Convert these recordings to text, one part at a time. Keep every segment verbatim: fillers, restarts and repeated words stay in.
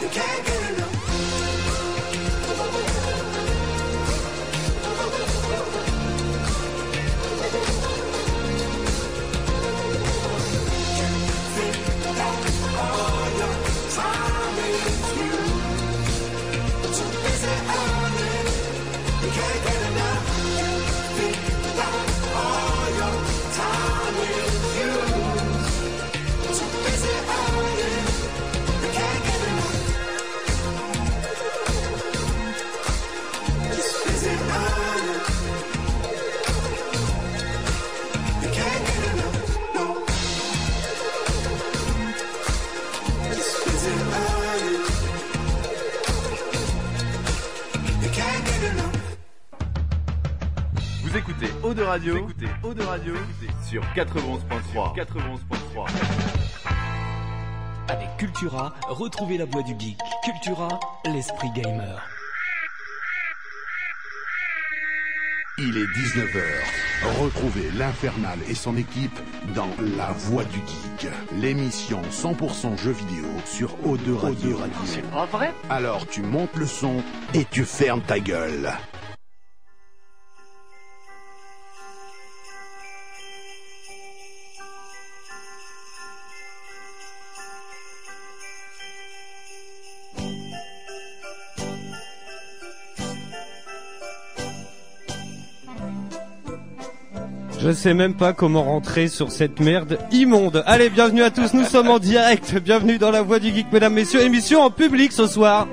Vous écoutez Eau de Radio, vous écoutez Eau de Radio sur quatre-vingt-onze point trois. quatre-vingt-onze point trois. Avec Cultura, retrouvez la voix du geek. Cultura, l'esprit gamer. Il est dix-neuf heures. Retrouvez l'Infernal et son équipe dans La Voix du Geek, l'émission cent pour cent jeux vidéo sur O deux Radio. C'est pas vrai? Alors tu montes le son et tu fermes ta gueule. Je sais même pas comment rentrer sur cette merde immonde. Allez, bienvenue à tous, nous sommes en direct. Bienvenue dans La Voix du Geek, mesdames, messieurs. Émission en public ce soir.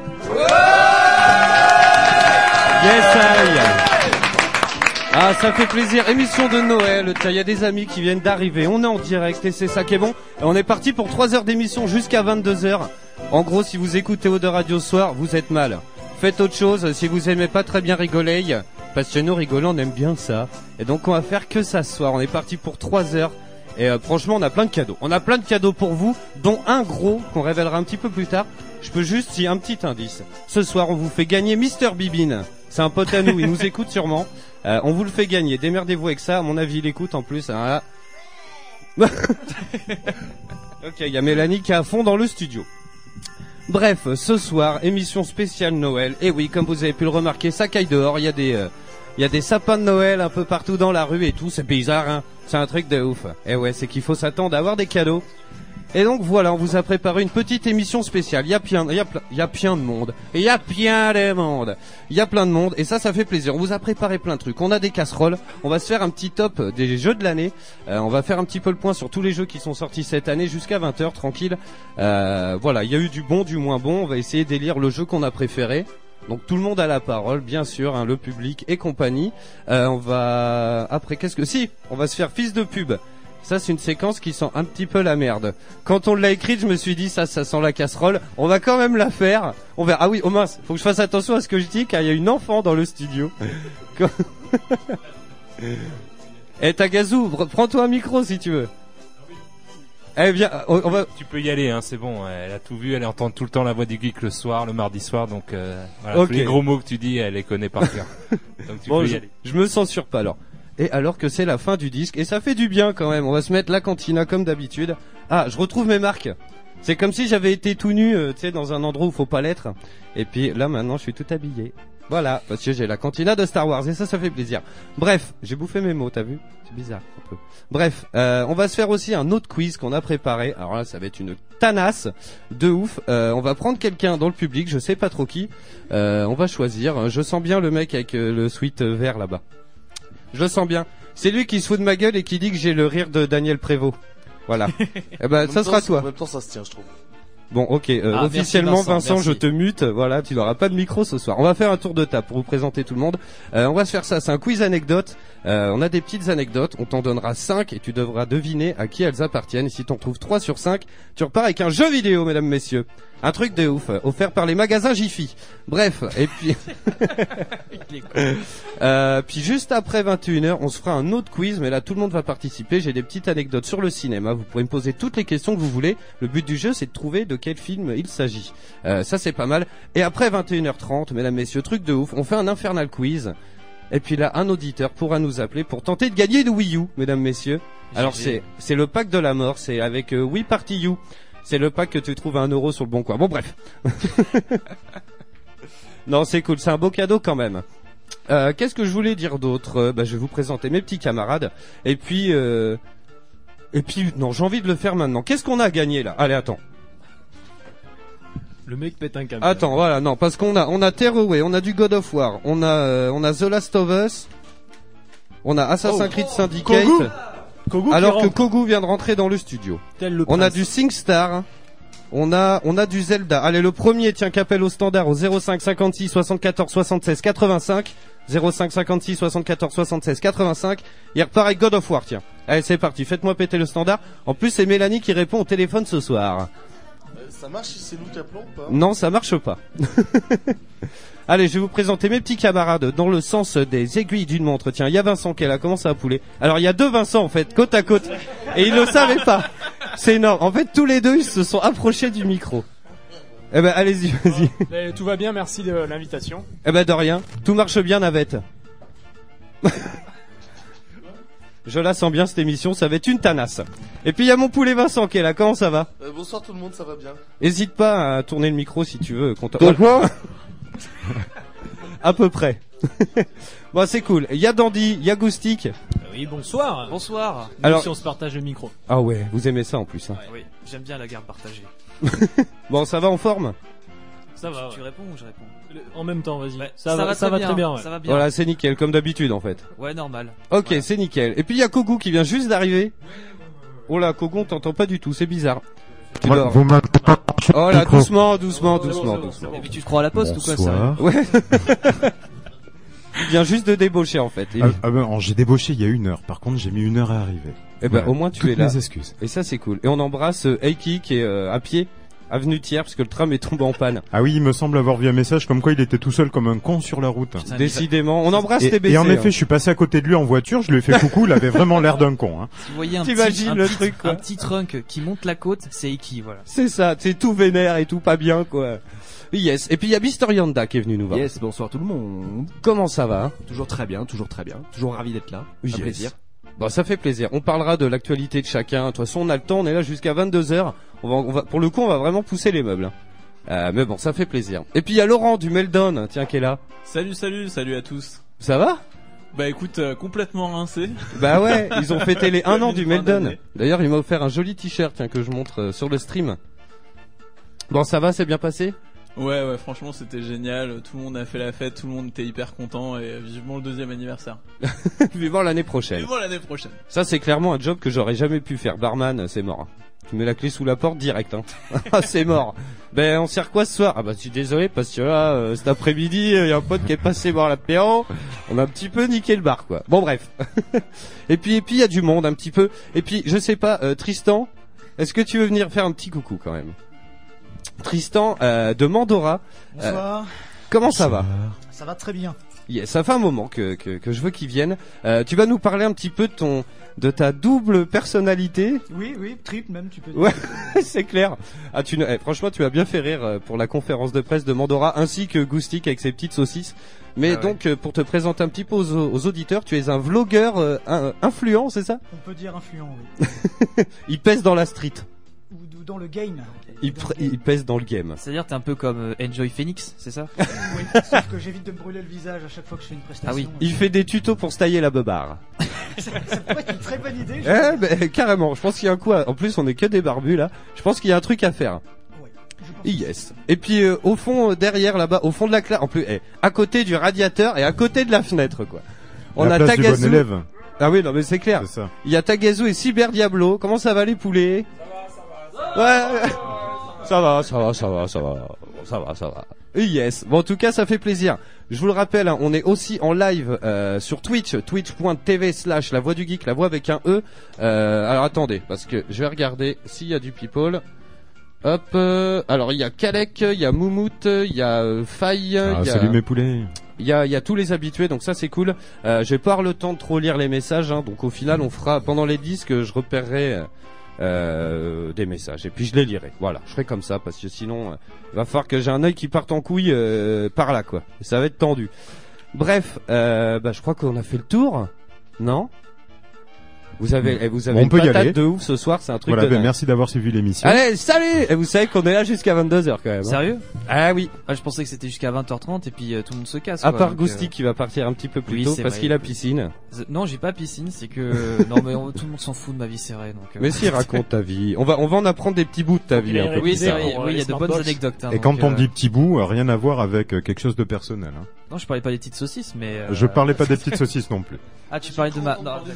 Yes, I. Ah, ça fait plaisir. Émission de Noël. Tiens, il y a des amis qui viennent d'arriver. On est en direct et c'est ça qui est bon. Et on est parti pour trois heures d'émission jusqu'à vingt-deux heures. En gros, si vous écoutez Eau de Radio ce soir, vous êtes mal. Faites autre chose. Si vous aimez pas très bien rigoler, parce que nous rigolons, on aime bien ça. Et donc on va faire que ça ce soir. On est parti pour trois heures. Et euh, franchement, on a plein de cadeaux. On a plein de cadeaux pour vous, dont un gros qu'on révélera un petit peu plus tard. Je peux juste dire un petit indice. Ce soir, on vous fait gagner Mister Bibine. C'est un pote à nous, il nous écoute sûrement. Euh, on vous le fait gagner. Démerdez-vous avec ça. À mon avis, il écoute en plus. Voilà. Ok, il y a Mélanie qui est à fond dans le studio. Bref, ce soir, émission spéciale Noël. Et oui, comme vous avez pu le remarquer, ça caille dehors. Il y a des... Euh, Il y a des sapins de Noël un peu partout dans la rue et tout, c'est bizarre, hein. C'est un truc de ouf. Et ouais, c'est qu'il faut s'attendre à avoir des cadeaux. Et donc voilà, on vous a préparé une petite émission spéciale. Il y a plein, il y a plein, il y a plein de monde. Et il y a plein de monde. Il y a plein de monde et ça, ça fait plaisir. On vous a préparé plein de trucs. On a des casseroles. On va se faire un petit top des jeux de l'année. Euh, on va faire un petit peu le point sur tous les jeux qui sont sortis cette année jusqu'à vingt heures, tranquille. Euh, voilà, il y a eu du bon, du moins bon. On va essayer d'élire le jeu qu'on a préféré. Donc tout le monde a la parole, bien sûr, hein, le public et compagnie. Euh, on va après qu'est-ce que si on va se faire fils de pub. Ça c'est une séquence qui sent un petit peu la merde. Quand on l'a écrite, je me suis dit ça, ça sent la casserole. On va quand même la faire. On verra. Ah oui, oh mince, faut que je fasse attention à ce que je dis car il y a une enfant dans le studio. Eh Tagazu, prends-toi un micro si tu veux. Eh bien, on, on va. Tu peux y aller, hein, c'est bon. Elle a tout vu, elle entend tout le temps la voix du geek le soir, le mardi soir, donc euh, voilà, okay. Tous les gros mots que tu dis, elle les connaît par cœur. Donc tu bon, peux y je, aller. Je me censure pas alors. Et alors que c'est la fin du disque, et ça fait du bien quand même. On va se mettre la cantina comme d'habitude. Ah, je retrouve mes marques. C'est comme si j'avais été tout nu, euh, tu sais, dans un endroit où faut pas l'être. Et puis là maintenant, je suis tout habillé. Voilà, parce que j'ai la cantina de Star Wars et ça, ça fait plaisir. Bref, j'ai bouffé mes mots, t'as vu? C'est bizarre, un peu. Bref, euh, on va se faire aussi un autre quiz qu'on a préparé. Alors là, ça va être une tanasse de ouf. Euh, on va prendre quelqu'un dans le public, je sais pas trop qui. Euh, on va choisir. Je sens bien le mec avec euh, le sweat vert là-bas. Je le sens bien. C'est lui qui se fout de ma gueule et qui dit que j'ai le rire de Daniel Prévost. Voilà. Eh ben, ça sera toi. En même temps, ça se tient, je trouve. Bon, ok, euh, ah, officiellement merci Vincent, Vincent je te mute, voilà, tu n'auras pas de micro ce soir. On va faire un tour de table pour vous présenter tout le monde. Euh, on va se faire ça, c'est un quiz anecdote. Euh, on a des petites anecdotes, on t'en donnera cinq et tu devras deviner à qui elles appartiennent. Et si t'en trouves trois sur cinq, tu repars avec un jeu vidéo, mesdames, messieurs. Un truc de ouf, offert par les magasins Jiffy. Bref, et puis... euh, puis juste après vingt et une heures, on se fera un autre quiz, mais là tout le monde va participer. J'ai des petites anecdotes sur le cinéma, vous pourrez me poser toutes les questions que vous voulez. Le but du jeu, c'est de trouver de quel film il s'agit. Euh, ça c'est pas mal. Et après vingt et une heures trente, mesdames, messieurs, truc de ouf, on fait un infernal quiz. Et puis là, un auditeur pourra nous appeler pour tenter de gagner de Wii U, mesdames, messieurs. Alors c'est c'est le pack de la mort, c'est avec euh, Wii Party U. C'est le pack que tu trouves à un euro sur le bon coin. Bon bref. Non, c'est cool, c'est un beau cadeau quand même. Euh, qu'est-ce que je voulais dire d'autre euh, bah, je vais vous présenter mes petits camarades. Et puis, euh... et puis, non, j'ai envie de le faire maintenant. Qu'est-ce qu'on a gagné là? Allez, attends. Le mec pète un câble. Attends, voilà, non, parce qu'on a, on a Tearaway, on a du God of War, on a, euh, on a The Last of Us, on a Assassin's Creed oh. Syndicate. Kogu Kogu alors que Kogu vient de rentrer dans le studio. Tel le on prince. a du SingStar. On a, on a du Zelda. Allez, le premier, tiens, qu'appelle au standard au zéro cinq cinquante-six soixante-quatorze soixante-seize quatre-vingt-cinq. zéro cinq cinquante-six soixante-quatorze soixante-seize quatre-vingt-cinq. Il repart avec God of War, tiens. Allez, c'est parti. Faites-moi péter le standard. En plus, c'est Mélanie qui répond au téléphone ce soir. Euh, ça marche si c'est nous qui appelons ou pas? Non, ça marche pas. Allez, je vais vous présenter mes petits camarades dans le sens des aiguilles d'une montre. Tiens, il y a Vincent qui est là. Comment ça va, poulet? Alors, il y a deux Vincent, en fait, côte à côte. Et ils le savaient pas. C'est énorme. En fait, tous les deux, ils se sont approchés du micro. Eh ben, allez-y, vas-y. Eh, tout va bien, merci de l'invitation. Eh ben, de rien. Tout marche bien, Navette. Je la sens bien, cette émission. Ça va être une tanasse. Et puis, il y a mon poulet Vincent qui est là. Comment ça va? euh, Bonsoir tout le monde, ça va bien. Hésite pas à tourner le micro si tu veux. Quoi? À peu près. Bon, c'est cool. Il y a Dandy, il y a Goustic. Oui, bonsoir. Bonsoir. Nous Alors, si on se partage le micro. Ah ouais, vous aimez ça en plus. Hein. Ouais, oui, j'aime bien la garde partagée. Bon, ça va en forme? Ça va. Tu, tu réponds ou je réponds? Le, en même temps, vas-y. Ouais, ça, ça va, va, ça très, va bien. très bien. Ouais. Ça va bien. Voilà, c'est nickel, comme d'habitude en fait. Ouais, normal. Ok, voilà. c'est nickel. Et puis il y a Kogu qui vient juste d'arriver. Oh là, Kogu, on t'entend pas du tout, c'est bizarre. Tu Ouais, dors. vous m'entendez pas? Oh là, doucement, doucement, Bon, doucement, bon, bon, doucement. bon. Et puis tu te crois à la poste Bonsoir. ou quoi ça? Ouais. Il vient juste de débaucher en fait. Et, Ah, ah ben, j'ai débauché il y a une heure. Par contre, j'ai mis une heure à arriver. eh ben, Ouais. au moins tu Toutes es là. mes excuses. Et ça c'est cool. Et on embrasse euh, Eiki qui est euh, à pied, avenue Thiers, parce que le tram est tombé en panne. Ah oui, il me semble avoir vu un message comme quoi il était tout seul comme un con sur la route. Putain, Décidément, on embrasse Et, T B C. et en effet, hein. je suis passé à côté de lui en voiture, je lui ai fait coucou, il avait vraiment l'air d'un con. Hein. Si vous voyez un petit, T'imagines un le petit, truc, quoi. un petit trunk qui monte la côte, c'est Iki, voilà. C'est ça, c'est tout vénère et tout pas bien quoi. Yes. Et puis il y a Mister Yanda qui est venu nous voir. Yes, bonsoir tout le monde. Comment ça va? Hein? Toujours très bien, toujours très bien. Toujours ravi d'être là. Yes. Un plaisir. Bon, ça fait plaisir. On parlera de l'actualité de chacun. De toute façon, on a le temps. On est là jusqu'à vingt-deux heures. On va, on va, pour le coup, on va vraiment pousser les meubles. Euh, mais bon, ça fait plaisir. Et puis il y a Laurent du Meldon, tiens, qui est là. Salut, salut, salut à tous. Ça va? Bah écoute, euh, complètement rincé. Bah ouais, ils ont fêté les un an du Fin Meldon. d'année. D'ailleurs, il m'a offert un joli t-shirt, tiens, que je montre euh, sur le stream. Bon, ça va, c'est bien passé? Ouais, ouais, franchement, c'était génial. Tout le monde a fait la fête, tout le monde était hyper content et vivement le deuxième anniversaire. Vivant l'année prochaine. Vivement l'année prochaine. Ça, c'est clairement un job que j'aurais jamais pu faire. Barman, c'est mort. Tu mets la clé sous la porte direct, hein. Ah, c'est mort. Ben, on sert quoi ce soir? Ah bah, je suis désolé parce que là, euh, cet après-midi, il y a un pote qui est passé boire l'apéro. On a un petit peu niqué le bar, quoi. Bon, bref. Et puis, et puis, il y a du monde, un petit peu. Et puis, je sais pas, euh, Tristan, est-ce que tu veux venir faire un petit coucou quand même? Tristan, euh, de Mandora. Bonsoir. Euh, comment ça va? Ça va très bien. Yeah, ça fait un moment que, que, que je veux qu'il vienne. Euh, tu vas nous parler un petit peu de ton, de ta double personnalité. Oui, oui, triple même, tu peux dire. Ouais, c'est clair. Ah, tu, eh, franchement, tu as bien fait rire euh, pour la conférence de presse de Mandora, ainsi que Goustic avec ses petites saucisses. Mais Ah ouais. donc, euh, pour te présenter un petit peu aux, aux auditeurs, tu es un vlogueur euh, un, influent, c'est ça? On peut dire influent, oui. Il pèse dans la street. Ou, ou dans le game. Il, pr- il pèse dans le game. C'est-à-dire t'es un peu comme euh, Enjoy Phoenix, c'est ça? Oui, sauf que j'évite de me brûler le visage à chaque fois que je fais une prestation. Ah oui. Il fait des tutos pour se tailler la beubare. ça, ça pourrait être une très bonne idée. Eh ben, carrément. Je pense qu'il y a un coup à... En plus, on est que des barbus, là. Je pense qu'il y a un truc à faire. Ouais, je pense Yes. Et puis, euh, au fond, euh, derrière, là-bas, au fond de la classe, en plus, eh, à côté du radiateur et à côté de la fenêtre, quoi. On la a place du bon Tagazu. élève. Ah oui, non, mais c'est clair. C'est ça. Il y a Tagazu et Cyber Diablo. Comment ça va, les poulets? Ça va, ça va. Ouais. Ça va, ça va, ça va, ça va. Ça va, ça va. Yes. Bon, en tout cas, ça fait plaisir. Je vous le rappelle, hein, on est aussi en live euh, sur Twitch, twitch.tv slash la voix du geek, la voix avec un E. Euh, alors attendez, parce que je vais regarder s'il y a du people. Hop. Euh, alors il y a Kalek, il y a Moumout, il y a euh, Faye, Ah, il y a... salut mes poulets. Il y a, il y a tous les habitués, donc ça c'est cool. Euh, je vais pas avoir le temps de trop lire les messages, hein, donc au final on fera pendant les disques, je repérerai euh, des messages et puis je les lirai. Voilà, je ferai comme ça parce que sinon euh, il va falloir que j'ai un œil qui parte en couille euh, par là quoi. Et ça va être tendu. Bref, euh, bah je crois qu'on a fait le tour, non? Vous avez, eh, vous avez On une peut y patate aller. de ouf ce soir, c'est un truc Voilà, de ben, dingue. merci d'avoir suivi l'émission. Allez, salut! Et vous savez qu'on est là jusqu'à vingt-deux heures quand même. hein. Sérieux? Ah oui. Ah, je pensais que c'était jusqu'à vingt heures trente et puis euh, tout le monde se casse. À quoi, part donc, Gousty euh, qui va partir un petit peu plus oui, tôt c'est parce vrai. qu'il a piscine. Non, j'ai pas piscine, c'est que non mais on- tout le monde s'en fout de ma vie, c'est vrai. Donc. euh, Mais si, raconte ta vie. On va, on va en apprendre des petits bouts de ta vie. un peu Oui, plus c'est tard. vrai. Oui, il y a de bonnes anecdotes. hein, Et donc, quand on euh, dit petit bout, euh, rien à voir avec euh, quelque chose de personnel. Hein. Non, je parlais pas des petites saucisses, mais. euh, Je parlais pas des petites saucisses non plus. Ah, tu parlais de ma. Non, d'accord.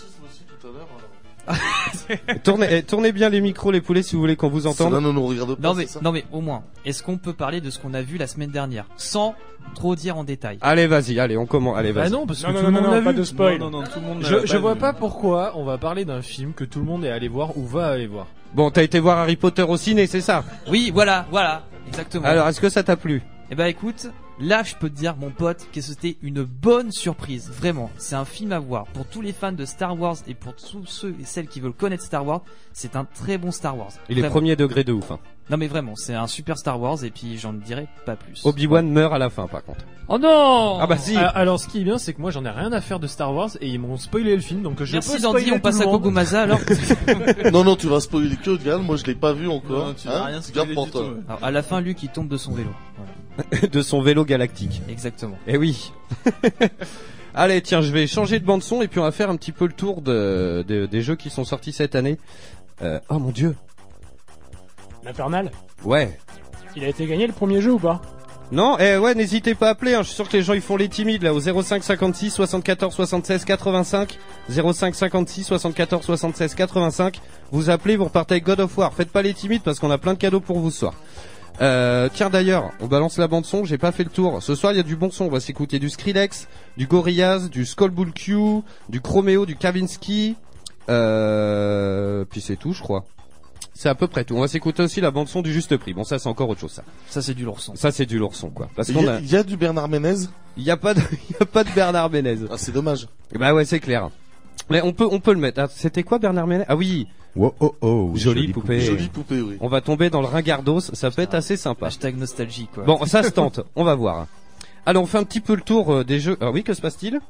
tournez, eh, tournez bien les micros, les poulets, si vous voulez qu'on vous entende. Non, non, non, regarde pas. Non mais, c'est ça non mais au moins, est-ce qu'on peut parler de ce qu'on a vu la semaine dernière sans trop dire en détail? Allez, vas-y, allez, on commence. Allez, vas-y. Bah non, parce que Non, tout non, le non, monde non, l'a pas vu. de spoil. Non, non, non, tout le monde Je, l'a je pas vois vu. pas pourquoi on va parler d'un film que tout le monde est allé voir ou va aller voir. Bon, t'as été voir Harry Potter au ciné, c'est ça? Oui, voilà, voilà, exactement. Alors, est-ce que ça t'a plu? Eh ben écoute, là je peux te dire mon pote que c'était une bonne surprise, vraiment. C'est un film à voir pour tous les fans de Star Wars et pour tous ceux et celles qui veulent connaître Star Wars. C'est un très bon Star Wars. Il est Vraiment. premier degré de ouf. Hein. Non mais vraiment, c'est un super Star Wars et puis j'en dirai pas plus. Obi-Wan meurt à la fin, par contre. Oh non! Ah bah si. Alors, alors, ce qui est bien, c'est que moi j'en ai rien à faire de Star Wars et ils m'ont spoilé le film, donc je Merci peux Dandy, spoiler on tout passe le à monde. Kogomasa alors. Non, non, tu vas spoiler que Gal, moi je l'ai pas vu encore. Non, tu vas rien spoiler Garde pour du toi. tout, ouais. Alors à la fin, Luke il tombe de son vélo. Voilà. De son vélo galactique. Exactement. Eh oui. Allez, tiens, je vais changer de bande son et puis on va faire un petit peu le tour de, de- des jeux qui sont sortis cette année. Euh, oh mon dieu. L'Infernal. Ouais. Il a été gagné le premier jeu ou pas? Non, eh ouais, n'hésitez pas à appeler, hein. Je suis sûr que les gens ils font les timides là au zéro cinq cinquante-six soixante-quatorze soixante-seize quatre-vingt-cinq zéro cinq cinquante-six soixante-quatorze soixante-seize quatre-vingt-cinq. Vous appelez, vous repartez avec God of War. Faites pas les timides parce qu'on a plein de cadeaux pour vous ce soir. Euh, tiens d'ailleurs, on balance la bande son, j'ai pas fait le tour. Ce soir il y a du bon son, on va s'écouter du Skrillex, du Gorillaz, du Skullbull Q, du Chromeo, du Kavinsky, euh, puis c'est tout je crois. C'est à peu près tout. On va s'écouter aussi la bande son du Juste Prix. Bon ça c'est encore autre chose ça. Ça c'est du lourd son. Ça c'est du lourd son quoi. Parce Il qu'on y, a- a, il y a du Bernard Ménez. il y a pas de, il y a pas de Bernard Ménez. Ah, c'est dommage. Bah ouais c'est clair. Mais on peut, on peut le mettre. Ah, c'était quoi Bernard Ménez? Ah oui. Oh oh oh. Jolie poupée. Jolie poupée, oui. On va tomber dans le ringardos, ça peut être assez sympa. Hashtag nostalgie quoi. Bon, ça se tente, on va voir. Alors, on fait un petit peu le tour euh, des jeux. Ah oui, que se passe-t-il?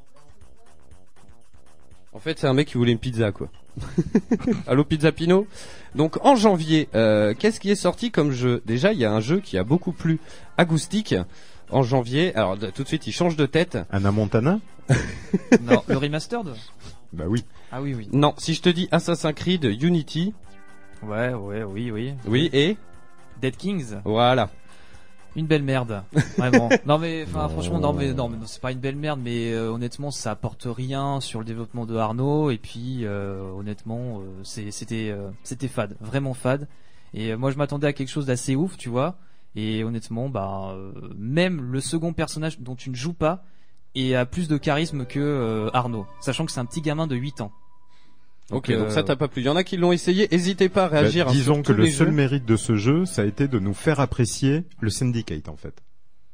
En fait, c'est un mec qui voulait une pizza, quoi. Allô, Pizza Pino. Donc, en janvier, euh, qu'est-ce qui est sorti comme jeu? Déjà, il y a un jeu qui a beaucoup plu à Goustic. En janvier, alors d- tout de suite, il change de tête. Anna Montana? Non, le remastered. Bah oui. Ah oui oui. Non, si je te dis Assassin's Creed Unity. Ouais ouais oui oui. Oui, et Dead Kings. voilà. Une belle merde, vraiment. Non mais, enfin, franchement, non mais, non mais non, c'est pas une belle merde, mais euh, honnêtement, ça apporte rien sur le développement de Arnaud. Et puis, euh, honnêtement, euh, c'est- c'était, euh, c'était fade, vraiment fade. Et euh, moi, je m'attendais à quelque chose d'assez ouf, tu vois. Et honnêtement, bah, euh, même le second personnage dont tu ne joues pas et a plus de charisme que euh, Arnaud, sachant que c'est un petit gamin de huit ans. Ok, euh, donc ça t'a pas plu. Il y en a qui l'ont essayé. N'hésitez pas à Bah, réagir. hein, disons sur que tous le les seul jeux. mérite de ce jeu, ça a été de nous faire apprécier le Syndicate en fait.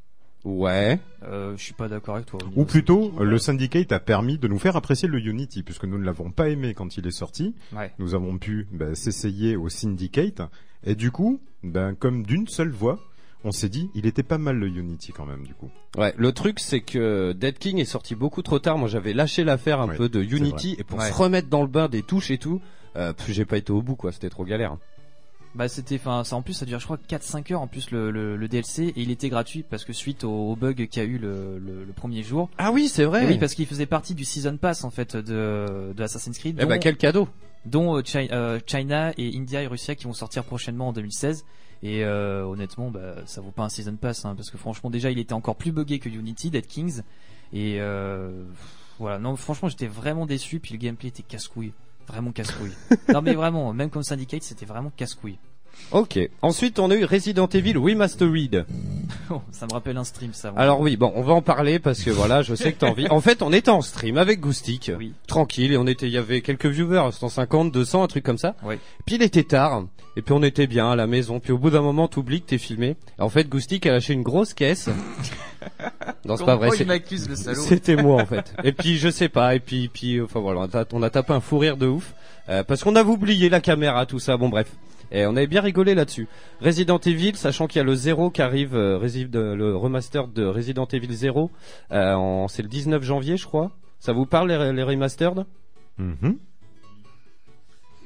Ouais. Euh, je suis pas d'accord avec toi. Ou plutôt, le Syndicate a permis de nous faire apprécier le Unity, puisque nous ne l'avons pas aimé quand il est sorti. Ouais. Nous avons pu bah, s'essayer au Syndicate, et du coup, ben, comme d'une seule voix, on s'est dit, il était pas mal le Unity quand même, du coup. Ouais, le truc c'est que Dead King est sorti beaucoup trop tard. Moi j'avais lâché l'affaire un Ouais, peu de c'est Unity vrai. et pour Ouais. se remettre dans le bain des touches et tout, euh, pff, j'ai pas été au bout quoi, c'était trop galère. Bah c'était, enfin ça en plus ça dure je crois quatre cinq heures en plus le, le, le D L C et il était gratuit parce que suite au, au bug qu'il y a eu le, le, le premier jour. Ah oui c'est vrai. Et oui parce qu'il faisait partie du season pass en fait de, de Assassin's Creed. Eh bah dont- quel cadeau. dont euh, Chi- euh, China et India et Russia qui vont sortir prochainement en deux mille seize. Et euh, honnêtement, bah, ça vaut pas un season pass hein, parce que franchement déjà il était encore plus buggé que Unity, Dead Kings. Et euh, voilà, non franchement j'étais vraiment déçu. Puis le gameplay était casse-couille, vraiment casse-couille. Non mais vraiment, même comme Syndicate c'était vraiment casse-couille. Ok. Ensuite on a eu Resident Evil Remastered. Oh, ça me rappelle un stream ça. moi. Alors oui bon on va en parler parce que voilà je sais que t'as envie. En fait on était en stream avec Goustic, Oui. tranquille et on était, il y avait quelques viewers, cent cinquante, deux cents, un truc comme ça. Ouais. Puis il était tard et puis on était bien à la maison. Puis au bout d'un moment t'oublies que t'es filmé. Et en fait Goustic a lâché une grosse caisse. Non c'est pas vrai. Oh, c'est- il m'accuse le salaud. C'était moi en fait. Et puis je sais pas. Et puis puis enfin voilà, on a, on a tapé un fou rire de ouf euh, parce qu'on avait oublié la caméra, tout ça. Bon bref. Et on avait bien rigolé là-dessus. Resident Evil, sachant qu'il y a le zéro qui arrive, euh, Resi- de- le remaster de Resident Evil zéro, euh, en- c'est le dix-neuf janvier je crois. Ça vous parle les, les remastered? Mhm.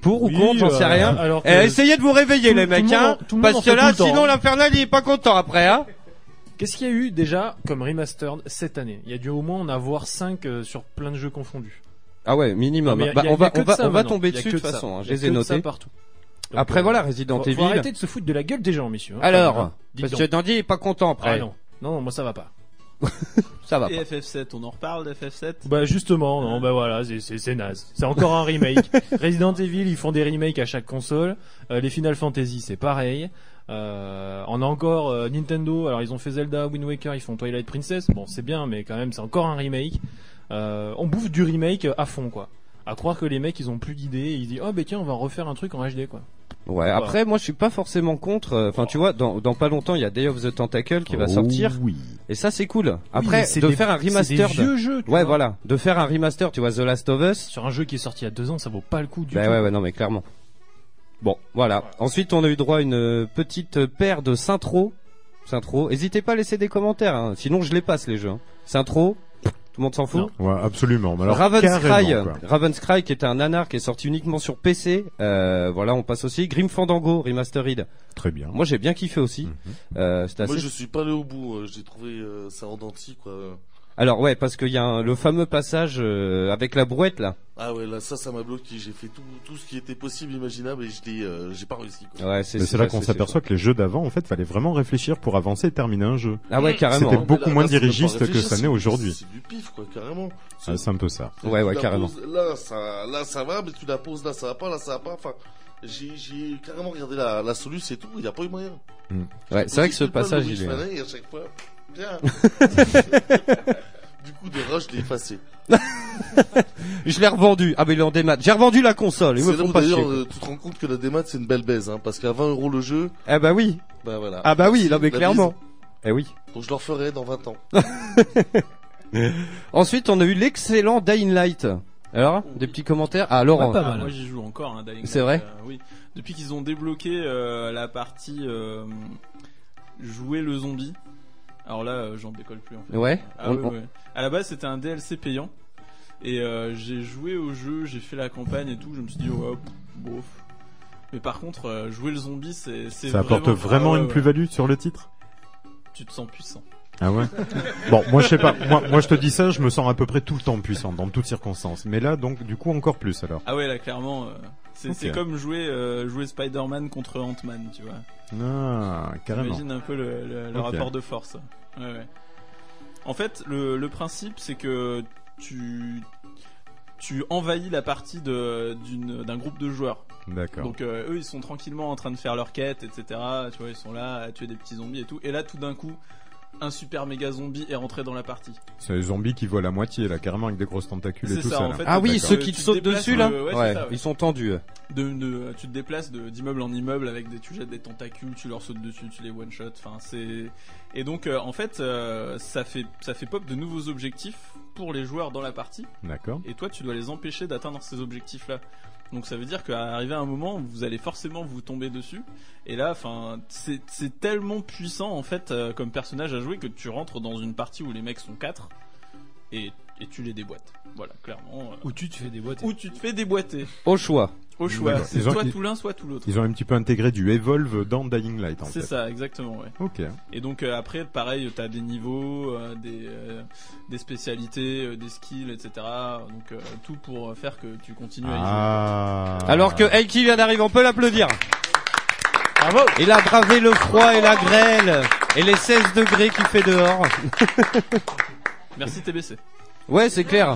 Pour Oui, ou contre, j'en sais euh, rien. alors que- Eh, essayez de vous réveiller Tout- les tout le mecs, monde en- hein, tout le monde en parce fait que là, tout le temps, sinon hein. l'Infernal il est pas content après, hein. Qu'est-ce qu'il y a eu déjà comme remastered cette année? Il y a dû au moins en avoir cinq euh, sur plein de jeux confondus. Ah ouais, minimum. Non, mais y a- Bah, y a- on y a va, que on de va, ça on va maintenant. tomber Y a dessus que de toute de ça. façon. hein, Y a Je les que ai de ça notés. partout. Après Donc, voilà, euh, Resident faut, Evil. faut arrêter de se foutre de la gueule des gens, messieurs. hein, Alors, quand même, hein. Dites Monsieur donc. Dandy est pas content après. Ah non. non, non, moi ça va pas. Ça va Et pas. F F sept, on en reparle de F F sept? Bah justement, non, bah voilà, c'est- c'est c'est naze. C'est encore un remake. Resident Evil, ils font des remakes à chaque console. Euh, les Final Fantasy, c'est pareil. Euh, on a encore euh, Nintendo. Alors ils ont fait Zelda, Wind Waker, ils font Twilight Princess. Bon, c'est bien, mais quand même, c'est encore un remake. Euh, on bouffe du remake à fond, quoi. À croire que les mecs, ils ont plus d'idées. Et ils disent, oh bah tiens, on va refaire un truc en H D, quoi. Ouais, après moi je suis pas forcément contre. euh, Enfin tu vois, dans, dans pas longtemps il y a Day of the Tentacle qui va Oh sortir. oui. Et ça c'est cool. mais Après c'est de des- faire un c'est des remaster. vieux jeux, tu Ouais vois. voilà, de faire un remaster, tu vois, The Last of Us. Sur un jeu qui est sorti il y a deux ans, ça vaut pas le coup du Bah tout. ouais ouais non mais clairement. Bon voilà. Ensuite on a eu droit à une euh, petite paire de Syntro. Syntro. Hésitez pas à laisser des commentaires. Hein. Sinon je les passe les jeux. Hein. Syntro. Tout le monde s'en fout. Ouais, absolument. Mais alors, Raven's Cry, carrément, quoi. Raven's Cry qui était un nanar qui est sorti uniquement sur P C. Euh, voilà, on passe aussi Grim Fandango Remastered. Très bien. Moi j'ai bien kiffé aussi. Mm-hmm. Euh, c'était Moi, assez... je suis pas allé au bout. euh, J'ai trouvé euh, ça en denti, quoi. Alors ouais, parce qu'il y a un- le fameux passage euh, avec la brouette là. Ah ouais, là, ça, ça m'a bloqué. J'ai fait tout, tout ce qui était possible, imaginable, et je l'ai, euh, j'ai pas réussi, quoi. Ouais, Mais c'est là qu'on s'aperçoit que les jeux d'avant, en fait, fallait vraiment réfléchir pour avancer et terminer un jeu. Ah ouais, carrément. C'était Mais beaucoup là, moins là, c'est même pas dirigiste que réfléchir, ça c'est n'est du- aujourd'hui. C'est du pif, quoi, carrément. Ah, c'est un peu ça. Ouais, ouais, Tu la carrément. poses, là, ça, là, ça va, mais tu la poses, là, ça va pas, là, ça va pas. Enfin, j'ai, j'ai carrément regardé la, la soluce, c'est tout. Il y a pas eu moyen. Mm. Ouais, c'est vrai que ce passage, il est. est. Et à chaque fois, bien. Du coup, de rush, je l'ai effacé. Je l'ai revendu. Ah mais il est en démat. J'ai revendu la console. Ils me C'est là font où pas d'ailleurs, chier. euh, tu te rends compte que la démat, c'est une belle baise, hein, parce qu'à vingt euros le jeu. Ah bah oui. Bah voilà. Ah bah oui, Merci, non mais la clairement. bise. Eh oui. Donc je leur ferai dans vingt ans. Ensuite, on a eu l'excellent Dying Light. Alors, des petits commentaires. Ah Laurent. Ah, moi j'y joue encore, hein, Dying Light. C'est vrai. Euh, oui. Depuis qu'ils ont débloqué euh, la partie euh, jouer le zombie. Alors là, euh, j'en décolle plus en fait. Ouais. Ah, On- ouais, on- ouais. À la base, c'était un D L C payant. Et euh, j'ai joué au jeu, j'ai fait la campagne et tout. Je me suis dit, ouais, pff, bof. Mais par contre, euh, jouer le zombie, c'est. c'est Ça apporte vraiment ah, ouais, une ouais. plus-value sur le titre? Tu te sens puissant. Ah ouais. Bon, moi je sais pas. Moi, moi je te dis ça, je me sens à peu près tout le temps puissant dans toutes circonstances. Mais là, donc, du coup, encore plus alors. Ah ouais, là, clairement, euh, c'est Ok. c'est comme jouer, euh, jouer Spider-Man contre Ant-Man, tu vois. Ah, carrément. Imagine un peu le, le, le Ok. rapport de force. Ouais, ouais. En fait, le, le principe, c'est que tu tu envahis la partie de d'une d'un groupe de joueurs. D'accord. Donc euh, eux, ils sont tranquillement en train de faire leur quête, et cetera. Tu vois, ils sont là à tuer des petits zombies et tout. Et là, tout d'un coup, un super méga zombie est rentré dans la partie. C'est les zombies qui voient la moitié là, carrément avec des grosses tentacules et C'est tout ça, ça. en là. fait. Ah oui, D'accord. ceux qui Tu te te sautent déplaces dessus là. de- ouais, c'est Ouais, ça, ouais. ils sont tendus. De, de- tu te déplaces de- d'immeuble en immeuble avec des, tu jettes des tentacules, tu leur sautes dessus, tu les one shot. Enfin, c'est et donc euh, en fait, euh, ça fait ça fait pop de nouveaux objectifs pour les joueurs dans la partie. D'accord. Et toi, tu dois les empêcher d'atteindre ces objectifs-là. Donc ça veut dire qu'à arriver à un moment, vous allez forcément vous tomber dessus. Et là, enfin, c'est c'est tellement puissant en fait euh, comme personnage à jouer que tu rentres dans une partie où les mecs sont quatre et et tu les déboîtes. Voilà, clairement. Ou tu te fais déboîter. Ou tu te fais déboîter. Au choix. Au choix. D'accord. C'est Ils ont- soit ils- tout l'un, soit tout l'autre. Ils ont un petit peu intégré du Evolve dans Dying Light en fait. C'est ça, exactement, ouais. Ok. Et donc euh, après, pareil, t'as des niveaux, euh, des, euh, des spécialités, euh, des skills, et cetera. Donc euh, tout pour faire que tu continues à y Ah. Alors que Heiki vient d'arriver, on peut l'applaudir. Bravo. Il a bravé le froid et la grêle et les seize degrés qu'il fait dehors. jouer. Merci T B C. Ouais, c'est clair.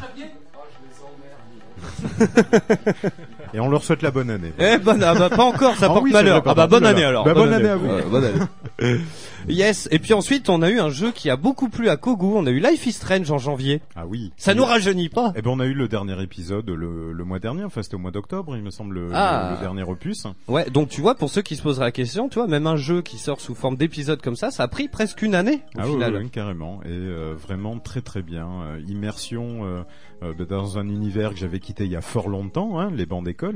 Et on leur souhaite la bonne année. Eh bonne, ah bah pas encore, ça Ah porte oui, c'est malheur. vrai, Ah bah pardon. bonne année Oulala. alors. Bah, bonne année à vous. Ouais, bonne année. Yes. Et puis ensuite, on a eu un jeu qui a beaucoup plu à Kogu. On a eu Life is Strange en janvier. Ah oui. Ça nous rajeunit pas. Eh ben on a eu le dernier épisode le, le mois dernier, enfin c'était au mois d'octobre, il me semble, le, Ah. le, le dernier opus. Ouais, donc tu vois, pour ceux qui se poseraient la question, tu vois, même un jeu qui sort sous forme d'épisode comme ça, ça a pris presque une année au Ah oui, final. ouais, ouais, carrément, et euh, vraiment très très bien. Euh, immersion euh, euh, dans un univers que j'avais quitté il y a fort longtemps, hein, les bancs d'école.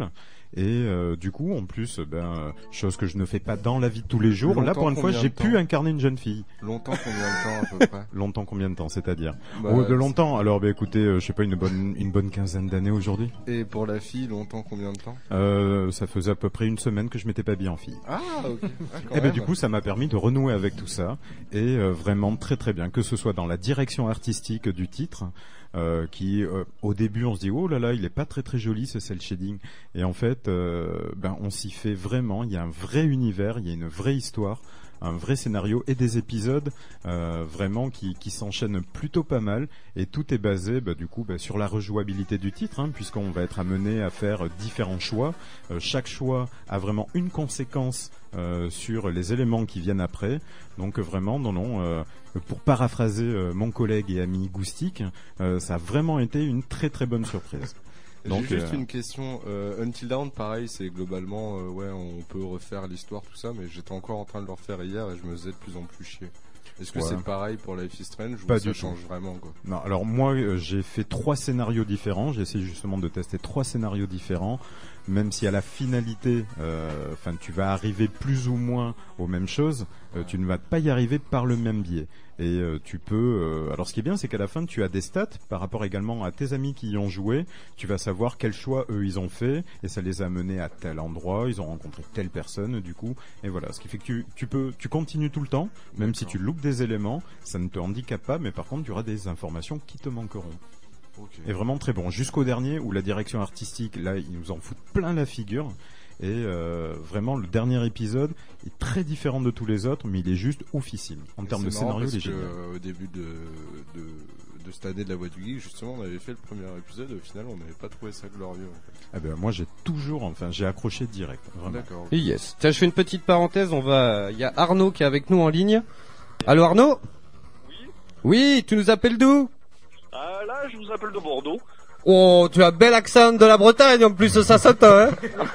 Et euh, du coup, en plus, ben, euh, chose que je ne fais pas dans la vie de tous les jours, là Longtemps, pour une fois, combien j'ai de temps pu incarner une jeune fille. Longtemps, combien de temps à peu près? Longtemps, combien de temps, c'est-à-dire Bah, Oh, de longtemps. Alors, ben écoutez, euh, je sais pas, une bonne, une bonne quinzaine d'années aujourd'hui. Et pour la fille, longtemps, combien de temps? Euh, ça faisait à peu près une semaine que je m'étais pas habillé en fille. Ah, ok. Ah, quand Et ben même. du coup, ça m'a permis de renouer avec tout ça et euh, vraiment très très bien, que ce soit dans la direction artistique du titre. Euh, qui euh, au début on se dit oh là là il est pas très très joli ce cel shading et en fait euh, ben on s'y fait vraiment, il y a un vrai univers, il y a une vraie histoire, un vrai scénario et des épisodes euh, vraiment qui, qui s'enchaînent plutôt pas mal et tout est basé bah, du coup bah, sur la rejouabilité du titre hein, puisqu'on va être amené à faire différents choix. Euh, chaque choix a vraiment une conséquence euh, sur les éléments qui viennent après. Donc vraiment non non euh, pour paraphraser euh, mon collègue et ami Goustic, euh, ça a vraiment été une très très bonne surprise. Donc, J'ai juste euh, une question. Euh, Until Dawn, pareil, c'est globalement, euh, ouais, on peut refaire l'histoire, tout ça, mais j'étais encore en train de le refaire hier et je me faisais de plus en plus chier. Est-ce que Ouais. c'est pareil pour Life is Strange ou Pas ça du change tout. vraiment quoi? Non, alors moi euh, j'ai fait trois scénarios différents. J'ai essayé justement de tester trois scénarios différents, même si à la finalité, enfin euh, tu vas arriver plus ou moins aux mêmes choses, euh, tu ne vas pas y arriver par le même biais. Et euh, tu peux. Euh, alors ce qui est bien, c'est qu'à la fin, tu as des stats par rapport également à tes amis qui y ont joué. Tu vas savoir quel choix eux ils ont fait et ça les a menés à tel endroit. Ils ont rencontré telle personne du coup. Et voilà, ce qui fait que tu, tu peux, tu continues tout le temps, même si tu loupes des éléments, ça ne te handicape pas, mais par contre, tu auras des informations qui te manqueront. Okay. Et vraiment très bon. Jusqu'au dernier où la direction artistique, là, ils nous en foutent plein la figure. Et euh, vraiment, le dernier épisode est très différent de tous les autres, mais il est juste oufissime. En termes de scénario, il est génial. Au début de, de, de cette année de la Voix du Geek, justement, on avait fait le premier épisode, au final, on n'avait pas trouvé ça glorieux. En fait. Ah ben, moi, j'ai toujours, enfin, j'ai accroché direct. Vraiment. D'accord. Et yes. Tiens, je fais une petite parenthèse, on va, il y a Arnaud qui est avec nous en ligne. Allô Arnaud? Oui. Oui, tu nous appelles d'où? Ah, là, je vous appelle de Bordeaux. Oh, tu as un bel accent de la Bretagne, en plus, ça s'entend, hein.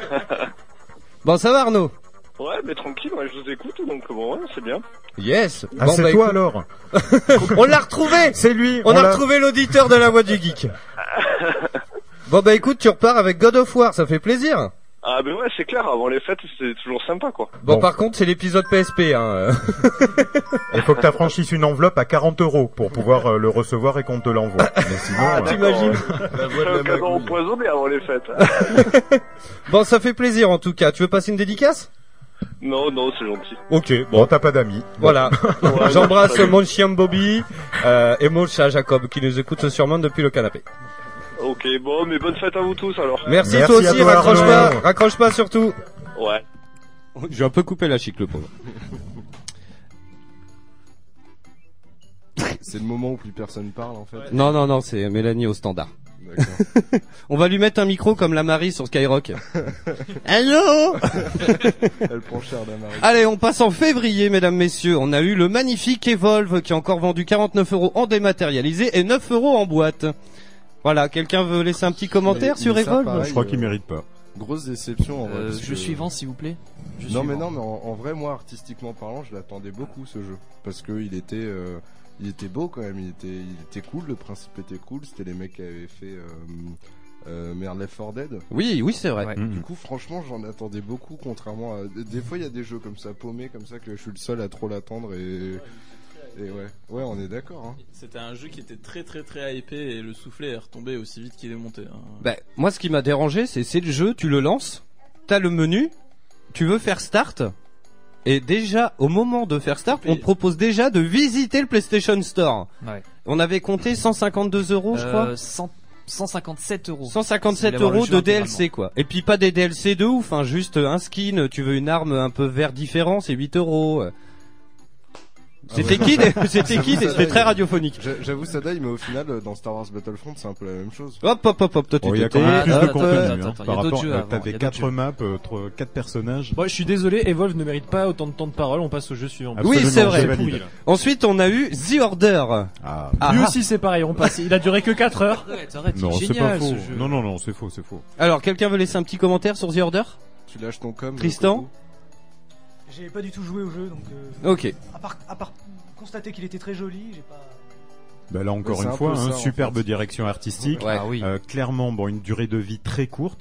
Bon, ça va Arnaud? Ouais, mais tranquille, ouais, je vous écoute, donc bon, ouais, c'est bien. Yes. Ah, bon, c'est bah, toi écoute... alors? On l'a retrouvé. C'est lui. On, on a l'a... retrouvé l'auditeur de la Voix du Geek. Bon bah écoute, tu repars avec God of War, ça fait plaisir. Ah ben ouais, c'est clair, avant les fêtes, c'est toujours sympa, quoi. Bon, bon. Par contre, c'est l'épisode P S P, hein. Il faut que tu affranchisses une enveloppe à quarante euros pour pouvoir euh, le recevoir et qu'on te l'envoie. Mais sinon, ah, euh... t'imagines? Un cadeau empoisonné avant les fêtes. Bon, ça fait plaisir en tout cas. Tu veux passer une dédicace? Non, non, c'est gentil. Ok, bon, t'as pas d'amis. Voilà. Ouais, j'embrasse mon chien Bobby euh, et mon chat Jacob qui nous écoute sûrement depuis le canapé. Ok, bon, mais bonne fête à vous tous alors. Merci, Merci toi aussi, toi, raccroche Arnaud. pas, raccroche pas surtout. Ouais. J'ai un peu coupé la chic, le pauvre. C'est le moment où plus personne parle en fait. Ouais. Non, non, non, c'est Mélanie au standard. On va lui mettre un micro comme la Marie sur Skyrock. Allô? Elle prend cher la Marie. Allez, on passe en février, mesdames, messieurs. On a eu le magnifique Evolve qui a encore vendu quarante-neuf euros en dématérialisé et neuf euros en boîte. Voilà, quelqu'un veut laisser un petit commentaire mais, sur mais ça, Evolve? pareil, Je crois qu'il euh, mérite pas. Grosse déception en vrai. Euh, parce je que... suivant, s'il vous plaît. Je non suivant. mais non, mais en, en vrai, moi, artistiquement parlant, je l'attendais beaucoup ce jeu parce que il était, euh, il était beau quand même. Il était, il était cool. Le principe était cool. C'était les mecs qui avaient fait euh, euh, merde, Left four Dead. Oui, oui, c'est vrai. Ouais. Du coup, franchement, j'en attendais beaucoup. Contrairement à des fois, il y a des jeux comme ça paumés, comme ça que je suis le seul à trop l'attendre et. Et ouais, ouais, on est d'accord. Hein. C'était un jeu qui était très très très hypé et le soufflet est retombé aussi vite qu'il est monté. Hein. Bah, moi, ce qui m'a dérangé, c'est c'est le jeu. Tu le lances, t'as le menu, tu veux faire start, et déjà au moment de faire start, on te propose déjà de visiter le PlayStation Store. Ouais. On avait compté cent cinquante-deux euros, je crois. Euh, cent... cent cinquante-sept euros. cent cinquante-sept euros de D L C, quoi. Et puis pas des D L C de ouf, hein, juste un skin. Tu veux une arme un peu vert différent, c'est huit euros. C'était ah ouais, qui des... C'était qui des... C'était très radiophonique. J'avoue ça daille, mais au final dans Star Wars Battlefront c'est un peu la même chose. Hop hop hop hop, toi tu oh, il y a t'étais... quand même plus ah, de attends, contenu attends, hein, attends, par rapport. Euh, T'avais quatre maps, euh, quatre personnages. Bon, je suis désolé, Evolve ne mérite pas autant de temps de parole. On passe au jeu suivant. Oui, c'est vrai. C'est pourri, ensuite, on a eu The Order. Ah. Lui aussi c'est pareil. On passe. Il a duré que quatre heures. Arrête, arrête, non, c'est génial, pas faux. ce jeu. Non, non, non, c'est faux, c'est faux. Alors, quelqu'un veut laisser un petit commentaire sur The Order? Tu lâches ton com. Tristan? J'ai pas du tout joué au jeu, donc. Euh, ok. À part, à part constater qu'il était très joli, j'ai pas. Bah là encore ouais, une fois, un hein, ça, superbe en fait. direction artistique. Ouais, oui. euh, clairement, bon, une durée de vie très courte,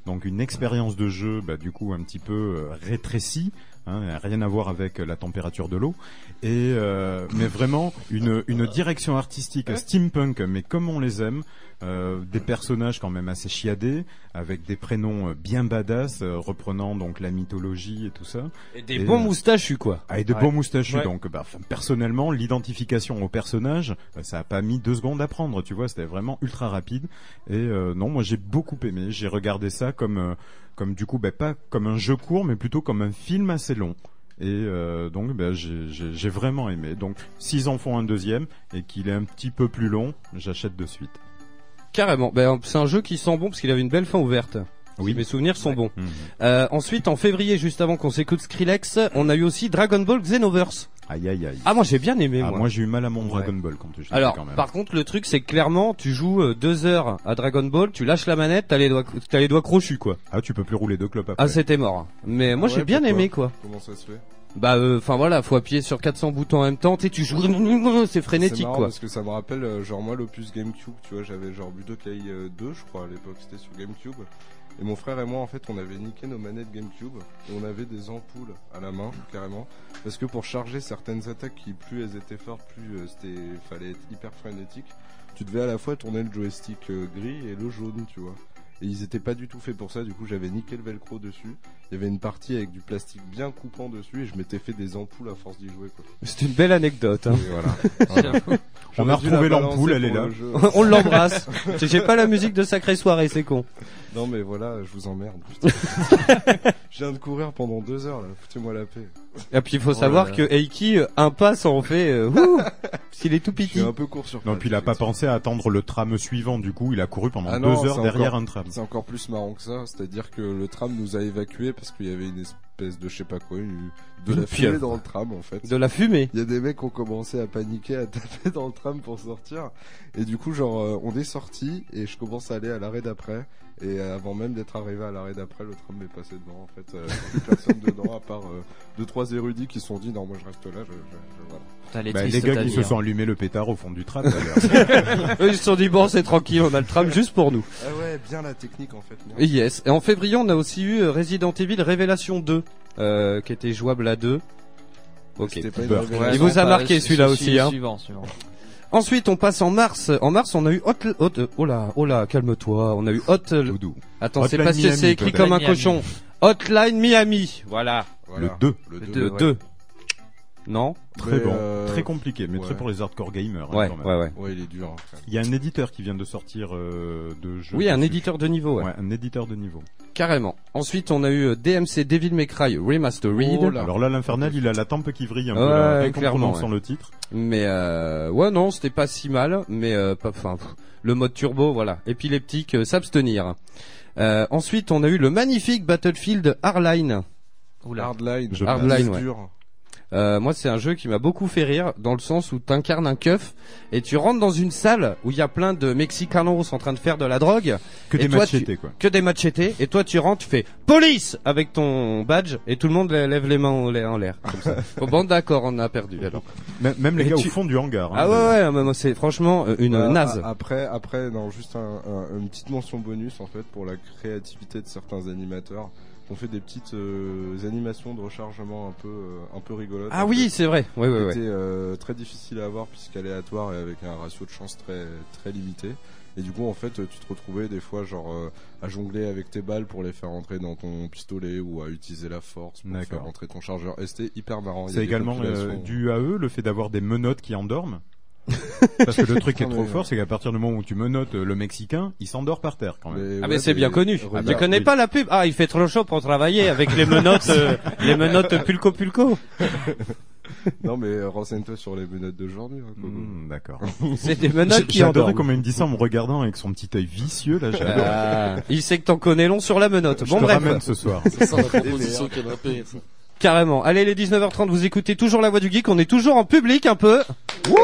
donc une expérience de jeu, bah, du coup un petit peu euh, rétrécie. Hein, rien à voir avec la température de l'eau, et euh, mais vraiment une une direction artistique steampunk, mais comme on les aime, euh, des personnages quand même assez chiadés, avec des prénoms bien badass, euh, reprenant donc la mythologie et tout ça. Et des et, bons moustachus quoi. Ah, et de ouais. bons moustachus. Ouais. Donc, bah, personnellement, l'identification au personnage, ça a pas mis deux secondes à prendre, tu vois, c'était vraiment ultra rapide. Et euh, non, moi j'ai beaucoup aimé. J'ai regardé ça comme euh, comme du coup, bah, pas comme un jeu court, mais plutôt comme un film assez long. Et euh, donc bah, j'ai, j'ai, j'ai vraiment aimé. Donc s'ils en font un deuxième et qu'il est un petit peu plus long, j'achète de suite. Carrément. Ben, c'est un jeu qui sent bon parce qu'il avait une belle fin ouverte. Oui. Si mes souvenirs sont ouais. bons. Mmh. Euh, ensuite, en février, juste avant qu'on s'écoute Skrillex, on a eu aussi Dragon Ball Xenoverse. Aïe aïe aïe. Ah moi j'ai bien aimé ah, moi. Moi j'ai eu mal à mon Dragon ouais. Ball quand je Alors quand même. Par contre le truc c'est que clairement tu joues euh, deux heures à Dragon Ball, tu lâches la manette, t'as les doigts t'as les doigts crochus quoi. Ah tu peux plus rouler deux clopes après. Ah c'était mort. Mais ah, moi ouais, j'ai bien pourquoi aimé quoi. Comment ça se fait? Bah enfin euh, voilà, faut appuyer sur quatre cents boutons en même temps, tu sais tu joues c'est frénétique c'est marrant quoi. Parce que ça me rappelle euh, genre moi l'opus GameCube, tu vois, j'avais genre Budokai euh, deux je crois à l'époque, c'était sur GameCube. Et mon frère et moi en fait on avait niqué nos manettes GameCube et on avait des ampoules à la main carrément parce que pour charger certaines attaques qui plus elles étaient fortes plus euh, c'était fallait être hyper frénétique, tu devais à la fois tourner le joystick euh, gris et le jaune tu vois. Et ils étaient pas du tout faits pour ça, du coup j'avais niqué le velcro dessus. Il y avait une partie avec du plastique bien coupant dessus et je m'étais fait des ampoules à force d'y jouer quoi. C'est une belle anecdote hein. Voilà. voilà. On a retrouvé l'ampoule, elle est là. On l'embrasse. J'ai pas la musique de Sacrée Soirée, c'est con. Non mais voilà, je vous emmerde. Je viens de courir pendant deux heures là, foutez-moi la paix. Et puis il faut oh savoir que Eiki, un pas ça en fait, euh, ouh, s'il est tout petit. Je suis un peu court sur. Non puis il a pas pensé à attendre le tram suivant, du coup il a couru pendant ah non, deux heures derrière encore, un tram. C'est encore plus marrant que ça, c'est-à-dire que le tram nous a évacués parce qu'il y avait une espèce de je sais pas quoi, une, de une la fumée pieuvre. Dans le tram en fait. De la fumée. Il y a des mecs qui ont commencé à paniquer, à taper dans le tram pour sortir, et du coup genre euh, on est sorti et je commence à aller à l'arrêt d'après. Et avant même d'être arrivé à l'arrêt d'après, le tram m'est passé devant. En fait, euh, plus personne dedans à part euh, deux trois érudits qui se sont dit non, moi je reste là. Je, je, je voilà. Les, bah, les gars qui se sont allumés le pétard au fond du tram. Eux ils se sont dit bon c'est tranquille, on a le tram juste pour nous. Ah ouais, bien la technique en fait. Bien. Yes. Et en février on a aussi eu Resident Evil Révélation deux, euh, qui était jouable à deux. Ok. Ouais, il vous a marqué celui-là aussi hein. Suivant, suivant. Ensuite, on passe en mars. En mars, on a eu Hot, Hot, oh là, oh là, calme-toi. On a eu Hot, Doudou. Attends, c'est parce que c'est écrit comme un cochon. Hotline Miami. Voilà. voilà. Le deux. Le deux. Le deux. Non? Très bon. Euh... Très compliqué, mais ouais. Très pour les hardcore gamers. Ouais, hein, quand même. ouais, ouais. Ouais, il est dur. En fait. Il y a un éditeur qui vient de sortir euh, de jeux. Oui, un éditeur de niveau, ouais. Ouais, un éditeur de niveau. Carrément. Ensuite, on a eu D M C Devil May Cry Remastered. Oh là. Alors là, l'Infernal, il a la tempe qui vrille un ouais, peu là, rien clairement, en prononçant ouais. le titre. Mais euh, ouais, non, c'était pas si mal, mais euh, pas, enfin, le mode turbo, voilà, épileptique, euh, s'abstenir. Euh, ensuite, on a eu le magnifique Battlefield Hardline. Oula. Hardline. Je Hardline, ouais. Dur. Euh, moi, c'est un jeu qui m'a beaucoup fait rire dans le sens où t'incarnes un keuf et tu rentres dans une salle où il y a plein de Mexicanos en train de faire de la drogue. Que des machetés, quoi. Que des machetés. Et toi, tu rentres, tu fais police avec ton badge et tout le monde lève les mains en l'air. Comme ça. Bon, d'accord, on a perdu alors. Même, même les et gars tu... au fond du hangar. Hein, ah ouais, ouais, ouais c'est franchement une bah, naze. Après, après, non, juste un, un, une petite mention bonus en fait pour la créativité de certains animateurs. On fait des petites euh, animations de rechargement un peu euh, un peu rigolotes. Ah oui, c'est vrai. Oui, oui, oui. C'était euh, très difficile à avoir puisqu'aléatoire et avec un ratio de chance très très limité. Et du coup, en fait, tu te retrouvais des fois genre euh, à jongler avec tes balles pour les faire entrer dans ton pistolet ou à utiliser la force pour faire rentrer ton chargeur. Et c'était hyper marrant. C'est également euh, dû à eux le fait d'avoir des menottes qui endorment. Parce que le truc qui est trop fort, c'est qu'à partir du moment où tu menottes le Mexicain, il s'endort par terre quand même. Mais ah ouais, mais c'est bien connu. Ah, tu connais oui. pas la pub? Ah, il fait trop chaud pour travailler avec les menottes, euh, les menottes pulco pulco. Non mais euh, renseigne-toi sur les menottes d'aujourd'hui. Hein, mmh, d'accord. C'est des menottes qui J'adorais comment il me dit ça en me regardant avec son petit œil vicieux là. J'adore. Ah, il sait que t'en connais long sur la menotte. Je bon te bref. ramène ce soir. C'est ça la proposition canapé. Ça. Carrément. Allez, les dix-neuf heures trente, vous écoutez toujours la voix du geek. On est toujours en public un peu. Wouh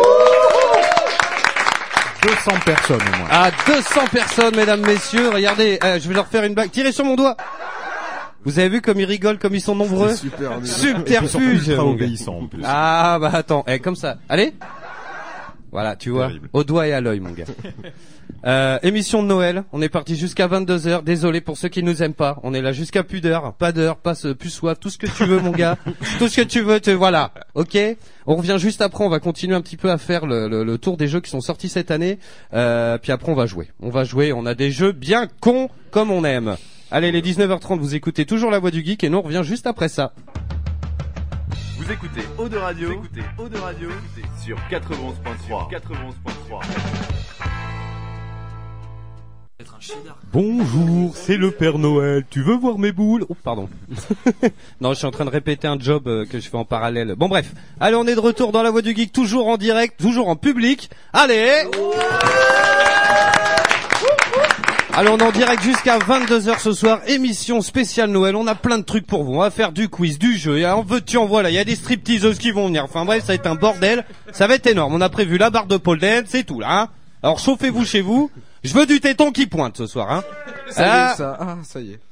deux cents personnes au moins. Ah, deux cents personnes, mesdames, messieurs. Regardez, euh, je vais leur faire une blague. Tirez sur mon doigt. Vous avez vu comme ils rigolent, comme ils sont nombreux? Super. Subterfuge. Ultra obéissant en plus. Ah, bah attends, eh, comme ça. Allez. Voilà, tu vois. Terrible. Au doigt et à l'œil, mon gars. Euh, émission de Noël, on est parti jusqu'à vingt-deux heures, désolé pour ceux qui nous aiment pas, on est là jusqu'à plus d'heures, pas d'heure, pas ce, plus soif, tout ce que tu veux mon gars, tout ce que tu veux, te, voilà, ok. On revient juste après, on va continuer un petit peu à faire le, le, le tour des jeux qui sont sortis cette année, euh, puis après on va jouer, on va jouer, on a des jeux bien cons comme on aime. Allez, les dix-neuf heures trente, vous écoutez toujours La Voix du Geek et nous on revient juste après ça. Vous écoutez Eau de Radio, vous écoutez Eau de Radio sur quatre-vingt-onze point trois. quatre-vingt-onze point trois. Bonjour, c'est le Père Noël. Tu veux voir mes boules? Oh, pardon. Non, je suis en train de répéter un job euh, que je fais en parallèle. Bon, bref. Allez, on est de retour dans La Voix du Geek, toujours en direct, toujours en public. Allez! Alors, on est en direct jusqu'à vingt-deux heures ce soir. Émission spéciale Noël. On a plein de trucs pour vous. On va faire du quiz, du jeu. Et en veux-tu, en voilà. Il y a des stripteaseuses qui vont venir. Enfin, bref, ça va être un bordel. Ça va être énorme. On a prévu la barre de pole dance, c'est tout, là, hein. Alors, chauffez-vous chez vous. Je veux du téton qui pointe ce soir, hein. Ça y est, ah. ça. Ah, ça y est.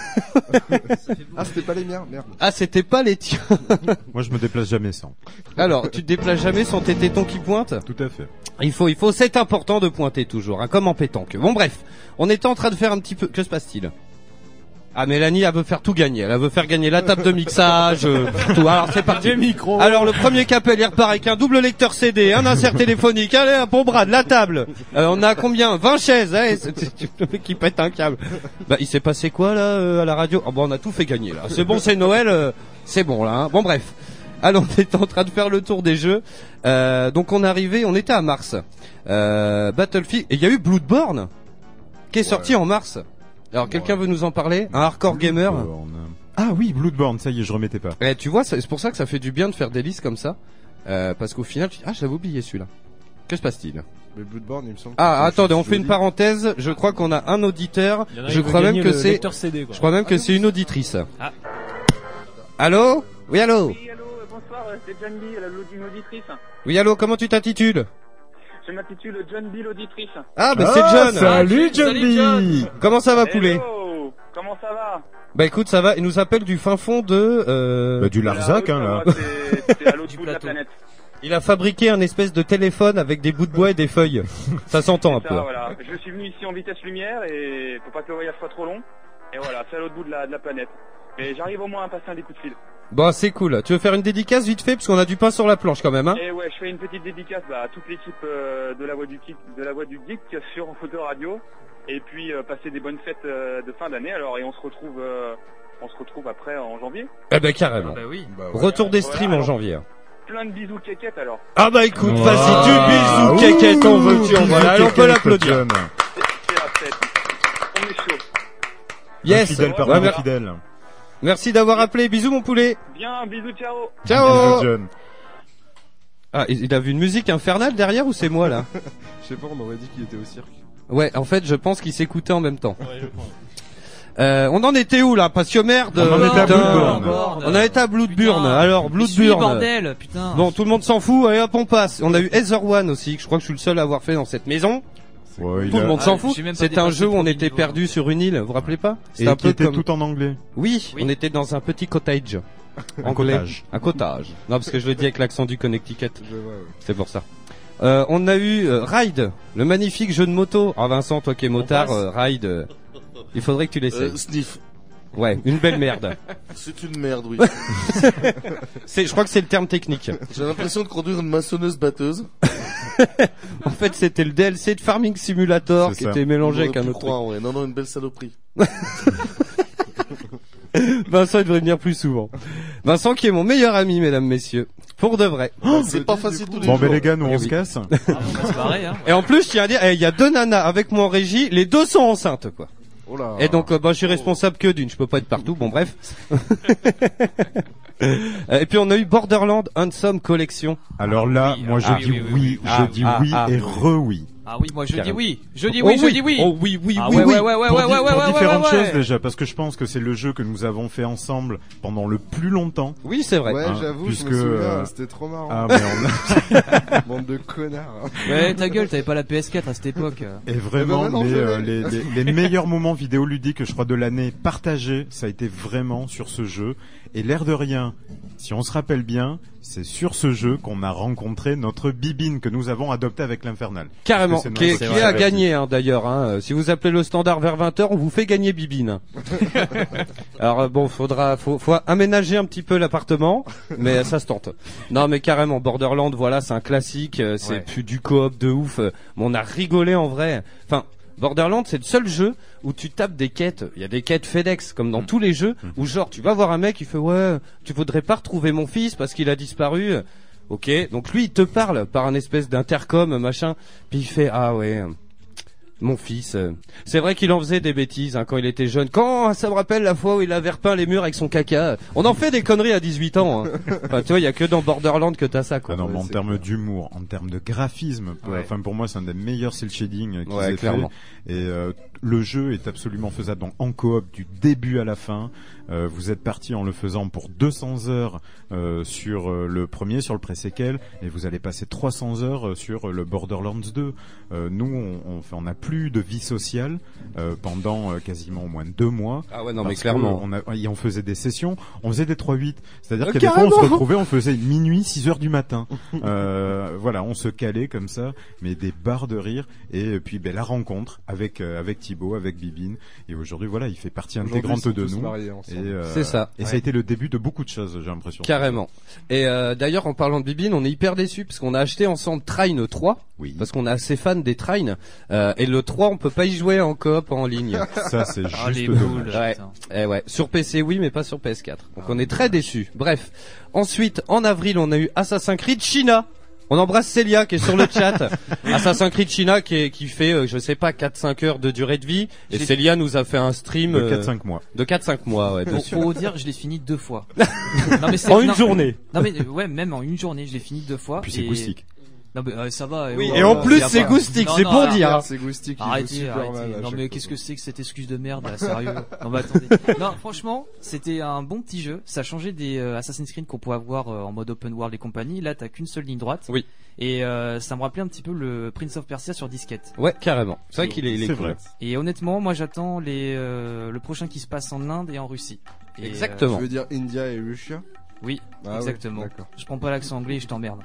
Ah, c'était pas les miens, merde. Ah, c'était pas les tiens. Moi, je me déplace jamais sans. Alors, tu te déplaces jamais sans tes tétons qui pointent? Tout à fait. Il faut, il faut, c'est important de pointer toujours, hein, comme en pétanque. Bon, bref. On était en train de faire un petit peu, que se passe-t-il? Ah, Mélanie, elle veut faire tout gagner. Elle veut faire gagner la table de mixage, euh, tout. Alors, c'est parti. Micro. Alors, le premier qui appelle, il repart avec un double lecteur C D, un insert téléphonique, allez, un bon bras de la table. Euh, on a combien? vingt chaises, hein, c'est, c'est le mec qui pète un câble. Bah, il s'est passé quoi, là, euh, à la radio? Ah, bon, on a tout fait gagner, là. C'est bon, c'est Noël, euh, c'est bon, là, hein. Bon, bref. Alors, on était en train de faire le tour des jeux. Euh, donc, on est arrivé, on était à mars. Euh, Battlefield, et il y a eu Bloodborne, qui est sorti en mars. Alors, quelqu'un veut nous en parler? Un hardcore gamer? Ah oui, Bloodborne, ça y est, je remettais pas. Eh, tu vois, c'est pour ça que ça fait du bien de faire des listes comme ça. Euh, parce qu'au final, tu dis, ah, j'avais oublié celui-là. Que se passe-t-il? Mais Bloodborne, il me semble. Ah, attendez, on fait une parenthèse. Je crois qu'on a un auditeur. Je crois même que c'est, je crois même que c'est une auditrice. Ah. Allô? Oui, allô? Oui, allô, bonsoir, c'est John B, une auditrice. Oui, allô, comment tu t'intitules? Je m'intitule John B, l'auditrice. Ah, bah c'est John. Salut John B. Comment ça va, poulet? Hello, comment ça va? Bah écoute, ça va. Il nous appelle du fin fond de. Euh... Bah, du Larzac, hein là. C'est, c'est à l'autre bout de la planète. Il a fabriqué un espèce de téléphone avec des bouts de bois et des feuilles. Ça s'entend un ça, peu. Voilà. Je suis venu ici en vitesse lumière et pour pas que le voyage soit trop long. Et voilà, c'est à l'autre bout de la, de la planète. Mais j'arrive au moins à passer un des coups de fil. Bon, c'est cool. Tu veux faire une dédicace vite fait parce qu'on a du pain sur la planche quand même, hein? Et ouais, je fais une petite dédicace bah, à toute l'équipe euh, de la Voix du Geek, de la Voix du Geek sur Photo Radio. Et puis euh, passer des bonnes fêtes euh, de fin d'année. Alors et on se retrouve, euh, on se retrouve après en janvier. Eh ben carrément. Ah bah oui. Bah, ouais. Retour des streams voilà, en janvier. Plein de bisous kékettes alors. Ah bah écoute, wow. vas-y, du bisou kékette, on veut tu en voilà. Allez, on peut l'applaudir. C'est, c'est la fête. On est chaud. Yes. Fidèle parmi ouais, les fidèles. Merci d'avoir appelé. Bisous mon poulet. Bien, bisous, ciao. Ciao. Bisous John. Ah, il a vu une musique infernale derrière ou c'est moi là? Je sais pas, on aurait dit qu'il était au cirque. Ouais, en fait, je pense qu'il s'écoutait en même temps. Ouais, je pense. Euh, on en était où là? Parce que merde. On en était à Bloodborne. On en était à Bloodborne. Alors Bloodborne. Bordel, putain. Bon, tout le monde s'en fout. Allez hop, on passe. On a eu Ether One aussi. Je crois que je suis le seul à avoir fait dans cette maison. Ouais, tout le a... monde ah, s'en fout. C'était un jeu où on était niveau. perdu sur une île. Vous vous rappelez pas? C'était un peu était comme... tout en anglais. Oui, oui, on était dans un petit cottage. un anglais. cottage. Un cottage. Non, parce que je le dis avec l'accent du Connecticut. Je vois, ouais. C'est pour ça. Euh, on a eu euh, Ride, le magnifique jeu de moto. Ah Vincent, toi qui es motard, euh, Ride, euh, il faudrait que tu l'essayes. Euh, sniff. Ouais, une belle merde. C'est une merde, oui. c'est, je crois que c'est le terme technique. J'ai l'impression de conduire une maçonneuse batteuse. En fait, c'était le D L C de Farming Simulator c'est qui ça. était mélangé avec un autre croire, truc. Ouais. Non, non, une belle saloperie. Vincent, il devrait venir plus souvent. Vincent qui est mon meilleur ami, mesdames, messieurs. Pour de vrai. Oh, c'est pas facile tous les bon, jours. Bon, ben les gars, nous on oui. se casse. Ah, bon, c'est pareil, hein. Et en plus, je tiens à dire, il y a deux nanas avec moi en régie, les deux sont enceintes, quoi. Oh là. Et donc, euh, bah, je suis responsable que d'une, je peux pas être partout, bon bref. Et puis on a eu Borderlands Handsome Collection. Alors là, oui, moi je ah, dis oui, oui, oui, oui, oui. je ah, dis ah, oui ah, et re-oui. Ah oui, moi je Carrément. dis oui. Je dis oui, oh, je oui. dis oui. Oh oui, oui, ah, oui, ouais, oui. Ouais, ouais, ouais, pour ouais, di- ouais, pour ouais, différentes ouais, choses ouais. déjà, parce que je pense que c'est le jeu que nous avons fait ensemble pendant le plus longtemps. Oui, c'est vrai. Ouais, hein, j'avoue, puisque, je me souviens, euh... c'était trop marrant. Ah, mais on a... Bande de connards. Ouais, ta gueule, t'avais pas la P S quatre à cette époque. Et vraiment, ben, non, les, je... euh, les, les, les meilleurs moments vidéoludiques, je crois, de l'année partagés, ça a été vraiment sur ce jeu. Et l'air de rien, si on se rappelle bien, c'est sur ce jeu qu'on a rencontré notre bibine que nous avons adoptée avec l'Infernal. Carrément. Carrément. c'est Qui, non, qui c'est a vrai. gagné hein, d'ailleurs. Hein. Si vous appelez le standard vers vingt heures, on vous fait gagner Bibine. Alors euh, bon, faudra, faut, faut aménager un petit peu l'appartement, mais ça se tente. Non, mais carrément, Borderlands, voilà, c'est un classique. euh, C'est Ouais. plus du coop de ouf. euh, Mais on a rigolé en vrai. Enfin. Borderlands, c'est le seul jeu où tu tapes des quêtes. Il y a des quêtes FedEx, comme dans tous les jeux, où genre, tu vas voir un mec, il fait, ouais, tu voudrais pas retrouver mon fils parce qu'il a disparu. Ok. Donc lui, il te parle par un espèce d'intercom, machin. Puis il fait, ah ouais, mon fils. euh, C'est vrai qu'il en faisait des bêtises, hein, quand il était jeune. Quand, ça me rappelle la fois où il avait repeint les murs avec son caca. On en fait des conneries à dix-huit ans, hein. Enfin, tu vois, il y a que dans Borderlands que t'as ça, quoi. Ah non, mais en Ouais, c'est termes clair. d'humour, en termes de graphisme, pour- Ouais. enfin pour moi c'est un des meilleurs cel shading qu'ils Ouais, aient clairement. fait. Et euh, le jeu est absolument faisable donc, en coop du début à la fin. Euh, vous êtes parti en le faisant pour deux cents heures euh, sur euh, le premier, sur le pré-séquel, et vous allez passer trois cents heures euh, sur le Borderlands deux. Euh, nous, on, on, fait- on a plus de vie sociale euh, pendant euh, quasiment au moins deux mois. Ah ouais, non, mais parce clairement. que On, a, et on faisait des sessions, on faisait des trois huit. C'est-à-dire Euh, que des fois, on se carrément. retrouvait, on faisait minuit, six heures du matin. Euh, voilà, on se calait comme ça, mais des barres de rire. Et puis ben, la rencontre avec euh, avec Thibaut, avec Bibine. Et aujourd'hui, voilà, il fait partie Aujourd'hui, intégrante ils sont de tous nous. mariés ensemble. Et, euh, C'est ça. Et ça a Ouais. été le début de beaucoup de choses, j'ai l'impression. Carrément. Et euh, d'ailleurs, en parlant de Bibine, on est hyper déçus parce qu'on a acheté ensemble Trine trois. Oui. Parce qu'on est assez fan des Trine. Euh, et le trois, on peut pas y jouer en coop en ligne. Ça, c'est Ah, juste les dommage. boules. Ouais. Putain. Eh ouais. Sur P C, oui, mais pas sur P S quatre. Donc on est très déçus. Bref. Ensuite, en avril, on a eu Assassin's Creed China. On embrasse Célia qui est sur le chat. Assassin's Creed China qui, est, qui fait, euh, je sais pas, quatre cinq heures de durée de vie. Et J'ai- Célia nous a fait un stream De euh, quatre cinq mois. de quatre cinq mois, ouais, Pour, dessus. pour vous dire, je l'ai fini deux fois. Non, mais c'est- En une non, journée. Non mais euh, ouais, même en une journée, je l'ai fini deux fois. Puis c'est et- goustique. Non mais euh, ça va. Oui, oh, et en oh, plus, y a c'est pas- goustique, Non, c'est non, pour arrête- dire. C'est Goustic qui joue Arrêtez, super arrêtez. mal à Non chaque mais fois. qu'est-ce que c'est que cette excuse de merde là, sérieux. Non mais attendez. Non, franchement, c'était un bon petit jeu. Ça changeait des euh, Assassin's Creed qu'on pouvait avoir euh, en mode open world et compagnie. Là, t'as qu'une seule ligne droite. Oui. Et euh, ça me rappelait un petit peu le Prince of Persia sur disquette. Ouais, carrément. C'est vrai qu'il est, il est C'est cool. vrai. Et honnêtement, moi j'attends les euh, le prochain qui se passe en Inde et en Russie. Et, Exactement. Tu veux dire India et Russia euh, oui, Ah ouais, exactement. d'accord. Je prends pas l'accent anglais, et je t'emmerde.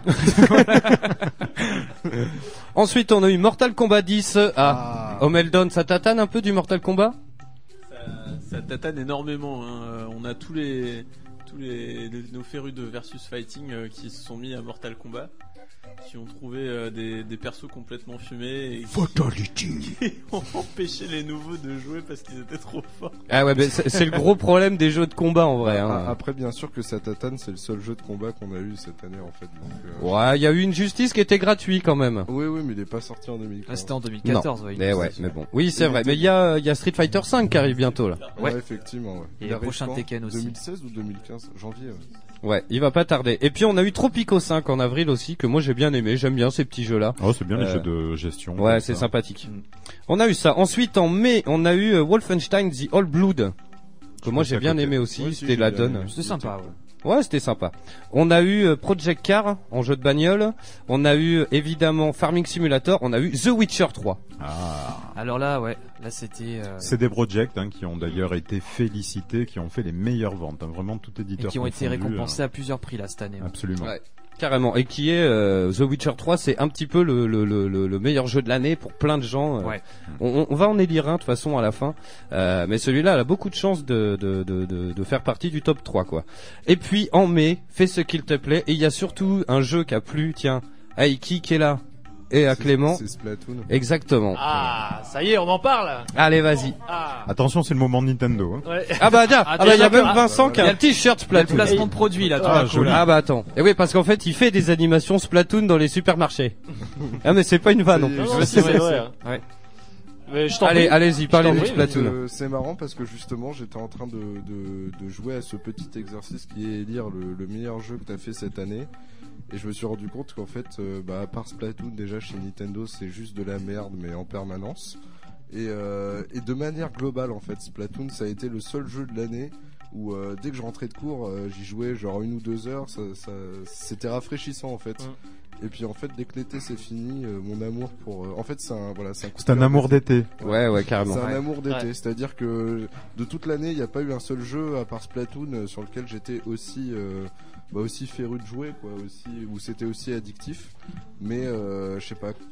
Ensuite, on a eu Mortal Kombat dix. Ah, Ah. Omeldon, ça tatane un peu du Mortal Kombat? Ça, ça tatane énormément. Hein. Euh, On a tous les tous les, les- nos férus de versus fighting euh, qui se sont mis à Mortal Kombat, qui ont trouvé euh, des, des persos complètement fumés et qui, Fatality. qui ont empêché les nouveaux de jouer parce qu'ils étaient trop forts. Ah ouais, mais c'est c'est le gros problème des jeux de combat en vrai. Ah, Hein. Après, bien sûr que Satatan, c'est le seul jeu de combat qu'on a eu cette année en fait. Donc, euh, Ouais, il y a eu une justice qui était gratuite quand même. Oui, oui, mais il est pas sorti en deux mille quinze. Ah, c'était en deux mille quatorze, Non. oui. Mais ouais, mais bon. Oui, c'est vrai. Mais il y a, il y a Street Fighter cinq qui arrive bientôt là. Ouais, Ouais. effectivement. Ouais. Et Il le arrive prochain quand Tekken aussi. deux mille seize ou deux mille quinze Janvier. Ouais. Ouais, il va pas tarder. Et puis on a eu Tropico cinq en avril aussi que moi j'ai bien aimé. J'aime bien ces petits jeux là. Oh, c'est bien les Euh, jeux de gestion. Ouais, comme c'est ça. sympathique. On a eu ça. Ensuite en mai, on a eu euh, Wolfenstein The Old Blood. Que moi passe j'ai à bien côté. aimé aussi. Ouais, si, C'était j'ai la bien donne. aimé. C'était sympa, ouais. Ouais, c'était sympa. On a eu euh, Project Car en jeu de bagnole. On a eu euh, évidemment Farming Simulator. On a eu The Witcher trois. Ah. Alors là, ouais, là c'était. euh, C'est des projects hein, qui ont d'ailleurs été félicités, qui ont fait les meilleures ventes. Hein, vraiment tout et éditeur qui ont été confondu, récompensés à plusieurs prix là cette année. euh, ouais. Absolument. Ouais. Carrément. Et qui est euh, The Witcher trois, c'est un petit peu le, le, le, le le meilleur jeu de l'année pour plein de gens. euh. Ouais. On, on va en élire un de toute façon à la fin. Euh, mais celui-là, elle a beaucoup de chances de, de, de, de, de faire partie du top trois, quoi. Et puis, en mai, fais ce qu'il te plaît. Et il y a surtout un jeu qui a plu, tiens, à Iki qui est là. Et à C'est- Clément. C'est Splatoon. Exactement. Ah, ça y est, on en parle. Allez, vas-y. Ah. Attention, c'est le moment de Nintendo. Hein. Ouais. Ah bah tiens, Ah, ah bah il y a déjà, même ah, Vincent qui a il y un a le- t-shirt Le Splatoon. placement de produit là, tout Ah, d'un coup, joli. là. Ah bah attends. Et oui, parce qu'en fait, il fait des animations Splatoon dans les supermarchés. Ah mais c'est pas une vanne non plus. Non, non, Je c'est sais, vrai, c'est- ouais. Ouais. Mais je t'en Allez, prie. allez-y, parlez t'en de prie, Splatoon. Euh, c'est marrant parce que justement j'étais en train de, de, de jouer à ce petit exercice qui est élire le, le meilleur jeu que t'as fait cette année et je me suis rendu compte qu'en fait euh, bah, à part Splatoon déjà chez Nintendo c'est juste de la merde mais en permanence et, euh, et de manière globale en fait Splatoon ça a été le seul jeu de l'année où euh, dès que je rentrais de cours euh, j'y jouais genre une ou deux heures ça, ça, c'était rafraîchissant en fait. Et puis en fait dès que l'été c'est fini euh, mon amour pour euh, en fait c'est un voilà c'est un, coup de C'est un cœur amour d'été. Ouais, ouais, carrément. c'est un Ouais. amour d'été, Ouais. c'est-à-dire que de toute l'année, il n'y a pas eu un seul jeu à part Splatoon euh, sur lequel j'étais aussi euh, bah, aussi féru de jouer quoi, aussi où c'était aussi addictif. Mais euh, je sais pas,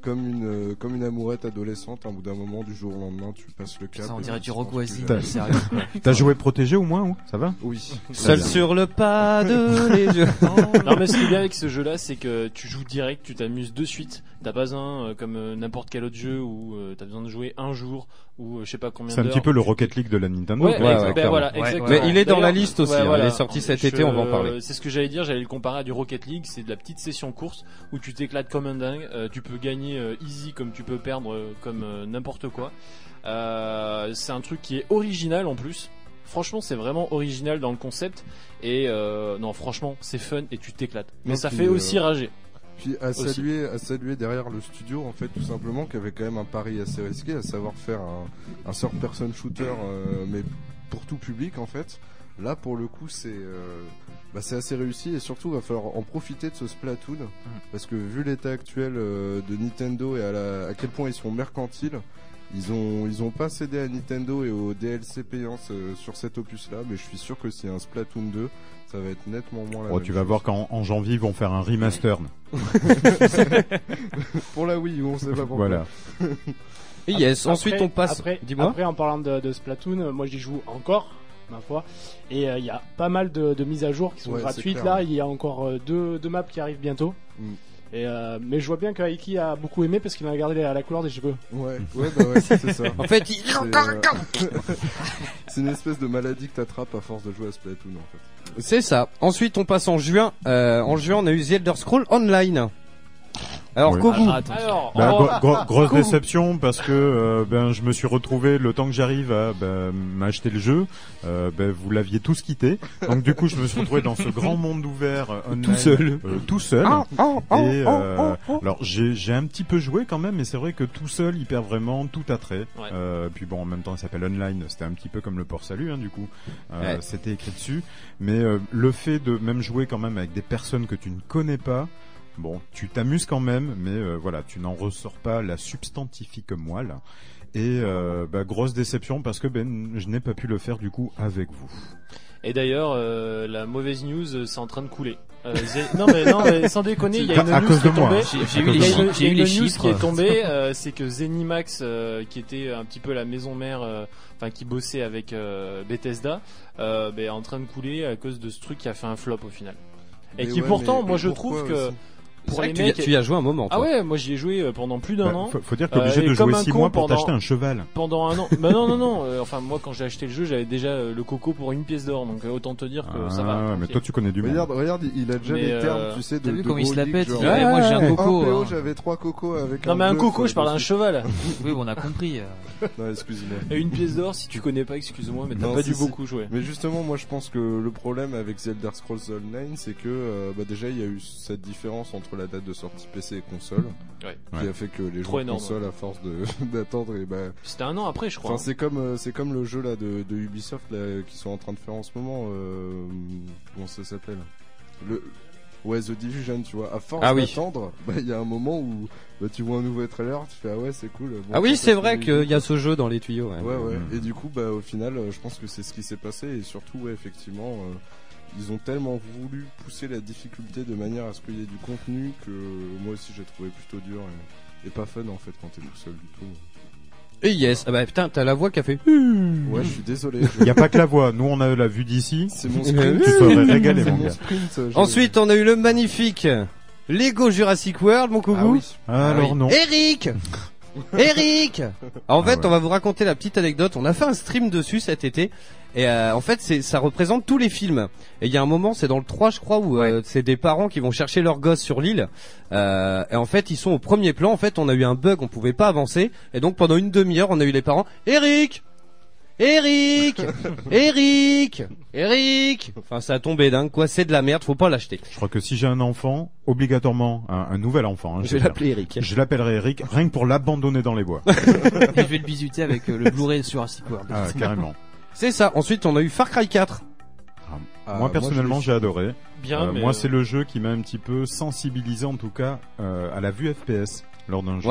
comme une euh, comme une amourette adolescente. Un bout d'un moment, du jour au lendemain, tu passes le cap. Ça, on et dirait tu du penses Rogue que Oasis, jamais. sérieux. T'as joué protégé au moins, ou ça va? Oui. Seul sur le pas de les yeux. Non, mais ce qui est bien avec ce jeu-là, c'est que tu joues direct, tu t'amuses de suite. T'as pas besoin, euh, comme euh, n'importe quel autre jeu, où euh, t'as besoin de jouer un jour ou euh, je sais pas combien C'est un d'heures. petit peu le Rocket League de la Nintendo. Ouais, quoi. ouais, ouais, ben voilà, ouais, exactement. Mais il est dans la D'ailleurs, liste aussi, ouais, hein, voilà. il est sorti cet Je- été, on va en parler. C'est ce que j'allais dire, j'allais le comparer à du Rocket League, c'est de la petite session course où tu t'éclates comme un dingue, euh, tu peux gagner euh, easy comme tu peux perdre euh, comme euh, n'importe quoi. Euh, c'est un truc qui est original en plus. Franchement, c'est vraiment original dans le concept et euh, non, franchement, c'est fun et tu t'éclates. Mais Non, ça puis, fait euh, aussi rager. Puis à Aussi. saluer, à saluer derrière le studio, en fait, tout simplement, qui avait quand même un pari assez risqué, à savoir faire un, un third person shooter, euh, mais pour tout public, en fait. Là, pour le coup, c'est euh, bah, c'est assez réussi et surtout, il va falloir en profiter de ce Splatoon, parce que vu l'état actuel euh, de Nintendo et à, la, à quel point ils sont mercantiles, ils ont ils ont pas cédé à Nintendo et aux D L C payants euh, sur cet opus-là, mais je suis sûr que s'il y a un Splatoon deux, ça va être nettement moins la Oh, même tu vas chose. voir qu'en en janvier ils vont faire un remaster. Pour la Wii U, on sait pas pourquoi. Voilà. Et yes, Après- ensuite on passe. Après, Dis-moi. après, en parlant de, de Splatoon, euh, moi j'y joue encore, ma foi. Et euh, il y a pas mal de, de mises à jour qui sont Ouais, c'est gratuites. clair. Là, il y a encore euh, deux, deux maps qui arrivent bientôt. Mm. Et euh, mais je vois bien que Aiki a beaucoup aimé parce qu'il a gardé la, la couleur des cheveux. Ouais, ouais, bah ouais, c'est ça. En fait, il- C'est, euh, c'est une espèce de maladie que t'attrapes à force de jouer à Splatoon, en fait. C'est ça. Ensuite, on passe en juin. Euh, en juin, on a eu The Elder Scrolls Online. Alors, Oui. Kogu. Ah, attends. Alors, Bah, on gro- va- gro- grosse Kogu. déception parce que euh, ben je me suis retrouvé le temps que j'arrive à ben, m'acheter le jeu, euh, ben vous l'aviez tous quitté. Donc du coup je me suis retrouvé dans ce grand monde ouvert euh, online, Tout seul. euh, tout seul. Oh, oh, oh, Et oh, euh, oh, oh. alors j'ai j'ai un petit peu joué quand même, mais c'est vrai que tout seul il perd vraiment tout attrait. Ouais. Euh, puis bon en même temps il s'appelle online, c'était un petit peu comme le port salut hein, du coup. Euh, Ouais. C'était écrit dessus, mais euh, le fait de même jouer quand même avec des personnes que tu ne connais pas. Bon, tu t'amuses quand même, mais euh, voilà, tu n'en ressors pas la substantifique moelle. Et euh, bah, grosse déception parce que ben je n'ai pas pu le faire du coup avec vous. Et d'ailleurs, euh, la mauvaise news, euh, c'est en train de couler. Euh, Zé- non mais non mais sans déconner, il y a une À news cause qui est de moi. tombée. J'ai j'ai À eu cause les Il y a de chiffres. une, J'ai il y a eu une les news chiffres. qui est tombée, euh, c'est que Zenimax, euh, qui était un petit peu la maison mère, euh, enfin qui bossait avec euh, Bethesda, euh, ben, est en train de couler à cause de ce truc qui a fait un flop au final. Et Mais qui ouais, pourtant, mais- moi mais je pourquoi trouve que aussi pour C'est vrai les que tu y as- mecs, tu y as joué un moment. ah toi. ouais, moi j'y ai joué euh, pendant plus d'un Bah, an. faut, faut dire que t'es obligé Euh, de et comme jouer un six con mois pour pendant- t'acheter un cheval. Pendant un an. Bah non non non. euh, enfin moi quand j'ai acheté le jeu, j'avais déjà euh, le coco pour une pièce d'or, donc euh, autant te dire que ça va. Ah, mais tranquille. toi tu connais du monde. Regarde, regarde, il a déjà Mais, les termes, euh, tu sais, de T'as vu de comment il se la gros pète geeks, il genre, dit, ouais, moi j'ai un un coco. P O, hein. j'avais trois cocos avec Non un mais un bœuf, coco, euh, je parle d'un dessus. cheval. Oui, on a compris. euh. Non, excuse-moi. Et une pièce d'or, si tu connais pas, excuse-moi, mais t'as Non, pas si, dû si. beaucoup jouer. Mais justement, moi je pense que le problème avec The Elder Scrolls Online, c'est que euh, bah, déjà il y a eu cette différence entre la date de sortie P C et console, Ouais. qui Ouais. a fait que les Trop gens de énorme. console, à force de d'attendre, et bah, C'était un an après, je crois. enfin c'est comme euh, c'est comme le jeu là de, de Ubisoft là qui sont en train de faire en ce moment. Euh, comment ça s'appelle? Le Ouais, The Division, tu vois, à force Ah oui. d'attendre, bah il y a un moment où bah, tu vois un nouveau trailer, tu fais ah ouais c'est cool. Bon, Ah oui, quand c'est est-ce vrai qu'on qu'il y a ce jeu dans les tuyaux. Ouais. Ouais, ouais. Mm. Et du coup, bah, au final, euh, je pense que c'est ce qui s'est passé. Et surtout, ouais, effectivement, euh, ils ont tellement voulu pousser la difficulté de manière à ce qu'il y ait du contenu que moi aussi j'ai trouvé plutôt dur et, et pas fun en fait quand t'es tout seul du tout. Et yes, ah bah putain, t'as la voix qui a fait. Ouais, je suis désolé. Il y a pas que la voix. Nous on a la vue d'ici. C'est mon Tu sprint. Tu serais régalé C'est mon mon gars. sprint. euh, j'ai- Ensuite, on a eu le magnifique Lego Jurassic World, mon coucou. Ah oui. Alors non. Eric Eric En Ah fait, ouais. on va vous raconter la petite anecdote. On a fait un stream dessus cet été. Et euh, en fait, c'est ça représente tous les films. Et il y a un moment, c'est dans le trois, je crois, où euh, c'est des parents qui vont chercher leurs gosses sur l'île. Euh, et en fait, ils sont au premier plan. En fait, on a eu un bug, on pouvait pas avancer. Et donc, pendant une demi-heure, on a eu les parents. Eric Eric Eric Eric Enfin, ça a tombé dingue, quoi. C'est de la merde, faut pas l'acheter. Je crois que si j'ai un enfant, obligatoirement un, un nouvel enfant. Hein, Je je vais veux dire. l'appeler Eric. Je l'appellerai Eric, rien que pour l'abandonner dans les bois. Et je vais le bisuter avec euh, le Blu-ray sur Jurassic World. Ah, carrément. C'est ça. Ensuite, on a eu Far Cry quatre. Ah, moi personnellement, je j'ai adoré. Bien, Euh, mais moi, euh, c'est le jeu qui m'a un petit peu sensibilisé, en tout cas, euh, à la vue F P S lors d'un jeu. Ouais.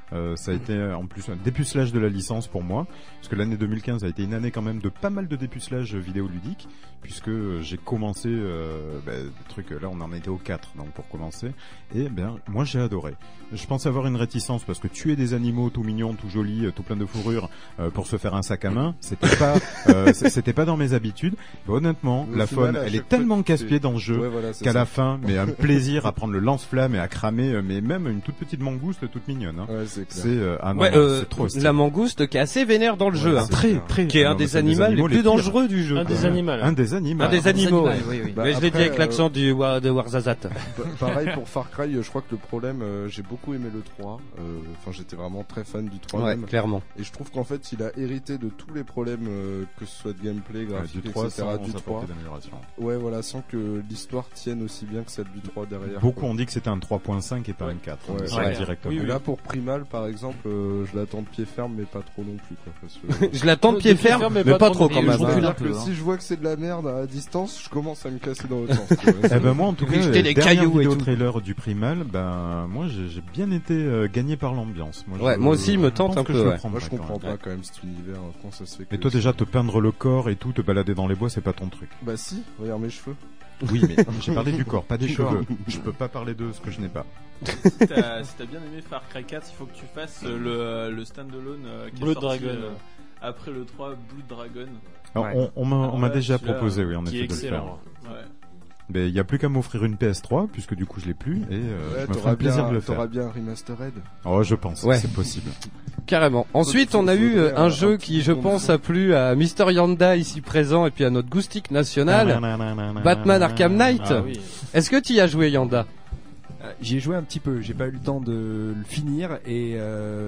Euh, ça a été en plus un dépucelage de la licence pour moi, parce que l'année deux mille quinze a été une année quand même de pas mal de dépucelage vidéoludique, puisque j'ai commencé euh, bah, des trucs, là on en était au quatre, donc pour commencer, et bien moi j'ai adoré. Je pensais avoir une réticence parce que tuer des animaux tout mignons, tout jolis, tout plein de fourrure euh, pour se faire un sac à main, c'était pas euh, c'était pas dans mes habitudes. Mais honnêtement, Mais au la final, faune, à elle est chaque tellement fois, casse-pied c'est- dans le jeu Ouais, voilà, c'est qu'à ça. la fin, mais un plaisir à prendre le lance-flamme et à cramer, euh, mais même une toute petite mangouste toute mignonne. Hein. Ouais, c'est clair. C'est euh, ah non, Ouais, non, euh, c'est trop stylé. la mangouste qui est assez vénère dans le Ouais, jeu, c'est hein. très, très. qui est Ah un non, des mais c'est animaux les animaux plus les pires. dangereux du jeu. Un quoi. des animaux. Un des animaux. Un des animaux. ouais. oui, oui. Bah, Mais je l'ai dit après, avec l'accent euh, du War- de Warzazat. Pa- Pareil pour Far Cry, je crois que le problème, euh, j'ai beaucoup aimé le trois. euh, Enfin, j'étais vraiment très fan du trois. Ouais, même. clairement. Et je trouve qu'en fait, il a hérité de tous les problèmes, euh, que ce soit de gameplay, Ouais, graphique, du trois et cetera. sans Du apporter trois. d'amélioration. Ouais, voilà, sans que l'histoire tienne aussi bien que celle du trois derrière. Beaucoup quoi. ont dit que c'était un trois point cinq et pas un quatre. Ouais, hein, ouais. directement. Et là, pour Primal, par exemple, euh, je l'attends de pied ferme, mais pas trop non plus, quoi. Parce que... Je l'attends de pied ferme, mais pas trop quand même. C'est-à-dire que si je vois que c'est de la merde à distance, je commence à me casser dans l'autre sens. tu vois. Eh ben moi en tout cas, jeter le des dernier cailloux et vidéo tout. trailer du Primal, ben moi j'ai j'ai bien été euh, gagné par l'ambiance. Moi, Ouais, je- moi aussi, il me je tente pense un que peu, je le ouais. prendrais Moi, je quand comprends même. pas quand même cet univers, comment ça se fait que... Mais toi déjà te peindre le corps et tout, te balader dans les bois, c'est pas ton truc. Bah si, regarde mes cheveux. Oui, mais j'ai parlé du corps, pas des D'accord. cheveux. Je peux pas parler de ce que je n'ai pas. Si t'as si t'as bien aimé Far Cry quatre, il faut que tu fasses euh, le, le standalone euh, qui Blood est sorti Dragon. euh, après le trois, Blood Dragon. Alors, Ouais. on on m'a on m'a Ouais, déjà celui-là, proposé, oui, en qui effet, est de le faire. excellent. Ouais. Mais il y a plus qu'à m'offrir une P S trois puisque du coup je l'ai plus et euh, Ouais, je me ferai t'auras un plaisir bien, de le faire. t'auras bien un remastered. Oh, je pense, Ouais. c'est possible. Carrément. Ensuite, on a eu euh, un jeu qui, je pense, a plu à Mister Yanda ici présent et puis à notre Goustic national, Batman Arkham Knight. Ah oui. Est-ce que tu y as joué, Yanda? Euh, J'y ai joué un petit peu, j'ai pas eu le temps de le finir et euh,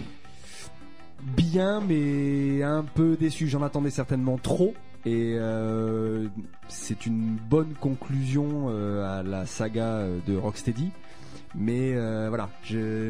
bien mais un peu déçu, j'en attendais certainement trop et euh, c'est une bonne conclusion euh, à la saga euh, de Rocksteady mais euh, voilà, je...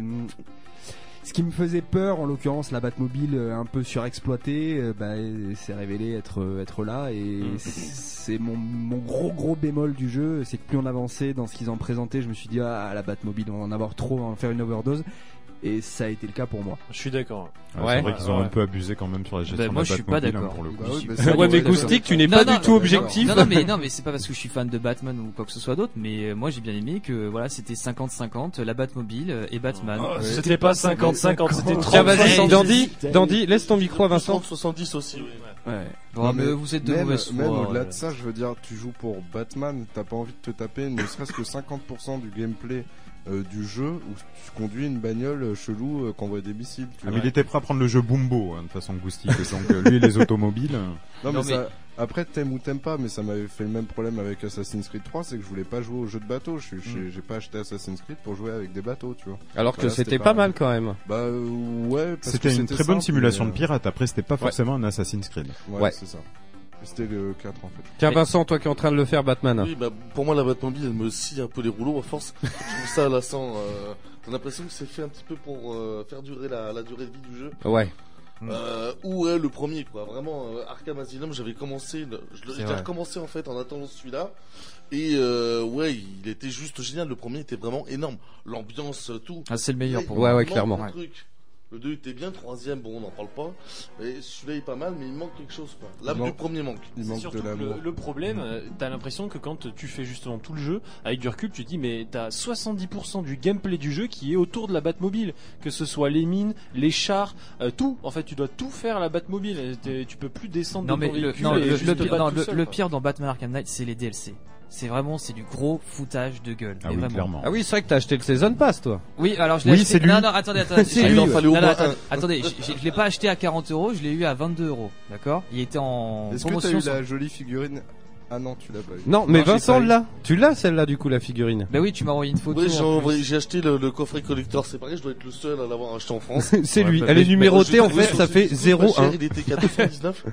ce qui me faisait peur en l'occurrence la Batmobile euh, un peu surexploitée euh, bah, c'est révélé être, être là et Mmh. c'est mon, mon gros gros bémol du jeu, c'est que plus on avançait dans ce qu'ils en présentaient, je me suis dit ah la Batmobile on va en avoir trop, on va en faire une overdose et ça a été le cas pour moi. Je suis d'accord. Ouais, Ouais. c'est vrai qu'ils ont Ouais. un peu abusé quand même sur la gestion Ben, moi, de je la suis pas Batmobile, hein, d'accord. pour le coup. Bah oui, bah, Ouais, ça, mais ouais, Goustic, tu n'es Non, pas non, du tout non, objectif. Non, non, mais non, mais c'est pas parce que je suis fan de Batman ou quoi que ce soit d'autre, mais euh, moi j'ai bien aimé que voilà, c'était cinquante cinquante, la Batmobile euh, et Batman. Oh, c'était pas cinquante cinquante, c'était trente. Tiens, vas-y, Dandy, Dandy, laisse ton micro à Vincent. soixante-dix aussi, oui. Ouais. Bon, mais vous êtes de même, mauvaise même foi, au-delà euh. de ça, je veux dire, tu joues pour Batman, t'as pas envie de te taper ne serait-ce que cinquante pour cent du gameplay euh, du jeu où tu conduis une bagnole euh, chelou euh, qui envoie des missiles. Tu Ah, vois. mais il était prêt à prendre le jeu Bumbo, hein, de façon Goustic. Donc euh, lui et les automobiles. euh, Non, mais, Non, mais- ça, après t'aimes ou t'aimes pas, mais ça m'avait fait le même problème avec Assassin's Creed trois, c'est que je voulais pas jouer au jeu de bateau. Je suis- j'ai j'ai pas acheté Assassin's Creed pour jouer avec des bateaux, tu vois. Alors que Voilà, c'était pas mal quand même. Bah euh, ouais. parce que C'était une très bonne simple, simulation mais, de pirate. Après, c'était pas Ouais. forcément un Assassin's Creed. Ouais, Ouais. c'est ça. C'était le quatre en fait. Tiens, Vincent, toi qui es en train de le faire, Batman. Oui, bah, pour moi, la Batmobile, elle me scie un peu les rouleaux à force. Je trouve ça lassant. Euh, T'as l'impression que c'est fait un petit peu pour euh, faire durer la, la durée de vie du jeu. Ouais. Euh, où est le premier, quoi. Vraiment, euh, Arkham Asylum, j'avais commencé, le- je C'est l'ai j'ai vrai. recommencé en fait en attendant celui-là. Et euh, ouais, il était juste génial. Le premier était vraiment énorme. L'ambiance, tout. Ah, c'est le meilleur pour Il moi. Ouais, ouais, manque clairement. un truc. Le deux était bien, le troisième, bon, on n'en parle pas. Mais celui-là est pas mal, mais il manque quelque chose, quoi. L'âme Il du manque- premier manque. Il C'est manque surtout de que l'amour. le, le problème, euh, t'as l'impression que quand tu fais justement tout le jeu, avec du recul, tu te dis mais t'as soixante-dix pour cent du gameplay du jeu qui est autour de la Batmobile, que ce soit les mines, les chars, euh, tout. En fait, tu dois tout faire à la Batmobile. Et t'es- Tu peux plus descendre Non de mais ton le, véhicule non, et le, juste le te pire, battre non, tout le, seul, le quoi. pire dans Batman Arkham Knight, c'est les D L C. C'est vraiment, c'est du gros foutage de gueule. Ah Mais oui, vraiment. clairement. Ah oui, c'est vrai que t'as acheté le Season Pass, toi. Oui, alors je l'ai Oui, acheté. c'est lui. Non, non, attendez, attendez. C'est J'ai- lui, non, ouais. fallait au non, moins attendez, un. attendez, je, je l'ai pas acheté à quarante euros, je l'ai eu à vingt-deux euros. D'accord? Il était en Est-ce que t'as promotion. eu sur- la jolie figurine? Ah non, tu l'as pas eu. Non, mais Non, j'ai Vincent pas eu. l'a. Tu l'as celle-là du coup, la figurine. Bah oui, tu m'as envoyé une photo. Oui, j'ai en plus. envoyé- j'ai acheté le, le coffret collector séparé, je dois être le seul à l'avoir acheté en France. C'est Ouais, lui. bah, Elle mais- est numérotée en Mais fait, je- ça je- fait je- zéro pas cher, un. Il était qu'à deux cent dix-neuf.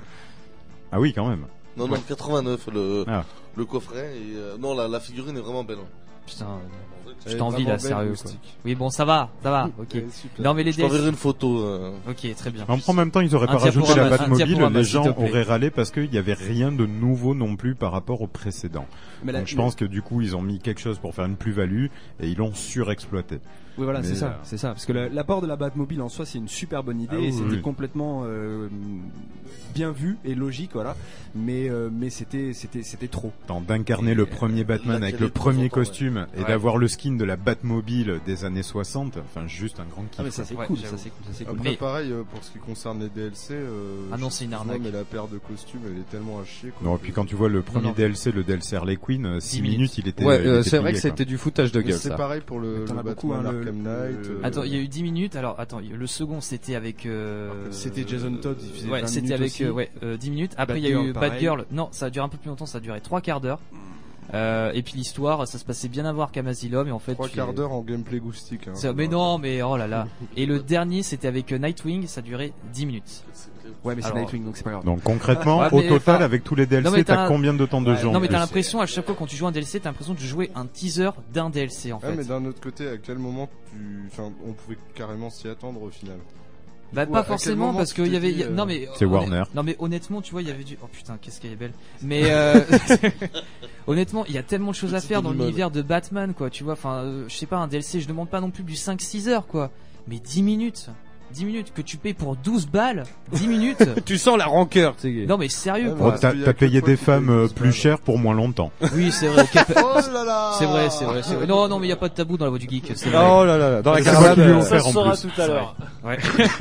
Ah oui, quand même. Non, non, quatre-vingt-neuf le, Ah. le coffret. Et, euh, non, la, la figurine est vraiment belle. Putain. Je t'envie là, sérieux quoi. Oui bon ça va, ça va, ok. Non mais les Je D L C... t'enverrai une photo. Euh... Ok, très bien. En même temps, ils auraient Un pas rajouté diaporama- la un Batmobile, diaporama, les s'il gens te plaît. auraient râlé parce qu'il y avait rien de nouveau non plus par rapport au précédent. Mais la- Donc je le- pense que du coup, ils ont mis quelque chose pour faire une plus-value et ils l'ont surexploité. Oui voilà, Mais, c'est ça, euh, c'est ça. Parce que la- l'apport de la Batmobile en soi, c'est une super bonne idée. Ah oui, et c'était oui. complètement euh, bien vu et logique, voilà. Mais euh, mais c'était c'était c'était trop. Tant d'incarner le premier Batman la avec qualité le premier de temps en temps, costume ouais. et Ouais. d'avoir le skin de la Batmobile des années soixante, enfin juste un grand kiff. Ah mais ça c'est quoi. cool, ça c'est cool, ça c'est cool. Après Mais- pareil euh, pour ce qui concerne les D L C. Euh, Ah non, c'est une excuse-moi, arnaque. Mais la paire de costumes, elle est tellement à chier. Quoi, Non, et que- puis quand tu vois le premier non. D L C, le D L C Harley Quinn, six minutes. minutes, il était. Ouais, il euh, était c'est vrai plié, que quoi. c'était du foutage de Mais gueule c'est ça. pareil pour le, T'en le as beaucoup, Batman hein, le- Arkham Knight. le- euh, Attends, il y a eu dix minutes. Alors attends, le second c'était avec. Euh... C'était Jason Todd, il faisait Ouais, vingt c'était minutes avec aussi. euh, ouais euh, dix minutes. Après il y a Batgirl, eu pareil. Batgirl. Non, ça a duré un peu plus longtemps. Ça a duré trois quarts d'heure. Euh, et puis l'histoire, ça se passait bien à voir qu'à Asylum et en fait. Trois tu- quarts d'heure en gameplay goustique. Hein, Ça- mais non, mais oh là là. Et le dernier c'était avec euh, Nightwing. Ça durait dix minutes. Ouais, mais c'est Alors- Nightwing, donc c'est pas grave. Donc concrètement, Ouais, au mais, total, enfin, avec tous les D L non, C, mais t'as t'as un- combien de temps de jeu en Non mais plus t'as l'impression à chaque fois quand tu joues un D L C, t'as l'impression de jouer un teaser d'un D L C en fait. Ouais, mais d'un autre côté, à quel moment tu, enfin, on pouvait carrément s'y attendre au final. Bah Ouais, pas à quel forcément moment parce tu qu'il y t'es avait dit, y a- euh, non mais C'est honnêt- Warner. non mais honnêtement tu vois il y avait du oh putain qu'est-ce qu'elle est belle mais euh... honnêtement il y a tellement de choses à Petite faire dans animal. l'univers de Batman quoi tu vois enfin euh, je sais pas un D L C je demande pas non plus du cinq six heures quoi mais dix minutes dix minutes que tu payes pour douze balles dix minutes Tu sens la rancœur, tu sais. non mais sérieux Ouais, Bon, quoi t'as qu'il y a t'as que payé toi des qui femmes payes euh, douze plus balles. chères pour moins longtemps. oui c'est vrai quel- Oh là là c'est vrai c'est vrai c'est vrai non non mais il y a pas de tabou dans la voix du geek c'est vrai. Oh là là là, dans la C'est moi caravane. qui lui ai euh, offert Ça se en saura plus. tout à l'heure. Ouais.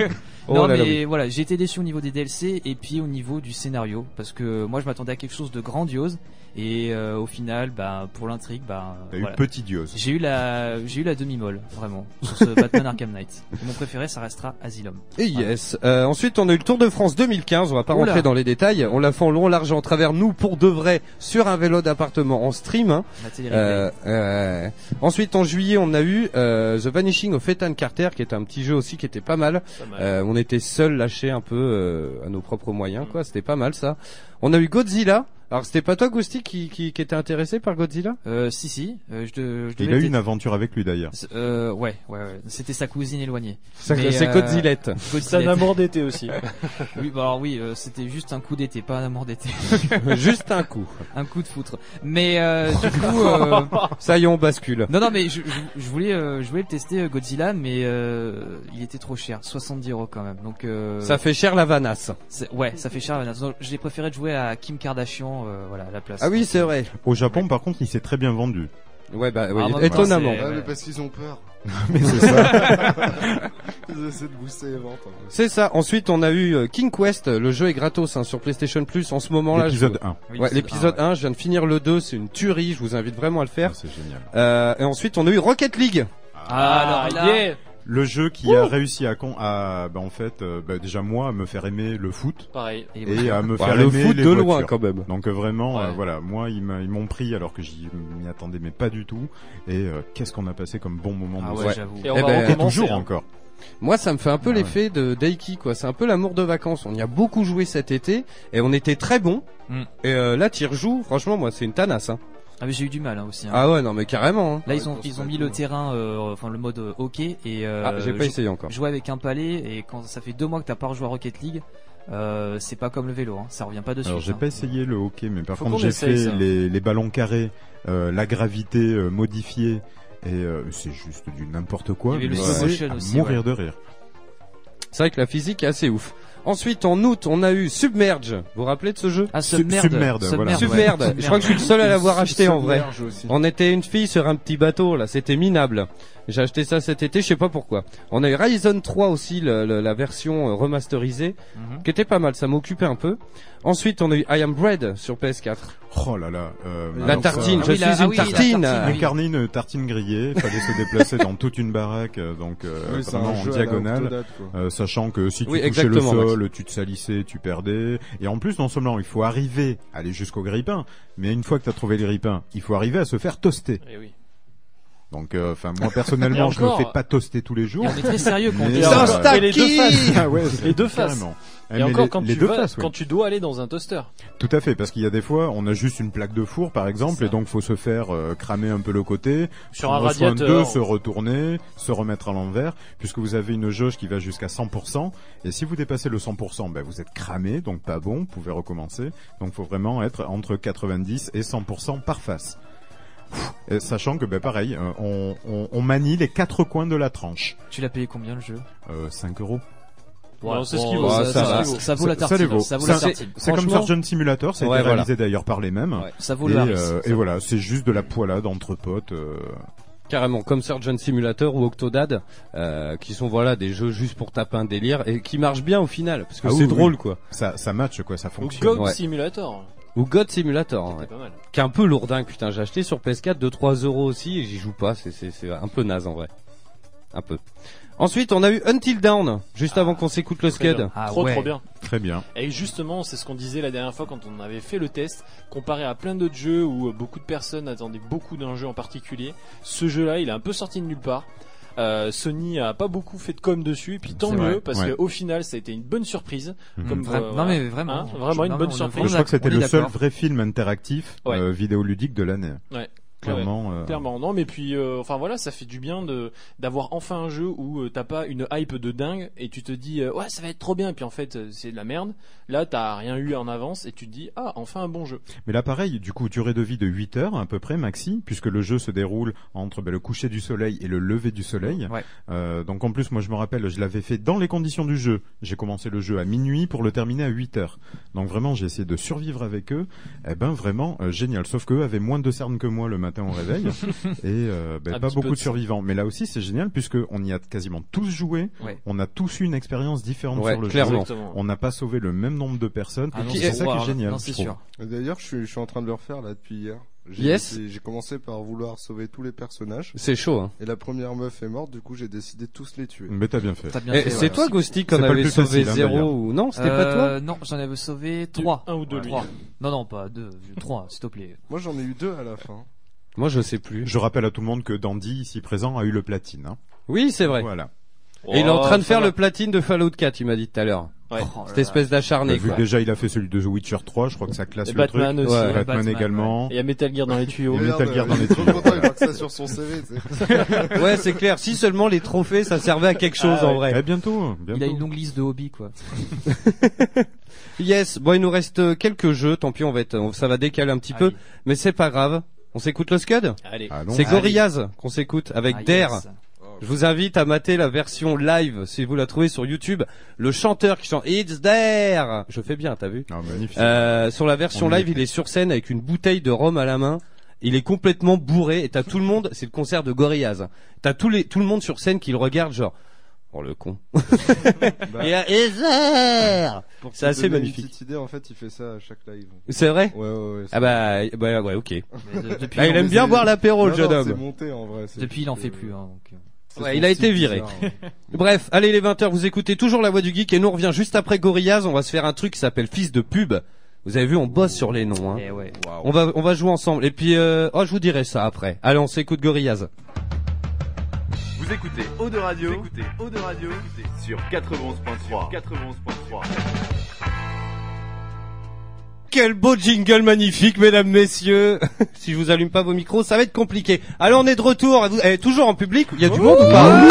Oh non là là, mais oui. voilà, j'ai été déçu au niveau des D L C et puis au niveau du scénario parce que moi je m'attendais à quelque chose de grandiose et euh, au final bah pour l'intrigue bah T'as voilà. eu petit diose. J'ai eu la j'ai eu la demi-molle vraiment sur ce Batman Arkham Knight. Et mon préféré ça restera Asylum. Et yes. Euh, ensuite, on a eu le Tour de France deux mille quinze. On va pas Oula. rentrer dans les détails. On l'a fait en long, large et en travers. Nous, pour de vrai, sur un vélo d'appartement en stream. Hein. La télé Euh, euh, ensuite, en juillet, on a eu euh, The Vanishing of Ethan Carter, qui est un petit jeu aussi qui était pas mal. Pas mal. Euh, on était seuls, lâchés un peu euh, à nos propres moyens, quoi. C'était pas mal ça. On a eu Godzilla. Alors, c'était pas toi, Gousti, qui, qui, qui était intéressé par Godzilla? Euh, si si, euh, je, de, je Il devais a eu être- une aventure avec lui d'ailleurs. Euh, ouais, ouais, ouais. C'était sa cousine éloignée. C'est Mais, c'est euh, Godzillette. C'est un Godzillette. amour d'été aussi. Oui, bah alors oui, euh, c'était juste un coup d'été, pas un amour d'été. Juste un coup. Un coup de foutre. Mais euh, du coup, euh, Ça y est, on bascule. non, non, mais je, je, je voulais, euh, je voulais le tester euh, Godzilla, mais euh, il était trop cher, soixante-dix euros quand même. Donc euh, Ça fait cher la vanasse. c'est- ouais, ça fait cher. Donc, j'ai préféré de jouer à Kim Kardashian, euh, voilà, à la place. Ah oui, c'est vrai. Au Japon, par contre, il s'est très bien vendu. Ouais, bah, oui, Ah, moi, étonnamment. c'est- Ouais, ouais. mais parce qu'ils ont peur. Mais c'est ça. Ils essaient de booster les ventes. hein. C'est ça. Ensuite, on a eu euh, King Quest. Le jeu est gratos hein, sur PlayStation Plus en ce moment-là. L'épisode Je- un. Oui, Ouais, c'est- l'épisode ah, ouais. un, je viens de finir le deux, c'est une tuerie, je vous invite vraiment à le faire. Ah, c'est génial. Euh, et ensuite, on a eu Rocket League. Ah, alors là, yeah. Le jeu qui a réussi à, con à bah, en fait, euh, bah, déjà moi, à me faire aimer le foot Pareil. Et et à me Ouais, faire le aimer foot les de voitures. loin quand même. Donc euh, vraiment, Ouais. euh, voilà, moi ils m'a- ils m'ont pris alors que j'y m'y attendais mais pas du tout. Et euh, qu'est-ce qu'on a passé comme bon moment Ah dessus. ouais, j'avoue. Et on Eh va ben, Et recommencer. toujours hein. encore. Moi, ça me fait un peu Ah l'effet de Daiki, quoi. C'est un peu l'amour de vacances. On y a beaucoup joué cet été et on était très bons. Mm. Et euh, là, tu y rejoues. Franchement, moi, c'est une tanasse. Hein. Ah mais j'ai eu du mal hein, aussi. Hein. Ah ouais, non, mais carrément. Hein. Là ils Ouais, ont pour ils ça, ont mis tout, le ouais. terrain, euh, enfin le mode euh, hockey et euh, Ah, j'ai pas jou- essayé encore. jouer avec un palais et quand ça fait deux mois que t'as pas rejoué à Rocket League, euh, c'est pas comme le vélo, hein. Ça revient pas dessus. Alors j'ai pas essayé le hockey, mais par Faut contre qu'on j'ai essaye, fait ça. les, les ballons carrés, euh, la gravité euh, modifiée. Et euh, c'est juste du n'importe quoi. Il y avait mais le slow c'est motion à aussi, mourir ouais. de rire. C'est vrai que la physique est assez ouf. Ensuite, en août, on a eu Submerge. Vous vous rappelez de ce jeu? Ah Su- Submerde. Submerde, voilà. Submerge. Ouais. Je crois que je suis le seul à l'avoir acheté en vrai. Submerge aussi. On était une fille sur un petit bateau là, c'était minable. J'ai acheté ça cet été, je sais pas pourquoi. On a eu Ryzen trois aussi, le- le- la version euh, remasterisée, Mhm. qui était pas mal, ça m'occupait un peu. Ensuite, on a eu I Am Bread sur P S quatre. Oh là là. Euh, La donc ça- tartine, Ah je oui, la- suis ah une oui, la tartine. tartine, oui. Incarner une tartine grillée, fallait se déplacer dans toute une baraque, euh, donc euh, Oui, c'est vraiment un en jeu à la diagonale, Octodad, quoi. euh, sachant que si tu Oui, touchais le exactement, Max. sol, tu te salissais, tu perdais. Et en plus, non seulement il faut arriver à aller jusqu'au grille-pain, mais une fois que tu as trouvé le grille-pain, il faut arriver à se faire toaster. Eh oui. Donc, enfin, euh, moi personnellement, je me fais pas toaster tous les jours. Et on est très sérieux quand on dit ça. Et les deux faces. Ah ouais, les deux faces. Carrément. Et mais encore les, quand, les tu deux vas, faces, oui. quand tu dois aller dans un toaster. Tout à fait, parce qu'il y a des fois, on a juste une plaque de four, par exemple, et donc faut se faire euh, cramer un peu le côté, sur un radiateur, radiateur, se retourner, se remettre à l'envers, puisque vous avez une jauge qui va jusqu'à cent pour cent, et si vous dépassez le cent pour cent, ben vous êtes cramé, donc pas bon, vous pouvez recommencer. Donc faut vraiment être entre quatre-vingt-dix et cent pour cent par face. Et sachant que, ben pareil, on, on, on manie les quatre coins de la tranche. Tu l'as payé combien le jeu? euh, cinq euros. Ouais, bon, c'est ce qu'il bon, vaut. Ça, ça, ça, ça, ça vaut la tartine. Ça vaut la tartine. C'est comme Surgeon Simulator, ça a ouais, été voilà. réalisé d'ailleurs par les mêmes. Ouais. Ça vaut et, le euh, et voilà, c'est juste de la poilade entre potes. Euh... Carrément, comme Surgeon Simulator ou Octodad, euh, qui sont voilà des jeux juste pour taper un délire et qui marchent bien au final, parce que ah c'est oui, drôle oui. quoi. Ça, ça match quoi, ça fonctionne. Ou God ouais. Simulator. Ou God Simulator, ouais. Pas mal. Qui est un peu lourdingue, putain. J'ai acheté sur P S quatre deux trois euros aussi et j'y joue pas. C'est c'est c'est un peu naze en vrai, un peu. Ensuite, on a eu Until Dawn, juste avant qu'on s'écoute le Scud. Ah, trop ouais. trop bien. Très bien. Et justement, c'est ce qu'on disait la dernière fois quand on avait fait le test, comparé à plein d'autres jeux où euh, beaucoup de personnes attendaient beaucoup d'un jeu en particulier. Ce jeu-là, il est un peu sorti de nulle part. Euh, Sony a pas beaucoup fait de com dessus, et puis tant C'est mieux vrai, parce ouais. qu'au final, ça a été une bonne surprise. Mhm. Comme Vra- euh, non voilà. mais vraiment, Hein, vraiment une non, bonne on a surprise. vraiment Je crois que c'était on est le seul d'accord. vrai film interactif Ouais. euh, vidéoludique de l'année. Ouais. Clairement. Ouais, euh, clairement. Non, mais puis, euh, enfin voilà, ça fait du bien de d'avoir enfin un jeu où euh, t'as pas une hype de dingue et tu te dis euh, ouais ça va être trop bien, et puis en fait euh, c'est de la merde. Là t'as rien eu en avance et tu te dis ah enfin un bon jeu. Mais là pareil, du coup durée de vie de huit heures à peu près maxi, puisque le jeu se déroule entre ben, le coucher du soleil et le lever du soleil. Ouais. Euh, donc en plus moi je me rappelle, je l'avais fait dans les conditions du jeu. J'ai commencé le jeu à minuit pour le terminer à huit heures. Donc vraiment j'ai essayé de survivre avec eux. Eh ben vraiment euh, génial. Sauf qu'eux avaient moins de cernes que moi le matin au réveil. Et euh, ben, pas beaucoup de, de survivants. Mais là aussi c'est génial puisque on y a quasiment tous joué. Ouais. On a tous eu une expérience différente Ouais, sur le clairement. jeu. On n'a pas sauvé le même nombre de personnes. Ah non, c'est c'est ça wow, qui est génial. non, c'est je trouve. sûr. D'ailleurs, je suis, je suis en train de le refaire là depuis hier. J'ai Yes. j'ai commencé par vouloir sauver tous les personnages. C'est chaud, hein. Et la première meuf est morte, du coup j'ai décidé de tous les tuer. Mais t'as bien fait. T'as bien Et fait, c'est ouais. toi, Ghosty, C'est qu'on pas le avait plus sauvé facile, hein, zéro d'ailleurs. ou non? C'était Euh, pas toi? Non, j'en avais sauvé trois. Un ou deux, lui. Trois. Non, non, pas deux. Trois, s'il te plaît. Moi j'en ai eu deux à la fin. Moi, je sais plus. Je rappelle à tout le monde que Dandy, ici présent, a eu le platine. Hein. Oui, c'est vrai. Voilà. Et il est en train de ça faire va. le platine de Fallout quatre, il m'a dit tout à l'heure. Ouais. Oh Cette là espèce d'acharné, Bah, vu quoi. que déjà il a fait celui de The Witcher trois, je crois que ça classe Et le Batman truc. aussi. Ouais. Batman, Batman, également. Il y a Metal Gear dans les tuyaux. Et Metal Merde, Gear dans il les est trop tuyaux. content, il marque ça sur son C V, tu sais. Ouais, c'est clair. Si seulement les trophées, ça servait à quelque chose, Ah ouais. en vrai. Eh, bientôt, bientôt. Il a une longue liste de hobbies, quoi. Yes. Bon, il nous reste quelques jeux. Tant pis, on va être, on- ça va décaler un petit peu. Allez. Mais c'est pas grave. On s'écoute le Scud? Allez. Allons. C'est Gorillaz qu'on s'écoute avec Ah, Dare. yes. Je vous invite à mater la version live si vous la trouvez sur YouTube. Le chanteur qui chante It's There. Je fais bien, t'as vu? Ah, magnifique. Euh, sur la version On y live, est. il est sur scène avec une bouteille de rhum à la main. Il est complètement bourré et t'as tout le monde. C'est le concert de Gorillaz. T'as tous les tout le monde sur scène qui le regarde genre. Oh le con. Bah, Et, euh, It's there. pour te C'est assez donner une magnifique. petite idée, en fait, il fait ça à chaque live. C'est vrai? Ouais, ouais, ouais. c'est- Ah bah, bah ouais, ok. Mais de- depuis, Ah, il il en- aime bien boire l'apéro, le Non, jeune non, C'est homme. monté en vrai. c'est depuis, il en juste, fait euh, plus. Hein, donc, euh. c'est Ouais, son il a été style viré. bizarre, ouais. Bref, allez les vingt heures, vous écoutez toujours la voix du geek et nous on revient juste après Gorillaz. On va se faire un truc qui s'appelle Fils de pub. Vous avez vu, on bosse sur les noms. Hein. Eh ouais. On va, on va jouer ensemble. Et puis, euh, oh, je vous dirai ça après. Allez, on s'écoute Gorillaz. Vous écoutez Eau de Radio, vous écoutez Eau de Radio sur quatre-vingt-onze point trois. quatre-vingt-onze point trois. Quel beau jingle magnifique, mesdames, messieurs. Si je vous allume pas vos micros, ça va être compliqué. Allez, on est de retour. Vous, eh, toujours en public. Il y a du monde ou pas?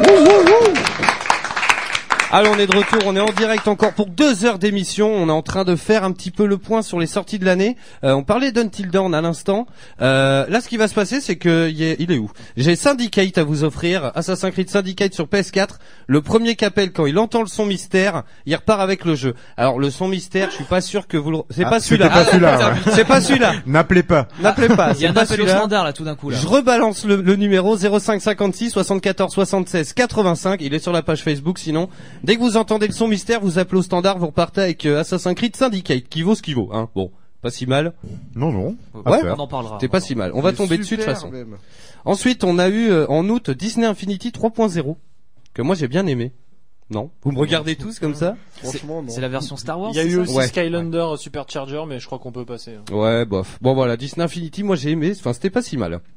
Allez, on est de retour, on est en direct encore pour deux heures d'émission. On est en train de faire un petit peu le point sur les sorties de l'année. Euh, on parlait d'Until Dawn à l'instant. Euh, là, ce qui va se passer, c'est que il est, il est où? J'ai Syndicate à vous offrir, Assassin's Creed Syndicate sur P S quatre. Le premier qu'appelle quand il entend le son mystère, il repart avec le jeu. Alors le son mystère, je suis pas sûr que vous le... C'est Ah, pas c'était celui-là. pas celui-là, ouais. C'est pas celui-là. N'appelez pas. N'appelez pas. Il y a C'est un pas appel au celui-là. standard là tout d'un coup là. Je rebalance le, le numéro zéro cinq cinquante-six soixante-quatorze soixante-seize quatre-vingt-cinq. Il est sur la page Facebook. Sinon, dès que vous entendez le son mystère, vous appelez au standard, vous repartez avec euh, Assassin's Creed Syndicate, qui vaut ce qu'il vaut. Hein. Bon, pas si mal. Non, non. Ouais, On en parlera. c'était pas si mal. On va Il est tomber dessus de toute super, façon. même. Ensuite, on a eu euh, en août Disney Infinity trois point zéro, que moi j'ai bien aimé. Non, vous me regardez tous comme ça? Franchement, non. C'est la version Star Wars. Il y a c'est eu ça aussi Ouais. Skylander Supercharger, mais je crois qu'on peut passer. hein. Ouais, bof. Bon voilà, Disney Infinity, moi j'ai aimé. Enfin, c'était pas si mal.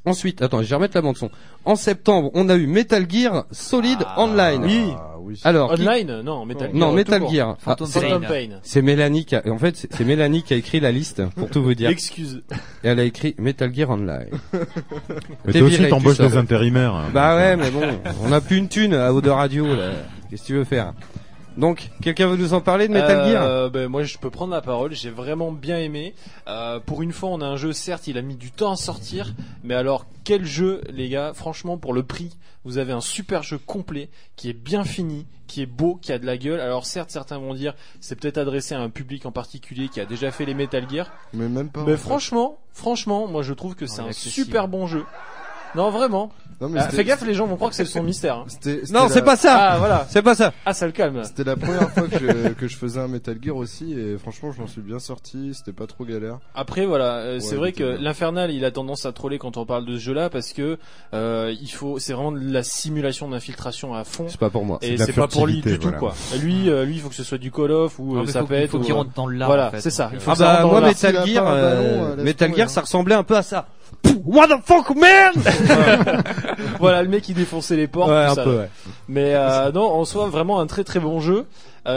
Ensuite, attends, je vais remettre la bande son. En septembre, on a eu Metal Gear Solid Ah, Online. oui. oui. Alors, qui- Online, non, Metal Gear. Non, tout Metal court. Gear. Ah, Phantom c'est- Pain. C'est Mélanie qui a, en fait, c'est c'est Mélanie qui a écrit la liste, pour tout vous dire. Excuse. Et elle a écrit Metal Gear Online. Mais T'es toi aussi, viré, t'embauches tu sors. des intérimaires, hein. Bah ouais, mais bon, on a plus une thune à Eau de Radio, là. Qu'est-ce que tu veux faire? Donc, quelqu'un veut nous en parler de Metal Gear? Euh, ben, moi, je peux prendre la parole. J'ai vraiment bien aimé. Euh, pour une fois, on a un jeu. Certes, il a mis du temps à sortir, mais alors quel jeu, les gars. Franchement, pour le prix, vous avez un super jeu complet qui est bien fini, qui est beau, qui a de la gueule. Alors certes, certains vont dire, c'est peut-être adressé à un public en particulier qui a déjà fait les Metal Gear. Mais même pas. Mais en fait. franchement, franchement, moi, je trouve que c'est un accessible. super bon jeu. Non, vraiment. Non, mais Ah, c'était- fais gaffe, les gens vont croire que c'est son mystère. hein. C'était- c'était Non, la- c'est pas ça! Ah, voilà. C'est pas ça! Ah, ça le calme. C'était la première fois que je, que je faisais un Metal Gear aussi, et franchement, je m'en suis bien sorti, c'était pas trop galère. Après voilà, euh, c'est Ouais, vrai il était que bien. l'Infernal il a tendance à troller quand on parle de ce jeu-là parce que euh, il faut, c'est vraiment de la simulation d'infiltration à fond. C'est pas pour moi. C'est Et de la c'est pas pour lui du furtivité, tout voilà. quoi. Lui, euh, lui il faut que ce soit du Call of ou Non, euh, mais ça faut- pète. il faut ou, qu'il euh, rentre dans l'art, Voilà, en fait. c'est ça. Il faut Ah que ça bah, rentre moi, dans l'art. Metal S'il a Gear, pas un euh, ballon, euh, laisse Metal tomber, Gear, hein. ça ressemblait un peu à ça. What the fuck, man! Voilà le mec qui défonçait les portes. Ouais, tout un ça. peu, ouais. Mais euh, non, en soi vraiment un très très bon jeu.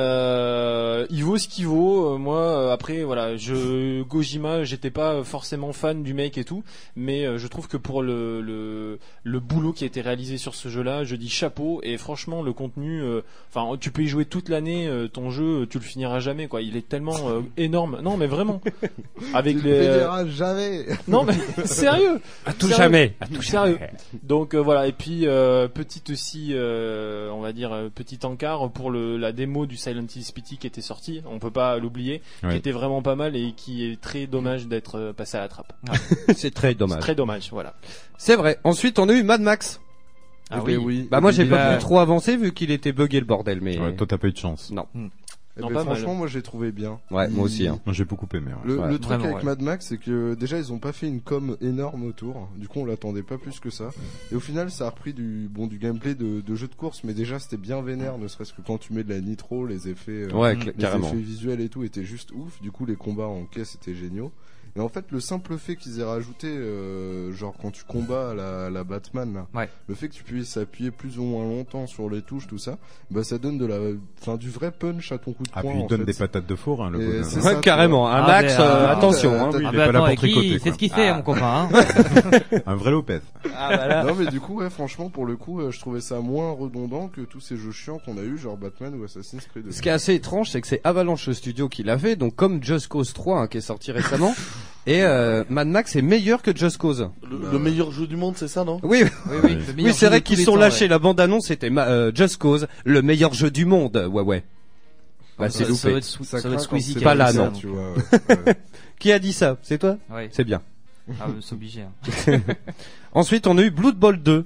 Euh, il vaut ce qu'il vaut. Euh, Moi, euh, après, voilà, je Gojima, j'étais pas forcément fan du mec et tout, mais euh, je trouve que pour le, le le boulot qui a été réalisé sur ce jeu-là, je dis chapeau. Et franchement, le contenu, euh, enfin, tu peux y jouer toute l'année. euh, ton jeu, tu le finiras jamais, quoi. Il est tellement euh, énorme. Non, mais vraiment. Avec Tu les. le finiras jamais. Non, mais sérieux. À tout Sérieux. jamais. À tout Sérieux. jamais. Donc euh, voilà, et puis euh, petite aussi, euh, on va dire euh, petit encart pour le la démo du Silent Hill Spitty qui était sortie, on peut pas l'oublier, Ouais. qui était vraiment pas mal et qui est très dommage d'être euh, passé à la trappe. C'est très C'est dommage. très dommage, voilà. C'est vrai. Ensuite, on a eu Mad Max. Ah Eh oui. ben oui. Bah moi j'ai Il pas a- pu trop avancer vu qu'il était buggé le bordel, mais Ouais, toi, t'as pas eu de chance. non. Eh Non, ben, pas mal. franchement, moi, j'ai trouvé bien. Ouais, moi aussi. Hein. Moi, j'ai beaucoup aimé. ouais. Le, Ouais, le truc vraiment, avec ouais. Mad Max, c'est que déjà ils ont pas fait une com énorme autour. Du coup, on l'attendait pas plus que ça. Et au final, ça a repris du bon du gameplay de, de jeu de course, mais déjà c'était bien vénère, ne serait-ce que quand tu mets de la nitro, les effets, euh, Ouais, les cl- carrément. effets visuels et tout étaient juste ouf. Du coup, les combats en caisse étaient géniaux. Et en fait, le simple fait qu'ils aient rajouté, euh, genre quand tu combats la, la Batman, là, Ouais. le fait que tu puisses appuyer plus ou moins longtemps sur les touches, tout ça, bah ça donne de la, enfin du vrai punch à ton coup de Ah, poing. puis il en donne fait. des patates de four, hein, le Et bonhomme. c'est Ouais, ça, tu carrément. vois. Un Ah, Max, mais, euh, euh, attention. t'as- Hein. t'as- oui, Ah il est bah pas là attends, pour et qui, tricoter, c'est quoi. ce qu'il fait, Ah. mon copain. Hein. Un vrai Lopez. Ah bah là. Non mais du coup ouais franchement pour le coup euh, je trouvais ça moins redondant que tous ces jeux chiants qu'on a eu genre Batman ou Assassin's Creed. Ce qui est assez étrange, c'est que c'est Avalanche Studio qui l'a fait, donc comme Just Cause trois hein, qui est sorti récemment. Et euh, Mad Max est meilleur que Just Cause. Le, le meilleur jeu du monde, c'est ça, non? Oui, Oui, oui, le oui, meilleur c'est jeu vrai de tous qu'ils les sont temps, lâchés. ouais. La bande-annonce c'était ma- euh, Just Cause, le meilleur jeu du monde. Ouais, ouais. Bah, c'est Ça- ça loupé. doit être Sou- ça doit être craint quand Squeezie c'est qui a pas là, fait ça, non. donc. tu vois. Ouais, ouais. Qui a dit ça? C'est toi? Ouais. C'est bien. Ah, c'est obligé. Hein. Ensuite, on a eu Blood Bowl deux.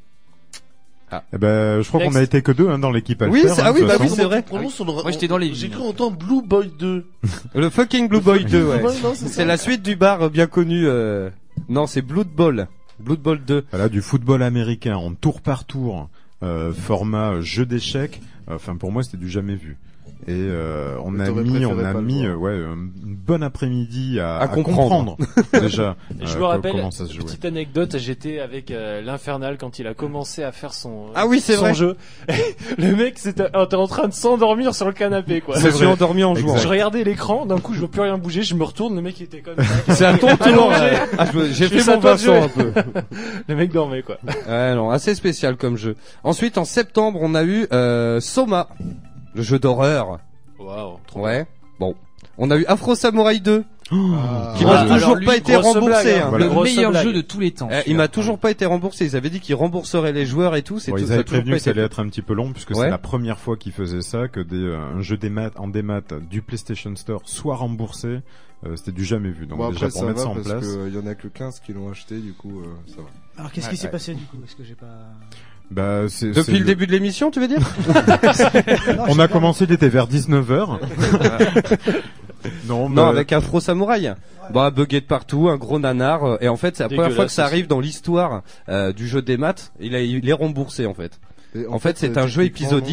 Eh ben, je crois qu'on a été que deux hein, dans l'équipe à le Oui, faire, c'est- hein, ah de oui, toute bah façon. oui, c'est vrai. Prononce, on aura- Moi, j'étais dans les J'ai vignes. cru entendre Blue Boy deux. Le fucking Blue Boy deux, ouais. Ouais, non, c'est C'est ça. la suite du bar euh, bien connu. euh, Non, c'est Blood Bowl. Blood Bowl deux. Voilà, du football américain en tour par tour, euh, format jeu d'échecs. Enfin, pour moi, c'était du jamais vu. Et euh, on Mais a t'aurais mis, préféré on a pas le mis, voir. euh, ouais, une bonne après-midi à, À comprendre. déjà. Et je euh, me rappelle, comment ça se jouait. petite anecdote, j'étais avec euh, l'Infernal quand il a commencé à faire son, Ah oui, c'est son vrai. jeu. Le mec c'était était en train de s'endormir sur le canapé, quoi. Je me suis endormi en jouant. Je regardais l'écran, d'un coup je vois plus rien bouger, je me retourne, le mec il était comme ça. C'est à ton tour. Allongé. ouais. Ah, je me- J'ai Je fait fais ça mon toi de Vincent un jouer. peu. Le mec dormait, quoi. Ouais, non, assez spécial comme jeu. Ensuite, en septembre, on a eu euh, Soma, le jeu d'horreur. Waouh. Ouais. Bon. On a eu Afro Samurai deux. Ah. Qui Ah, m'a alors toujours lui, pas été grosse remboursé. blague, hein. hein. Voilà. Le Grosse meilleur blague. jeu de tous les temps. Eh, il m'a toujours pas été remboursé. Ils avaient dit qu'ils rembourseraient les joueurs et tout. C'est Bon, tout, ils ça a avaient toujours prévenu pas que ça été allait fait. être un petit peu long puisque Ouais. c'est la première fois qu'ils faisaient ça, que des, euh, un jeu démat, en démat du PlayStation Store soit remboursé. Euh, c'était du jamais vu. Donc Bon déjà après pour ça mettre va ça en parce place. qu'il y en a que quinze qui l'ont acheté du coup euh, ça va. Alors qu'est-ce Ouais, qui s'est ouais. passé du coup? Est-ce que j'ai pas. Bah, c'est, Depuis c'est le début de l'émission, tu veux dire? Non, On j'ai a pas- commencé, il était vers dix-neuf heures. non, Non, mais- avec Afro Samurai. Bah, bugué de partout, un gros nanar. euh, Et en fait, c'est la première fois que ça Dégueulasse arrive dans l'histoire euh, du jeu des maths. Il, a, il est remboursé en fait. Et En fait, c'est un jeu techniquement, épisodique.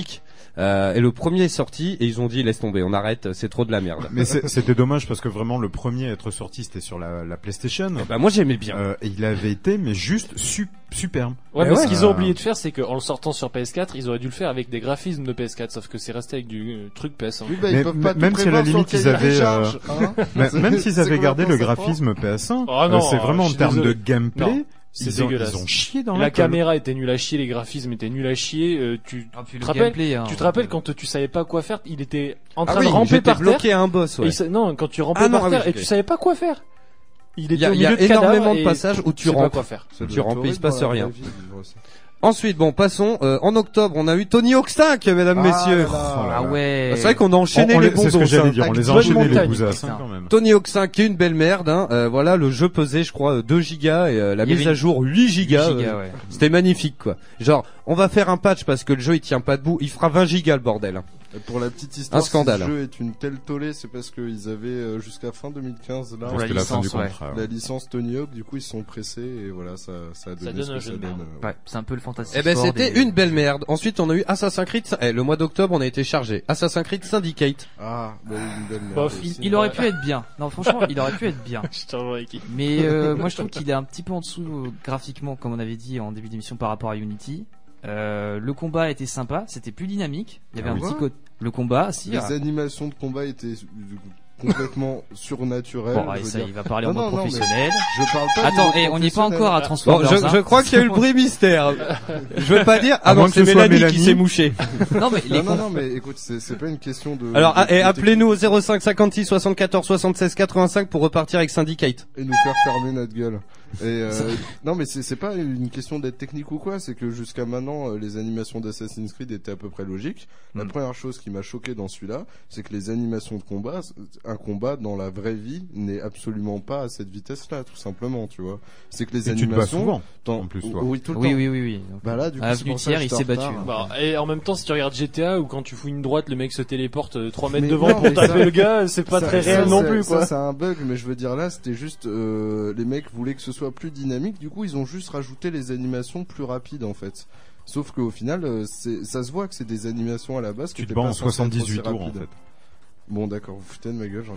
Euh, et le premier est sorti et ils ont dit laisse tomber, on arrête, c'est trop de la merde. Mais c'est- c'était dommage parce que vraiment le premier à être sorti c'était sur la, la PlayStation. Bah moi j'aimais bien. Euh, et il avait été mais juste su- superbe. Ouais, Et mais ouais. ce qu'ils ont Euh, oublié de faire, c'est qu'en le sortant sur P S quatre, ils auraient dû le faire avec des graphismes de P S quatre, sauf que c'est resté avec du euh, truc P S un. Oui, bah, ils Mais peuvent m- pas tout même si à la prévoir sur limite le ils cahier avaient, des euh, charges, hein. mais- C'est- même s'ils c'est avaient gardé le complètement ça graphisme P S un, Ah euh, non, c'est vraiment je en suis termes de désolé. gameplay, Non, c'est ils ont, dégueulasse. ils ont chié dans la la colle. caméra était nulle à chier, les graphismes étaient nuls à chier. euh, tu Ah, puis te le rappelles, gameplay, hein. tu te rappelles quand tu savais pas quoi faire, il était en Ah train oui, de ramper j'étais par bloqué terre. à un boss, ouais. Et il sa- non, quand tu rampais Ah non, par ah oui, terre et j'étais- tu savais pas quoi faire. Il était Il y a, au il y a milieu de énormément cadavres de et passages où tu tu sais pas rampes. quoi faire. Tu rampes, il se passe rien. Vivre ça. Ensuite, bon, passons. Euh, en octobre, on a eu Tony Hawk cinq, mesdames, Ah messieurs. là là. Oh là Ah là. ouais. C'est vrai qu'on a enchaîné On- on les les- bons c'est ce que dos, j'allais ça. dire, on les a Bonne enchaînés les montagne, bousassins putain. quand même. Tony Hawk cinq qui est une belle merde, hein. Euh, voilà, le jeu pesait, je crois, deux gigas et euh, la Il y mise avait à jour huit gigas. huit gigas, euh, ouais. C'était magnifique, quoi. Genre, on va faire un patch parce que le jeu il tient pas debout, il fera vingt gigas le bordel. Et pour la petite histoire, Un scandale. si le jeu est une telle tollée, c'est parce qu'ils avaient euh, jusqu'à fin deux mille quinze là Pour la C'était la fin du licence, ouais. contrat. la ouais. licence Tony Hawk. Du coup, ils se sont pressés et voilà, ça, ça a donné donne ce un que jeu ça de donne. merde. euh. Ouais, c'est un peu le fantastique. Eh ben, sport c'était des- une belle merde. Ensuite, on a eu Assassin's Creed. Eh, le mois d'octobre, on a été chargé. Assassin's Creed Syndicate. Ah, bah, une belle merde. Bof, aussi. Il, il aurait pu être bien. Non, franchement, il aurait pu être bien. Je te revois avec qui. Mais euh, moi, je trouve qu'il est un petit peu en dessous euh, graphiquement, comme on avait dit en début d'émission par rapport à Unity. Euh, le combat était sympa, c'était plus dynamique. Il y avait Ah un oui. petit côté. Le combat, si. Les ah. animations de combat étaient euh, complètement surnaturelles. Bon, ouais, je veux ça, dire. il va parler en Non, mode non, non, mais professionnel. Je parle pas. Attends, du et mot on n'y est pas professionnel. encore à Bon, Transformers. je, hein. je crois qu'il y a eu le bruit mystère. Je veux pas dire. Ah À non, moins que c'est ce soit Mélanie, qui Mélanie. s'est mouchée. Non, mais les Non, non, con- non, mais écoute, c'est c'est pas une question de. Alors, de- ah, et de- appelez-nous au zéro cinq cinquante-six soixante-quatorze soixante-seize quatre-vingt-cinq pour repartir avec Syndicate. et nous faire fermer notre gueule. Et euh, non, mais c'est c'est pas une question d'être technique ou quoi, c'est que jusqu'à maintenant, euh, les animations d'Assassin's Creed étaient à peu près logiques. La Mm. première chose qui m'a choqué dans celui-là, c'est que les animations de combat, un combat dans la vraie vie n'est absolument pas à cette vitesse-là, tout simplement, tu vois. C'est que les Et tu te bats animations, souvent, t'en- en plus, toi. oui, tout le Oui, temps. oui, oui, oui. Bah là, du coup, À c'est Avenue pour ça que Thiers, il j'étais s'est en battu. retard. Bah, et en même temps, si tu regardes G T A ou quand tu fous une droite, le mec se téléporte euh, trois mètres Mais devant non, pour mais taper ça- le gars, c'est pas Ça- très ça, réel non c'est- plus, ça, quoi. c'est un bug, mais je veux dire là, c'était juste euh, les mecs voulaient que ce soit plus dynamique. Du coup, ils ont juste rajouté les animations plus rapides en fait. Sauf qu'au final, euh, c'est, ça se voit que c'est des animations à la base. qui Tu te étaient bats pas en censées être soixante-dix-huit aussi tours en rapides. fait. Bon, d'accord, vous foutez de ma gueule, j'en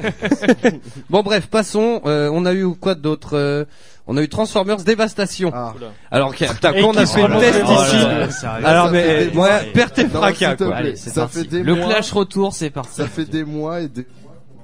ai marre. Bon, bref, passons. Euh, on a eu quoi d'autre euh, On a eu Transformers Dévastation. Ah. Alors, que- putain, Et quand on a qui fait se le rend test compte- Oh ici. là là, sérieux. Alors, Ça mais fait des moi, mois. père tes Non, fracas, s'il te quoi. plaît, Allez, c'est ça parti. fait des Le mois. clash retour, c'est parti. Ça fait des mois et des.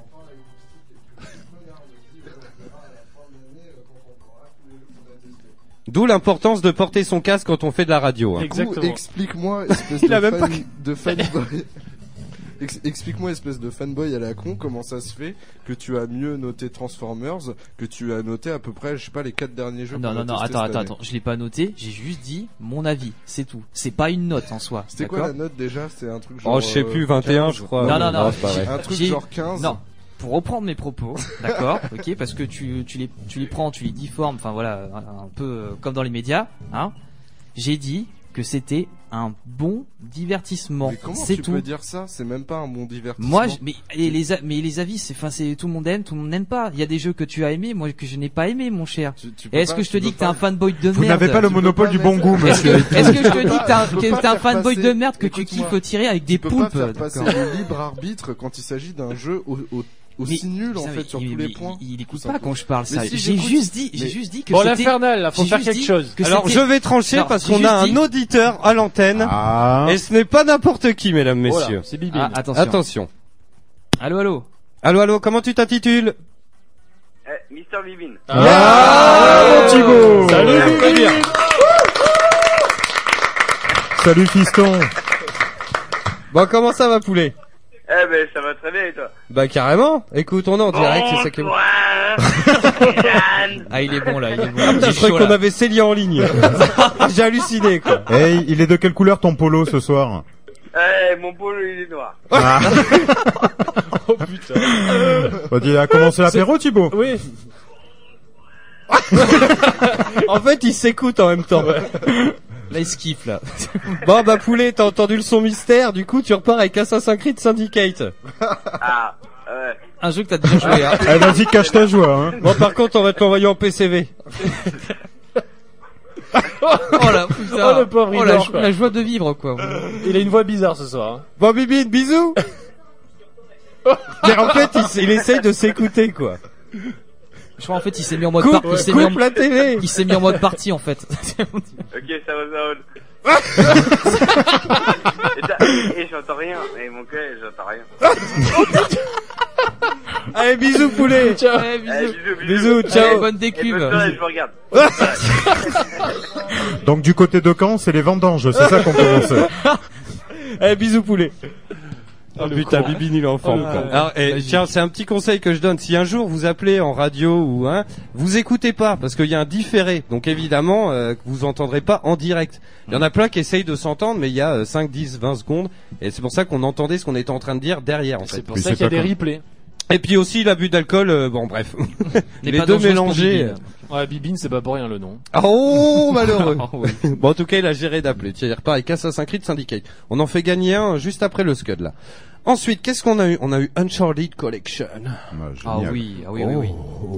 D'où l'importance de porter son casque quand on fait de la radio. Hein. Du coup, explique-moi, espèce Il de, a même fan, pas- de fanboy. Ex- Explique-moi, espèce de fanboy à la con, comment ça se fait que tu as mieux noté Transformers, que tu as noté à peu près, je sais pas, les quatre derniers jeux. Non, qu'on non, a non, testés attends, cette attends, année. attends, je l'ai pas noté, j'ai juste dit mon avis, c'est tout. C'est pas une note en soi. C'était quoi d'accord la note déjà? C'était un truc genre. Oh, je sais plus, euh, vingt et un, quinze. je crois. Non, non, non, Non, c'est pas vrai. j'ai- Un truc j'ai- genre quinze. Non. Pour reprendre mes propos, d'accord, ok, parce que tu, tu les, tu les prends, tu les difformes, enfin voilà, un, un peu euh, comme dans les médias, hein. J'ai dit que c'était un bon divertissement. Mais comment C'est tu tout. peux dire ça? C'est même pas un bon divertissement. Moi, je- mais et les, a- mais les avis, c'est, enfin, c'est tout le monde aime, tout le monde n'aime pas. Il y a des jeux que tu as aimé, moi que je n'ai pas aimé, mon cher. tu Et peux est-ce pas- que je te tu dis peux que t'es un pas- fanboy de Vous merde n'avez pas le Tu peux monopole pas du mettre- bon goût, Est-ce que, monsieur. est-ce que je te Tu dis peux que t'es un, pas- tu peux que pas t'es un faire fanboy passer- de merde, que tu écoute-moi. kiffes tirer avec des Tu peux pas poulpes? faire passer d'accord. le libre arbitre quand il s'agit d'un jeu au, au- aussi Mais- nul en putain, fait mais sur il- tous mais les points. Il, il écoute Tout pas simplement. quand je parle Mais ça. si, J'ai j'écoute. juste dit, j'ai Mais- juste dit que Bon, c'était- l'Infernal, là, faut j'ai faire juste quelque dit chose. que Alors, c'était- je vais trancher Non, parce j'ai qu'on juste a un dit- auditeur à l'antenne. Ah. Et ce n'est pas n'importe qui, mesdames, messieurs. Voilà, c'est Bibine. Ah, attention. Attention. Allô, allô. Allô, allô, comment tu t'intitules? Eh, Mister Vivin. Ah, mon Thibaut. Salut, très bien. Salut fiston. Bon, comment ça va, poulet? Eh ben, ça va très bien et toi? Bah, carrément. Écoute, on est en direct, c'est ça qui est bon. Ah, il est bon là, il est bon. Ah, putain, Il est je croyais chaud, qu'on là. avait Célia en ligne. J'ai halluciné, quoi. Hey, il est de quelle couleur ton polo ce soir? Eh, mon polo il est noir. Ah. Oh putain. Bah, tu as commencé l'apéro, Thibaut? Oui. En fait, il s'écoute en même temps. Là, il se kiffe là. Bon, bah, poulet, t'as entendu le son mystère, du coup, tu repars avec Assassin's Creed Syndicate. Ah, ouais. Un jeu que t'as déjà joué, hein. Eh, vas-y, cache ta joie, hein. Bon, par contre, on va te l'envoyer en P C V. Oh la putain. Oh le pauvre Oh il la, dort, jo- quoi. la joie de vivre quoi. Il a une voix bizarre ce soir. hein. Bon Bibi, bisous. Mais en fait, il, s- il essaye de s'écouter quoi. Je crois en fait il s'est mis en mode Coupe, par- il s'est coupe mis en... la télé. il s'est mis en mode partie en fait. Ok, ça va, ça va. et t'as- et j'entends rien. Et mon cœur, j'entends rien. Allez, bisous poulet. Ciao. Eh, bisous, bisous. Bisous, ciao. Allez, bonne Et décuve. bonne soirée, je vous regarde. Donc du côté de Caen, c'est les vendanges, c'est ça qu'on commence. Allez, bisous poulet. Oh, le putain, con. Bibine il est en forme. Oh, quoi. ouais. Alors, eh, Magique. tiens, c'est un petit conseil que je donne. Si un jour vous appelez en radio ou hein, vous écoutez pas parce qu'il y a un différé. Donc évidemment, euh, que vous entendrez pas en direct. Il y en a plein qui essayent de s'entendre, mais il y a euh, cinq, dix, vingt secondes, et c'est pour ça qu'on entendait ce qu'on était en train de dire derrière. En fait. C'est pour Oui, ça c'est qu'il y a pas des con. replays. Et puis aussi l'abus d'alcool. euh, bon, bref, N'est les pas deux dangereux pour mélangés. Bibine. Ouais, Bibine c'est pas pour rien le nom. Oh malheureux. Oh, oui. Bon en tout cas il a géré d'appeler. Tiens il repart avec Assassin's Creed Syndicate. On en fait gagner un juste après le Scud là. Ensuite qu'est-ce qu'on a eu? On a eu Uncharted Collection. Ah, Ah génial. oui, ah oui, oui, oui.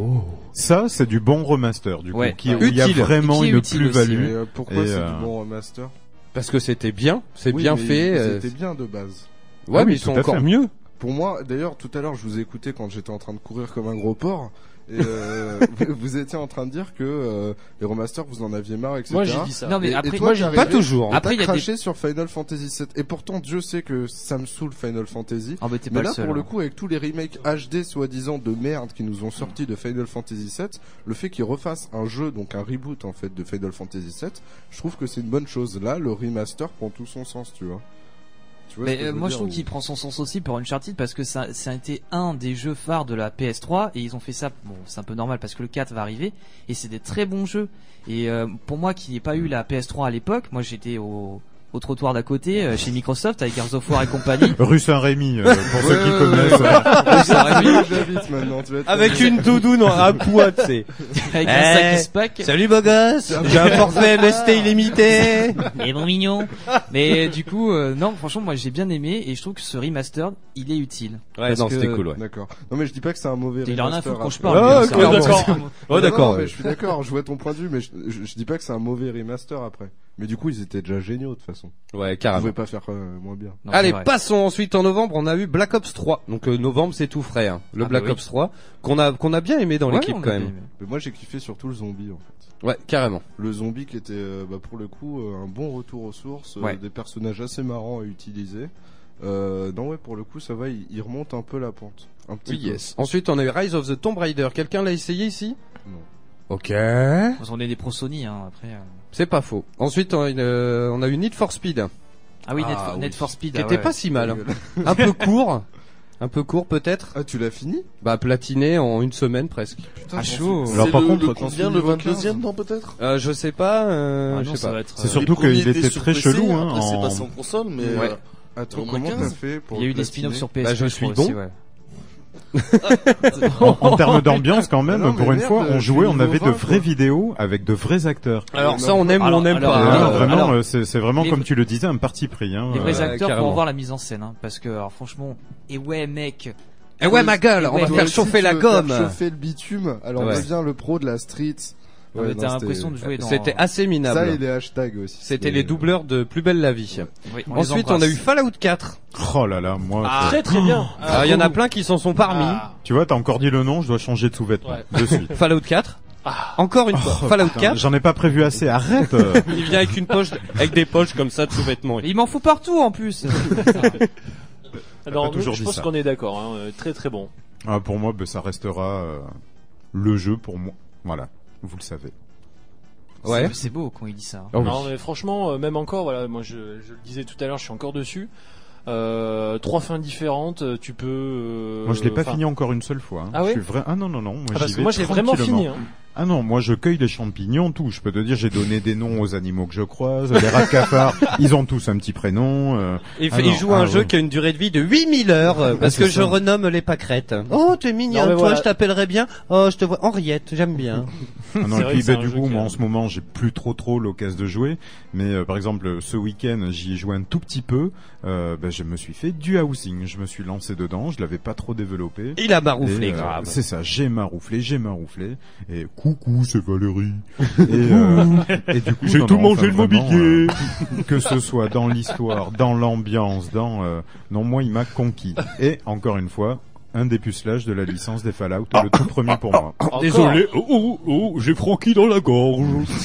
Ça, c'est du bon remaster, du Ouais. coup, qui, où il y a Utile. vraiment Qui est une utile aussi, plus-value. Mais euh, pourquoi Et, c'est euh, du bon remaster? Parce que c'était bien, c'est Oui, bien mais fait. euh, C'était bien de base. Ouais Ah mais oui, ils sont tout à encore fait. mieux. Pour moi, d'ailleurs, tout à l'heure, je vous ai écouté quand j'étais en train de courir comme un gros porc. Et euh, vous- vous étiez en train de dire que euh, les remasters, vous en aviez marre, et cetera. Moi j'ai dit ça. Non mais Et- et après, toi, moi t'es j'ai arrivé- Pas toujours. Et Après, t'as il y a des- craché sur Final Fantasy sept. Et pourtant, Dieu sait que ça me saoule Final Fantasy. Ah, mais t'es pas Mais le là, seul, pour le hein. coup, avec tous les remakes H D soi-disant de merde qui nous ont sortis de Final Fantasy sept, le fait qu'ils refassent un jeu, donc un reboot en fait de Final Fantasy sept, je trouve que c'est une bonne chose. Là, le remaster prend tout son sens, tu vois. Tu vois ce Mais que euh, je veux moi je dire, trouve ou- qu'il prend son sens aussi pour Uncharted parce que ça, ça a été un des jeux phares de la P S trois et ils ont fait ça, bon c'est un peu normal parce que le quatre va arriver et c'est des très bons jeux et euh, pour moi qui n'ai pas eu la P S trois à l'époque, moi j'étais au, au trottoir d'à côté euh, chez Microsoft avec Gears of War et compagnie. Rue Saint-Rémy, euh, pour ceux Ouais, qui ouais, connaissent. ouais, ouais. Rue Saint-Rémy. J'habite maintenant, tu vas être- Avec une doudoune en- à poids, tu sais. Avec Eh, un sac qui se pack. Salut beau gosse, j'ai un forfait M S T illimité. Et bon mignon. Mais du coup, euh, non, franchement, moi j'ai bien aimé et je trouve que ce remaster, il est utile. Ouais, Parce non, que- c'était cool, ouais. D'accord. Non mais je dis pas que c'est un mauvais Il a rien à remaster. foutre quand je après. parle. Ah, mais ok, clairement, d'accord. c'est- Oh, Non, d'accord. non, mais je suis d'accord, je vois ton point de vue, mais je, je, je dis pas que c'est un mauvais remaster après. Mais du coup, ils étaient déjà géniaux de toute façon. Ouais, Ils carrément. pouvaient pas faire euh, moins bien. Non, Allez, c'est vrai. passons ensuite en novembre, on a eu Black Ops trois. Donc euh, novembre, c'est tout frais, hein. Le Ah, Black bah oui. Ops trois qu'on a qu'on a bien aimé dans Ouais, l'équipe on a quand bien même. aimé. Mais moi, j'ai kiffé surtout le zombie en fait. Ouais, carrément. Le zombie qui était, euh, bah, pour le coup, euh, un bon retour aux sources, euh, Ouais. des personnages assez marrants à utiliser. Euh, non ouais, pour le coup, ça va, il, il remonte un peu la pente. Un petit Oui, peu. yes. Ensuite, on a eu Rise of the Tomb Raider. Quelqu'un l'a essayé ici? Non. Ok. Parce qu'on est des pros Sony, hein, après. euh. C'est pas faux. Ensuite, on a, une, euh, on a eu Need for Speed. Ah oui, Need Ah for, oui. Need for Speed. Qui ah était ouais. pas si mal. hein. Gueule. Un peu court. Un peu court peut-être. Ah, tu l'as fini? Bah platiné en une semaine presque. Putain, Ah, j'en chaud. suis- Alors, C'est par le, contre, le t'en combien, suis le niveau vingt-deuxième, quinze. non, peut-être? Euh, je sais pas. Euh, Ah je non, sais ça pas. va être. C'est euh, surtout Les premiers qu'il était sur très P C, chelou, hein, après, c'est en- passé en console, mais Ouais. euh, Attends, Au moins comment quinze. t'as fait pour Il y a eu le des spin-offs sur P S. Bah, je crois suis aussi, donc. ouais. en, en termes d'ambiance, quand même, Ah non, pour mais une merde, fois, je on suis jouait, on niveau avait de vingt, vraies quoi. vidéos avec de vrais acteurs. Alors Ouais, ça, on aime ou alors- on n'aime alors- pas. Et hein. là, alors- vraiment, alors- euh, c'est c'est vraiment, les- comme tu le disais, un parti pris. Hein, Les vrais euh, acteurs carrément. pour voir la mise en scène, hein, parce que alors, franchement, et ouais mec, Eh ouais, ma gueule, on Ouais, va toi faire aussi, chauffer tu la veux faire gomme. chauffer le bitume, alors Ouais. deviens le pro de la street. non, Ouais, mais non, t'as c'était- l'impression de jouer dans. C'était assez Ça et minable. les hashtags aussi. C'était les doubleurs de Plus belle la vie. Oui, on les Ensuite, on a embrasse. eu Fallout quatre. Oh là là, moi. Ah. Très très bien. Ah, il y en a plein qui s'en sont parmi. Ah. Tu vois, t'as encore dit le nom, je dois changer de sous-vêtements. Ouais. De suite. Fallout quatre. Ah. Encore une fois. Oh, Fallout putain, quatre. J'en ai pas prévu assez, arrête. euh. Il vient avec une poche, avec des poches comme ça de sous-vêtements. Mais il m'en faut partout en plus. Alors, pas toujours je dit pense ça. qu'on est d'accord. Hein. euh, Très très bon. Ah, pour moi, ben, ça restera euh, le jeu pour moi. Voilà, vous le savez. Ouais. C'est- C'est beau quand il dit ça. Oh oui. Non, mais franchement, euh, même encore, voilà, moi je, je le disais tout à l'heure, je suis encore dessus. Euh, trois fins différentes, euh, tu peux. euh, Moi, je l'ai pas enfin, fini encore une seule fois. hein. Ah je ouais suis vrai. Ah non non non. Moi, Ah, parce j'y que vais moi j'ai vraiment tranquillement. fini. Hein. Ah non, moi je cueille les champignons, tout. Je peux te dire, j'ai donné des noms aux animaux que je croise. Les rats de cafard, ils ont tous un petit prénom. euh. Il, Ah fait, non, il joue à un ah jeu ouais. qui a une durée de vie de huit mille heures, euh, parce c'est que ça. je renomme les pâquerettes. Oh, tu es mignon, Non, mais toi, voilà. je t'appellerais bien. Oh, je te vois Henriette, j'aime bien. Ah non, C'est et vrai puis que c'est bah, un du jeu coup, qui moi a- en ce moment, j'ai plus trop trop l'occasion de jouer. Mais euh, par exemple, ce week-end, j'y ai joué un tout petit peu. Euh, bah, je me suis fait du housing. Je me suis lancé dedans. Je l'avais pas trop développé. Il a marouflé, Et, euh, grave. C'est ça. J'ai marouflé, j'ai marouflé. Et coucou, c'est Valérie. Et, euh, et du coup, j'ai non, tout non, mangé enfin, le mobilier. euh, que ce soit dans l'histoire, dans l'ambiance, dans euh, non, moi il m'a conquis. Et encore une fois, un dépucelage de la licence des Fallout, Ah, le tout premier pour moi. Désolé, oh, oh, oh, j'ai croquis dans la gorge.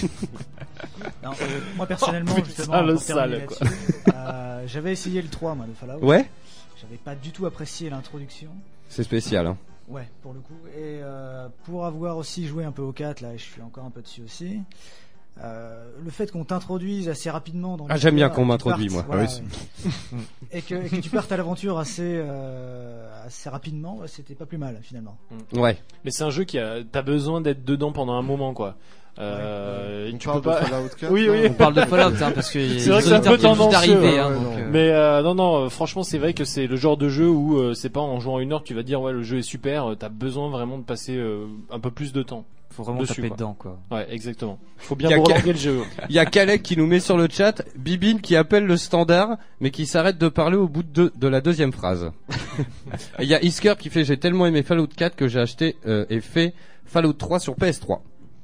Non, euh, moi personnellement, Oh, justement, putain, le pour terminer sale, quoi. là-dessus, euh, j'avais essayé le trois, moi, de Fallout. Ouais. J'avais pas du tout apprécié l'introduction. C'est spécial, hein. Ouais, pour le coup. Et euh, pour avoir aussi joué un peu au quatre, là, je suis encore un peu dessus aussi. Euh, le fait qu'on t'introduise assez rapidement dans Ah, j'aime bien l'univers, qu'on que tu m'introduise, partes, moi. voilà, Ah oui, ouais. et, que, et que tu partes à l'aventure assez, euh, assez rapidement, ouais, c'était pas plus mal finalement. Ouais. Mais c'est un jeu qui a, t'as besoin d'être dedans pendant un moment, quoi. Euh, On tu parle peux pas. de Fallout quatre, oui, là oui. On parle de Fallout, hein, parce que c'est vrai que les c'est un peu auditeurs viennent juste tendancieux. d'arriver, hein, ouais, donc, non. euh, Mais euh, non, non. euh, Franchement, c'est vrai que c'est le genre de jeu où euh, c'est pas en jouant une heure que tu vas dire ouais le jeu est super. euh, T'as besoin vraiment de passer euh, un peu plus de temps. Faut vraiment dessus, taper quoi. dedans, quoi. Ouais, exactement. Faut bien Il y a broder Ka- le jeu. Il y a Kalek qui nous met sur le chat, Bibine qui appelle le standard, mais qui s'arrête de parler au bout de, deux- de la deuxième phrase. Il y a Isker qui fait j'ai tellement aimé Fallout quatre que j'ai acheté euh, et fait Fallout trois sur P S trois.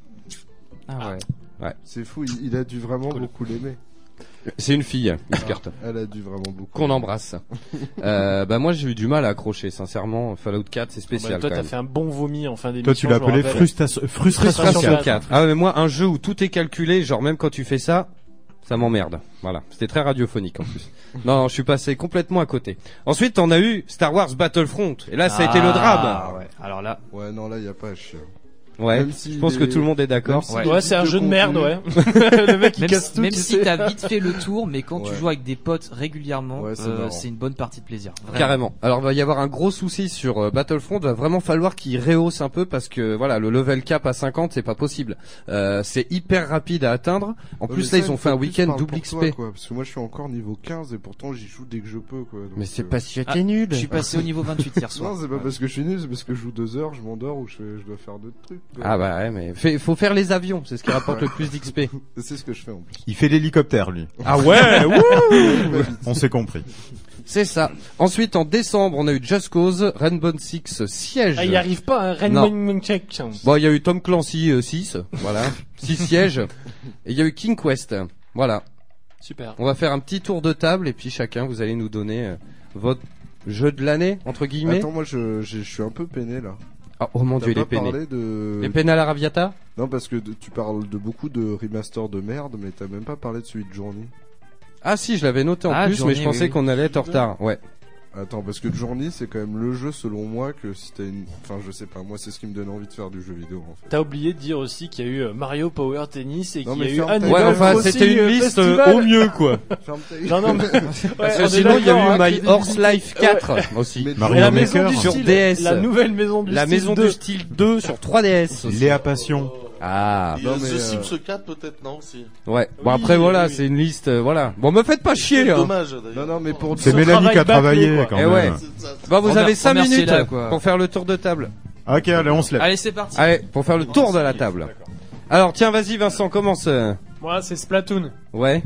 Ah ouais. Ouais. C'est fou, il, il a dû vraiment beaucoup l'aimer. C'est une fille, Isker. Elle a dû vraiment beaucoup. Qu'on embrasse. euh, bah moi j'ai eu du mal à accrocher, sincèrement. Fallout quatre c'est spécial. Bah, toi, quand t'as même. fait un bon vomi en fin d'émission. Toi, tu l'as je me appelé rappelle. frustra- frustration Frustration quatre. Ah ouais, mais moi un jeu où tout est calculé, genre même quand tu fais ça, ça m'emmerde. Voilà, c'était très radiophonique en plus. non, non, je suis passé complètement à côté. Ensuite, on a eu Star Wars Battlefront, et là, ça a été le drame. Ah ouais. Alors là, Ouais, non, là, il y a pas à chier. Ouais, Même si je pense les- que tout le monde est d'accord. même si Ouais, les ouais, c'est un bits jeu de contenu- merde, ouais. le mec il même, casse tout. même tu si sais. t'as vite fait le tour, mais quand tu Ouais. joues avec des potes régulièrement, Ouais, c'est euh, marrant. c'est une bonne partie de plaisir. Vraiment. Carrément. Alors, il va y avoir un gros souci sur euh, Battlefront. Il va vraiment falloir qu'il rehausse un peu parce que voilà, le level cap à cinquante, c'est pas possible. Euh, c'est hyper rapide à atteindre. En Ouais, plus, mais là, ça, ils ont une fait fois un de plus, week-end parle double pour X toi, P. quoi, parce que moi, je suis encore niveau quinze et pourtant, j'y joue dès que je peux, quoi. Donc, Mais c'est euh, pas si Ah, t'es nul. Je suis passé au niveau vingt-huit hier soir. Non, c'est pas parce que je suis nul, c'est parce que je joue deux heures, je m'endors ou je, fais- je dois faire d'autres trucs. quoi. Ah bah ouais, mais fait- faut faire les avions, c'est ce qui rapporte Ouais. le plus d'X P. C'est ce que je fais en plus. Il fait l'hélicoptère, lui. Ah ouais, wouh On s'est compris. C'est ça. Ensuite, en décembre, on a eu Just Cause, Rainbow Six Siege. Ah, il y arrive pas, hein. Non. Rainbow Check. Bon, il y a eu Tom Clancy euh, six, voilà, six sièges. Et il y a eu King Quest. Voilà. Super. On va faire un petit tour de table et puis chacun, vous allez nous donner euh, votre jeu de l'année, entre guillemets. Attends, moi, je, je, je suis un peu peiné, là. Ah, oh mon T'as dieu, il pas est peiné. parlé de... Les peiné à la Raviata? Non, parce que de- tu parles de beaucoup de remaster de merde, mais t'as même pas parlé de celui de Journey. Ah si, je l'avais noté en Ah, plus, Journey, mais je pensais oui, oui. qu'on allait être en retard. Ouais. Attends, parce que Journey, c'est quand même le jeu, selon moi, que si t'as une... Enfin, je sais pas, moi, c'est ce qui me donne envie de faire du jeu vidéo, en fait. T'as oublié de dire aussi qu'il y a eu euh, Mario Power Tennis et Non, qu'il y mais a eu ferme ta Animal Ouais, enfin, Crossing, c'était une euh, liste euh, Festival. au mieux, quoi. Ferme ta gueule. Non, non, mais... ouais, Parce on que est sinon, il y a d'accord, eu hein, My crédibilité. Horse Life quatre aussi. Mais- Et Mario la maison Maker du sur style, D S. la nouvelle maison du La style maison deux. du style deux sur trois D S. aussi. Léa Passion. Ah. Il y Non, a mais, The euh, Sims quatre peut-être, non aussi. Ouais. Bon Oui, après voilà, oui. c'est une liste, euh, voilà. Bon, me faites pas chier. Hein. Dommage Non, d'ailleurs. non, mais pour... C'est Son Mélanie qui a travail bâclé, travaillé, quoi. quand Eh même. ouais. C'est ça. Bon, vous Remer- avez cinq remerciez-la, minutes quoi. pour faire le tour de table. Ok, allez, on se lève. Allez, c'est parti. Allez, pour faire le tour de la table. Alors tiens, vas-y Vincent, commence. euh. Moi, c'est Splatoon. Ouais.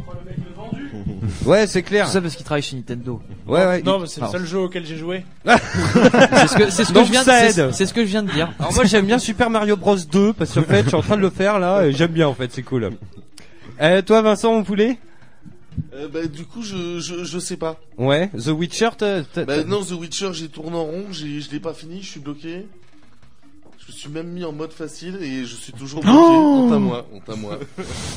Ouais, c'est Tout clair. ça parce qu'il travaille chez Nintendo. Ouais, ouais. Non, il- mais c'est le Alors, seul jeu auquel j'ai joué. C'est ce que, c'est ce que Donc je viens de, ça c'est, aide. c'est ce que je viens de dire. Alors moi j'aime bien Super Mario Bros deux parce qu'en fait je suis en train de le faire là et j'aime bien en fait, c'est cool. Euh, toi Vincent, mon poulet? Euh, bah, du coup, je, je, je sais pas. Ouais. The Witcher, t'as- t'as- Bah, non, The Witcher, j'ai tourné en rond, j'ai, je l'ai pas fini, je suis bloqué. Je me suis même mis en mode facile et je suis toujours bloqué. Oh honte à moi, honte à moi.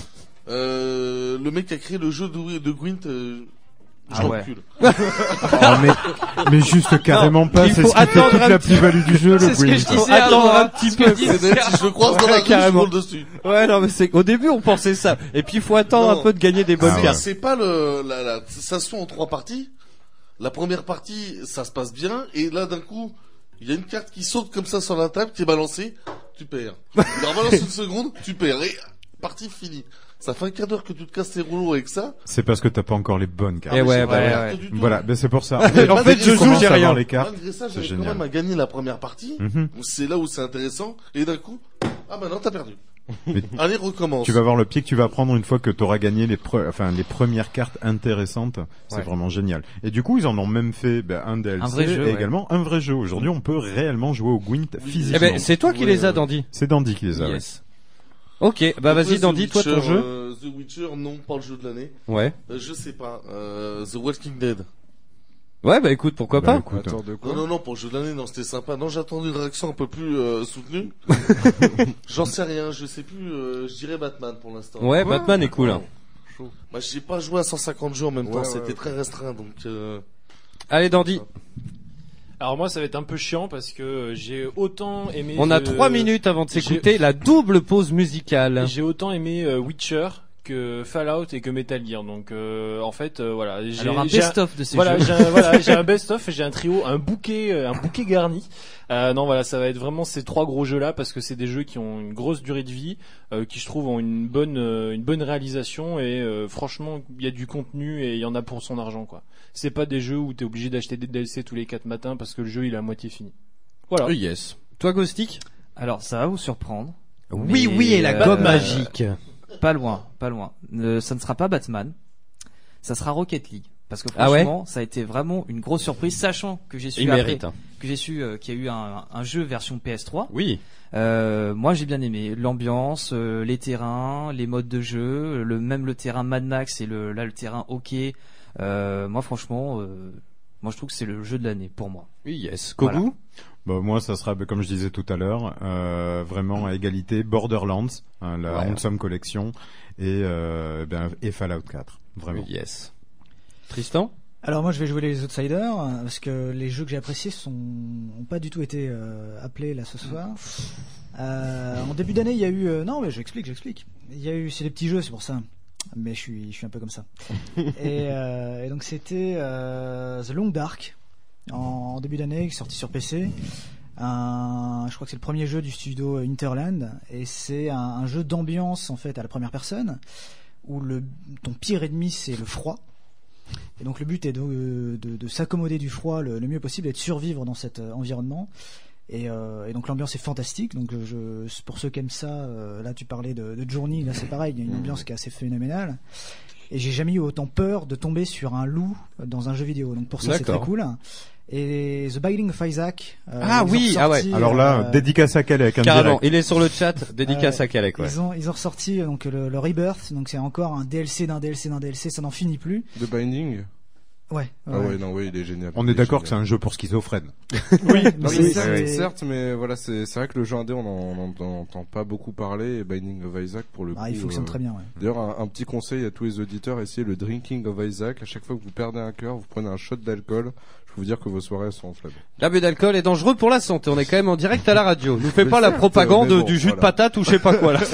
Euh, le mec qui a créé le jeu de, de Gwent, euh, je Ah ouais. l'encule. Oh, mais, mais juste carrément pas, il c'est faut ce qui fait attendre toute un la petit- plus-value du jeu, le C'est ce que Gwent. je Faut disais attendre avant, un hein. petit Ce peu. que dit C'est net, si je le croise dans la Ouais, rue, je carrément. roule dessus. Ouais, non mais c'est au début on pensait ça et puis il faut attendre Non. un peu de gagner des bonnes Ah ouais. cartes. C'est pas le, la, la, ça se fait en trois parties. La première partie, ça se passe bien, et là, d'un coup, il y a une carte qui saute comme ça sur la table, qui est balancée, tu perds. Il la rebalance une seconde, tu perds, et partie finie. Ça fait un quart d'heure que tu te casses tes rouleaux avec ça. C'est parce que t'as pas encore les bonnes cartes. Eh ouais, j'ai pas ouais, les cartes ouais. du tout. Voilà, ben c'est pour ça. En fait, je Tu joue, commences j'ai à avoir rien. les cartes. Malgré ça, C'est j'avais quand génial. même à gagner la première partie. Mhm. Où c'est là où c'est intéressant. Et d'un coup, ah bah non, t'as perdu. Mais Allez, recommence. tu vas voir le pied que tu vas prendre une fois que tu auras gagné les, pre- enfin, les premières cartes intéressantes. C'est Ouais. vraiment génial. Et du coup, ils en ont même fait ben, un D L C Un vrai jeu, et ouais. également un vrai jeu. Aujourd'hui, on peut réellement jouer au Gwent Eh physiquement. ben c'est toi qui Ouais, les as ouais. Dandy. C'est Dandy qui les a. ouais. Yes. Ok, bah Donc, vas-y The Dandy, toi Witcher, ton jeu. euh, The Witcher, non, pas le jeu de l'année. Ouais. Euh, je sais pas. Euh, The Walking Dead. Ouais, bah écoute, pourquoi Bah, pas. écoute, Attends, de quoi? Non, non, non, pour le jeu de l'année, non, c'était sympa. Non, j'attends une réaction un peu plus euh, soutenue. J'en sais rien, je sais plus. Euh, je dirais Batman pour l'instant. Ouais, Batman est cool. Hein. Chaud. Bah, j'ai pas joué à cent cinquante jeux en même Ouais, temps, ouais, c'était ouais. très restreint, donc. Euh... Allez Dandy. Alors moi ça va être un peu chiant parce que j'ai autant aimé. On a The- trois minutes avant de j'ai- s'écouter la double pause musicale. J'ai autant aimé euh, Witcher que Fallout et que Metal Gear. Donc euh, en fait euh, voilà. J'ai, Alors, un j'ai best-of de ces voilà, jeux. J'ai un, voilà, j'ai un best-of, j'ai un trio, un bouquet, euh, un bouquet garni. Euh, non voilà, ça va être vraiment ces trois gros jeux là parce que c'est des jeux qui ont une grosse durée de vie, euh, qui je trouve ont une bonne, euh, une bonne réalisation et euh, franchement il y a du contenu et il y en a pour son argent quoi. C'est pas des jeux où t'es obligé d'acheter des D L C tous les quatre matins parce que le jeu il est à moitié fini. Voilà. Oh, yes. Toi Ghostic. Alors ça va vous surprendre. Oui, mais, oui, et la euh, gomme magique. Pas loin, pas loin. Euh, ça ne sera pas Batman. Ça sera Rocket League. Parce que Ah ouais franchement, ça a été vraiment une grosse surprise, sachant que j'ai su Il après, mérite, hein. que j'ai su euh, qu'il y a eu un, un jeu version P S trois. Oui. Euh, moi j'ai bien aimé l'ambiance, euh, les terrains, les modes de jeu, le même le terrain Mad Max et le là le terrain hockey. Euh, moi franchement, euh, moi je trouve que c'est le jeu de l'année pour moi. Oui, yes. Kogu. Voilà. Bah, moi, ça sera, bah, comme je disais tout à l'heure, euh, vraiment à égalité Borderlands, hein, la Ouais. Handsome Collection, et, euh, ben, et Fallout quatre. Vraiment. Oui, yes. Tristan. Alors moi je vais jouer les Outsiders euh, parce que les jeux que j'ai appréciés sont ont pas du tout été euh, appelés là ce soir. Euh, en début d'année il y a eu euh, non mais j'explique j'explique. Il y a eu c'est des petits jeux c'est pour ça. Mais je suis je suis un peu comme ça. et, euh, et donc c'était euh, The Long Dark en, en début d'année qui est sorti sur P C. Un, je crois que c'est le premier jeu du studio Interland et c'est un, un jeu d'ambiance en fait à la première personne où le ton pire ennemi c'est le froid. Et donc le but est de, de, de s'accommoder du froid le, le mieux possible et de survivre dans cet euh, environnement. Et, euh, et donc l'ambiance est fantastique. Donc je, pour ceux qui aiment ça, euh, là tu parlais de, de Journey, là c'est pareil, il y a une ambiance qui est assez phénoménale. Et j'ai jamais eu autant peur de tomber sur un loup dans un jeu vidéo. Donc pour ça c'est très cool. Et The Binding of Isaac. Euh, Ah ils ont oui, ressorti, ah ouais. Alors là, euh, dédicace à Kalek, hein, Carrément. direct. Il est sur le chat. Dédicace euh, à Kalek, ouais. Ils ont ils ont ressorti donc le, le Rebirth. Donc c'est encore un D L C d'un D L C d'un D L C. Ça n'en finit plus. The Binding. Ouais. Ah ouais, non, ouais, il est génial. On Il est d'accord génial. que c'est un jeu pour schizophrènes. Oui, Non, mais mais c'est- certes, certes, mais voilà, c'est c'est vrai que le jeu indé, on en- on n'en entend pas beaucoup parler. Et Binding of Isaac, pour le coup, Ah, il fonctionne très bien, ouais. D'ailleurs, un, un petit conseil à tous les auditeurs, essayez le Drinking of Isaac. À chaque fois que vous perdez un cœur, vous prenez un shot d'alcool. Je peux vous dire que vos soirées sont enflammées. L'abus d'alcool est dangereux pour la santé. On est quand même en direct à la radio. Nous fais Mais pas la certes, propagande mais bon, du jus de voilà. patate ou je sais pas quoi là.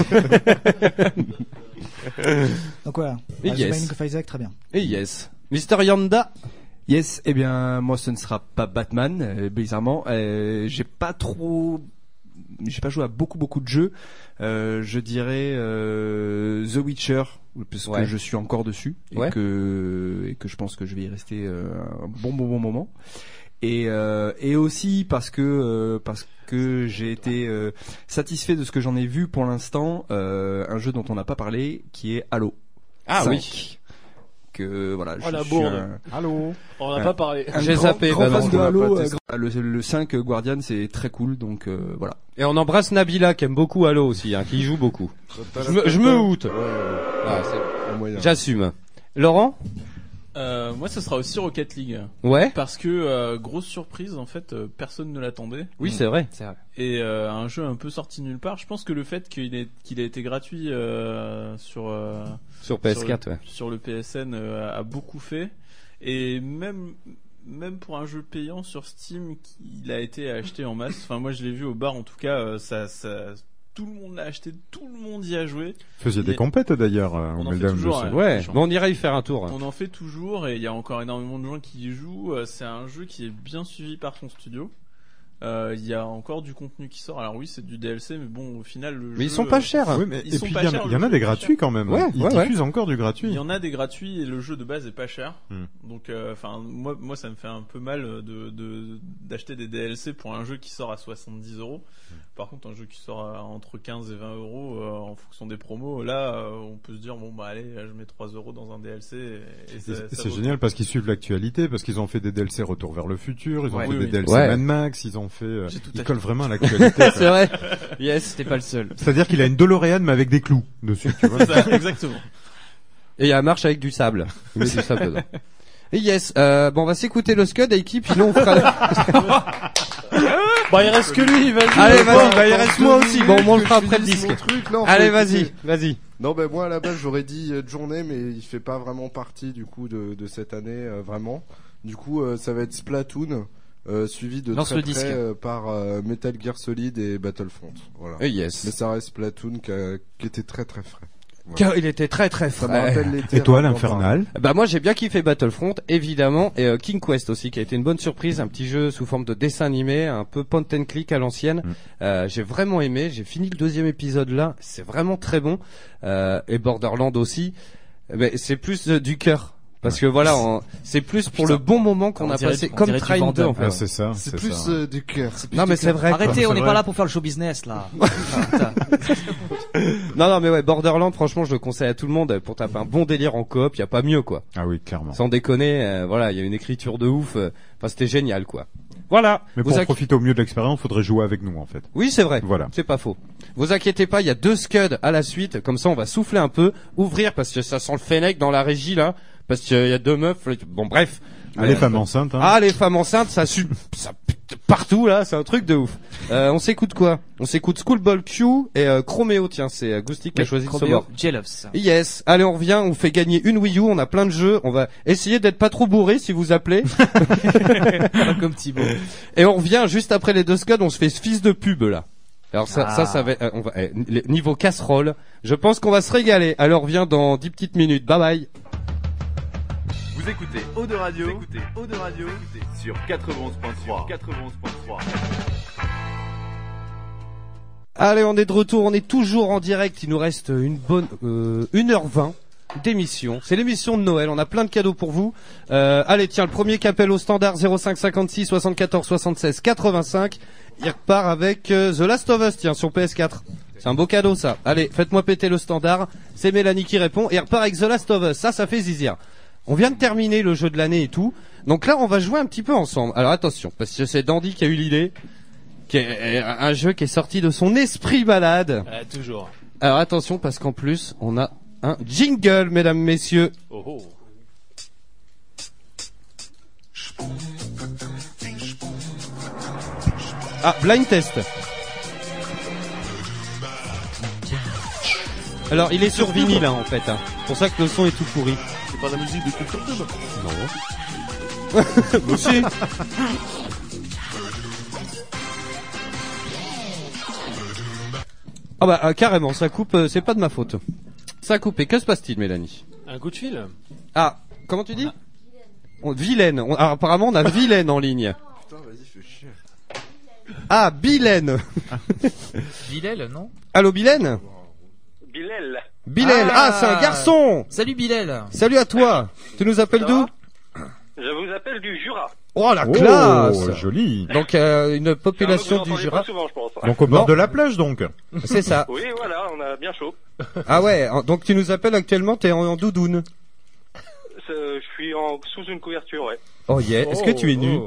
Donc voilà. Et Ah, The yes. Binding of Isaac, très bien. Et yes. Mister Yanda. Yes, eh bien moi ce ne sera pas Batman, euh, bizarrement. Euh, j'ai pas trop, j'ai pas joué à beaucoup beaucoup de jeux. Euh, je dirais euh, The Witcher, parce Ouais. que je suis encore dessus et Ouais. que et que je pense que je vais y rester euh, un bon bon bon moment. Et euh, et aussi parce que euh, parce que j'ai été euh, satisfait de ce que j'en ai vu pour l'instant. Euh, un jeu dont on n'a pas parlé, qui est Halo. Ah cinq. oui. Que voilà, Oh, je la suis bourde. un, Allô. On n'a un- pas parlé. un J'ai grand- zappé, grand bah non, fan de on a Halo, pas euh, testé. le, le cinq euh, Guardian c'est très cool donc euh, voilà. Et on embrasse Nabila qui aime beaucoup Halo aussi, hein, qui y joue beaucoup. Je me, je me houte. Ouais, ouais, ouais. Ah, c'est- Un moyen. J'assume. Laurent. Euh, moi, ce sera aussi Rocket League. Ouais. Parce que euh, grosse surprise, en fait, euh, personne ne l'attendait. Oui, c'est vrai. C'est vrai. Et euh, un jeu un peu sorti nulle part. Je pense que le fait qu'il ait qu'il a été gratuit euh, sur euh, Sur P S quatre, sur le, ouais. sur le P S N euh, a beaucoup fait. Et même même pour un jeu payant sur Steam, il a été acheté en masse. Enfin, moi, je l'ai vu au bar. En tout cas, euh, ça ça tout le monde l'a acheté, tout le monde y a joué. Faisiez Il des est- compètes d'ailleurs, euh, On au en fait Meltdown toujours, dessus. ouais. Ouais. Bon, on ira y faire un tour. On en fait toujours et il y a encore énormément de gens qui y jouent. Euh, C'est un jeu qui est bien suivi par son studio. Euh, Il y a encore du contenu qui sort. Alors oui, c'est du D L C, mais bon, au final, le jeu. Mais ils sont pas chers. Oui, mais, Ils et sont puis pas il y en chers, a, le il y en a jeu des est pas gratuits cher. quand même. Ouais, Ils ouais, ouais. diffusent encore du gratuit. Il y en a des gratuits et le jeu de base est pas cher. Hmm. Donc, enfin, moi, moi, ça me fait un peu mal de de- d'acheter des D L C pour un jeu qui sort à soixante-dix euros. Par contre, un jeu qui sort à entre quinze et vingt euros euh, en fonction des promos, là, euh, on peut se dire bon bah allez, je mets trois euros dans un D L C. Et, et ça- Et ça C'est vaut- génial parce qu'ils suivent l'actualité, parce qu'ils ont fait des D L C Retour vers le futur, ils ont Ouais. fait Oui, des oui. D L C Ouais. Mad Max, ils ont en fait, euh, J'ai tout il acheté. colle vraiment à l'actualité. quoi. C'est vrai. Yes. C'était pas le seul. C'est-à-dire qu'il a une DeLorean mais avec des clous dessus, tu vois. Ça, exactement. Et il y a un marche avec du sable. Il met du sable dedans. Et yes, euh, bon, on va s'écouter le Scud, équipe, sinon on fera... Bah, il reste que lui, vas-y. Allez, vas-y, bah, il reste moi aussi. Bon, on le fera après le disque. Truc, non, Allez, faut vas-y, écouter. vas-y. Non, ben moi à la base j'aurais dit euh, Journée, mais il fait pas vraiment partie du coup de, de cette année euh, vraiment. Du coup, euh, ça va être Splatoon, euh, suivi de Lance très le près disque. euh, par euh, Metal Gear Solid et Battlefront. Voilà. Et yes. Mais ça reste Splatoon qui, a- qui était très très frais. Voilà. Car il était très très Ça me frais. rappelle l'été. Et toi, Rampant l'Infernal? Bah moi j'ai bien kiffé Battlefront évidemment et euh, King Quest aussi qui a été une bonne surprise, un petit jeu sous forme de dessin animé, un peu point and click à l'ancienne. Mm. Euh, j'ai vraiment aimé, j'ai fini le deuxième épisode là, c'est vraiment très bon. Euh, et Borderland aussi, mais c'est plus euh, du cœur. Parce que voilà, on- c'est plus pour le bon moment qu'on On a dirait passé, du- on comme dirait du Train Vendeur. deux en fait. Ah, c'est ça, C'est c'est plus ça. euh, du cœur. Non mais c'est vrai. quoi. Arrêtez, on c'est n'est vrai. pas là pour faire le show business là. Non non mais ouais, Borderland franchement je le conseille à tout le monde pour taper un bon délire en coop, y a pas mieux quoi. Ah oui, clairement. Sans déconner, euh, voilà, il y a une écriture de ouf, euh, enfin c'était génial quoi. Voilà. Mais Vous pour inqui- profiter au mieux de l'expérience, faudrait jouer avec nous, en fait. Oui, c'est vrai. Voilà. C'est pas faux. Vous inquiétez pas, il y a deux scuds à la suite. Comme ça, on va souffler un peu, ouvrir parce que ça sent le fennec dans la régie là, parce qu'il y a deux meufs. Bon, bref. Ah, les femmes enceintes, hein. Ah, les femmes enceintes, ça, su- ça pète partout là, c'est un truc de ouf. Euh, on s'écoute quoi? On s'écoute Schoolboy Q et euh, Chromeo. Tiens, c'est euh, Goustic qui a Oui, choisi de ce Chromeo, mort. Jealous. Yes. Allez, on revient. On fait gagner une Wii U. On a plein de jeux. On va essayer d'être pas trop bourré si vous appelez. Pas comme Thibaut. Et on revient juste après les deux scuds. On se fait ce fils de pub là. Alors ça, Ah. ça, ça va. euh, on va eh, les- niveau casserole. Je pense qu'on va se régaler. Alors on revient dans dix petites minutes. Bye bye. Vous écoutez Eau de Radio, vous écoutez Eau de Radio sur quatre-vingt-onze point trois. quatre-vingt-onze point trois. Allez, on est de retour. On est toujours en direct. Il nous reste une bonne euh, une heure vingt d'émission. C'est l'émission de Noël. On a plein de cadeaux pour vous. Euh, allez, tiens, le premier qui appelle au standard zéro cinq cinquante-six soixante-quatorze soixante-seize quatre-vingt-cinq. Il repart avec euh, The Last of Us, tiens, sur P S quatre. C'est un beau cadeau, ça. Allez, faites-moi péter le standard. C'est Mélanie qui répond. Et il repart avec The Last of Us. Ça, ça fait zizir. On vient de terminer le jeu de l'année et tout. Donc là, on va jouer un petit peu ensemble. Alors attention, parce que c'est Dandy qui a eu l'idée. Qui est un jeu qui est sorti de son esprit malade. Euh, toujours. Alors attention, parce qu'en plus, on a un jingle, mesdames, messieurs. Oh oh. Ah, blind test. Alors, il est sur vinyle, hein, en fait. Hein. C'est pour ça que le son est tout pourri. C'est pas la musique de Culture Club? Non. Moi aussi. Ah bah, euh, carrément, ça coupe, euh, c'est pas de ma faute. Ça a coupé. Que se passe-t-il, Mélanie? Un coup de fil. Ah, comment tu dis? On, Vilaine. On- alors, apparemment, on a Vilaine en ligne. Putain, vas-y, fais chier. Ah, Bilène. Bilal, non? Allô, Bilène? Bilal. Bilal. Ah, c'est un garçon. Salut Bilal. Salut à toi. Tu nous appelles d'où? Je vous appelle du Jura. Oh, la Oh, classe. joli. Donc, euh, une population Vous du l'entendez Jura. pas souvent, je pense. Donc au bord Non. de la plage, donc. C'est ça. Oui, voilà, on a bien chaud. Ah ouais, en- donc tu nous appelles actuellement, t'es en, en doudoune. C'est- Je suis en, sous une couverture, ouais. Oh yeah, est-ce que tu es nu? Ouais,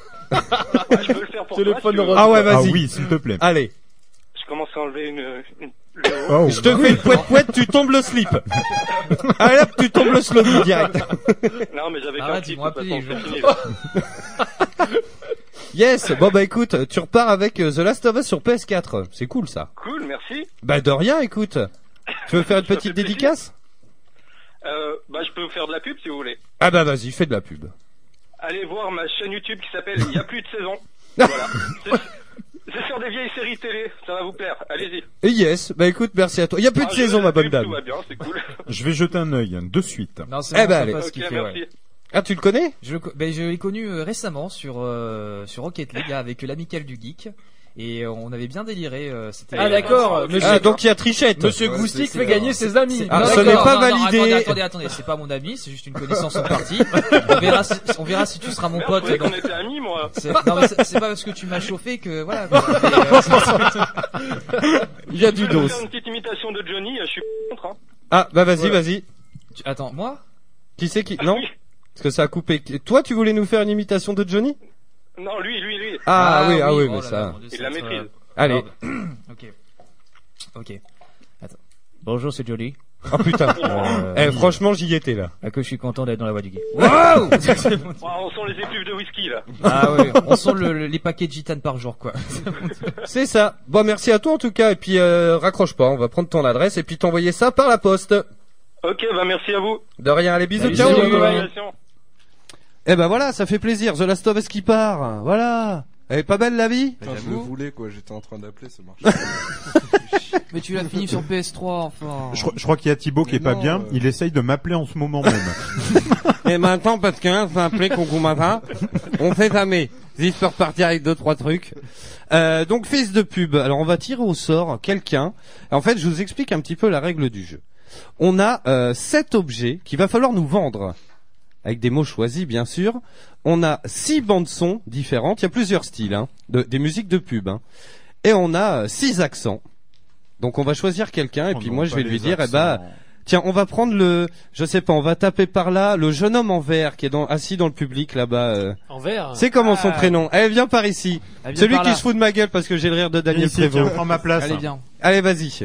je peux le faire pour toi. Téléphone si tu veux. rose. Ah ouais, Ah vas-y. oui, s'il te plaît. Allez, Je commence à enlever une... une... le haut. Oh, je te fais le poète poète, tu tombes le slip. Allez hop, tu tombes le slip direct. Non, mais j'avais qu'un Arrête, clip, ils m'ont de toute appelé, façon, je- c'est fini, là. Yes, bon bah écoute, tu repars avec euh, The Last of Us sur P S quatre. C'est cool ça. Cool, merci. Bah de rien, écoute. Tu veux faire une Ça petite fait plaisir. dédicace? Euh, bah, je peux vous faire de la pub si vous voulez. Ah bah vas-y, fais de la pub. Allez voir ma chaîne YouTube qui s'appelle Il y a plus de saison. Voilà. C'est- C'est sur des vieilles séries télé, ça va vous plaire. Allez-y. Et yes, bah écoute, merci à toi. Il y a plus de Ah, saison, je- ma bonne tout dame. va bien, c'est cool. Je vais jeter un œil hein, de suite. Non, c'est Eh bon, ben, je allez. sais pas ce Ok, qu'il fait, merci. ouais. Ah, tu le connais? Je, le co- ben, je l'ai connu euh, récemment sur euh, sur Rocket League là, avec l'amicale du geek et euh, on avait bien déliré. euh, c'était- Ah d'accord, Ah, monsieur, Ah, donc il y a trichette. monsieur Ouais, Goustic c'est- fait gagner ses amis. Ah, Non, ce d'accord, n'est pas non, non, validé. attendez, attendez, attendez, c'est pas mon ami, c'est juste une connaissance en partie. On verra, si, on verra si tu seras mon Merde, pote. je croyais dans- qu'on était amis, moi. C'est, non, mais c'est, c'est pas parce que tu m'as chauffé que voilà. quoi. Mais, euh, c'est- Il y a du Je vais dos. vous faire une petite imitation de Johnny, je suis contre, hein. Ah, bah vas-y, Voilà. vas-y. tu- Attends, moi? Qui c'est qui? Ah Non? oui. Parce que ça a coupé. Toi, tu voulais nous faire une imitation de Johnny? Non, lui, lui, lui. Ah, oui, ah oui, mais oh là ça. là, mon Dieu, Il ça la va être, maîtrise. euh, Allez. Ok. Ok. Attends. Bonjour, c'est Johnny. Oh putain. Euh, Eh, franchement, j'y étais là. Ah, que je suis content d'être dans la voie du geek. Wow. Ah, on sent les effluves de whisky là. Ah oui, on sent le, le- les paquets de gitane par jour, quoi. C'est ça. Bon, merci à toi en tout cas. Et puis, euh, raccroche pas. On va prendre ton adresse et puis t'envoyer ça par la poste. Ok, bah merci à vous. De rien. Allez, bisous. Salut, Ciao. salut, continuation. Eh ben voilà, ça fait plaisir. The Last of Us qui part. Voilà. Elle est pas belle la vie? Putain, je le voulais quoi, j'étais en train d'appeler, ça marche. Mais tu l'as fini sur P S trois, enfin. Je, crois- je crois qu'il y a Thibaut qui Mais est pas non, bien. euh. Il essaye de m'appeler en ce moment même. Et maintenant, parce qu'un s'est appelé Coucou Matin, on fait jamais. Juste pour repartir avec deux, trois trucs. Euh, donc, fils de pub. Alors, on va tirer au sort quelqu'un. En fait, je vous explique un petit peu la règle du jeu. On a euh, sept objets qu'il va falloir nous vendre. Avec des mots choisis, bien sûr. On a six bandes son différentes. Il y a plusieurs styles, hein, de, des musiques de pub. Hein. Et on a euh, six accents. Donc, on va choisir quelqu'un. Et Oh puis, non, moi, je pas vais les lui dire, eh accents. ben, tiens, on va prendre le, je sais pas, on va taper par là, le jeune homme en vert qui est dans, assis dans le public là-bas. Euh. En vert. C'est comment son Ah. prénom? Allez, viens par ici. Ah, viens Celui par qui là. se fout de ma gueule parce que j'ai le rire de Daniel Ici, Prévost. tiens, prends ma place. Allez, bien. Allez, vas-y.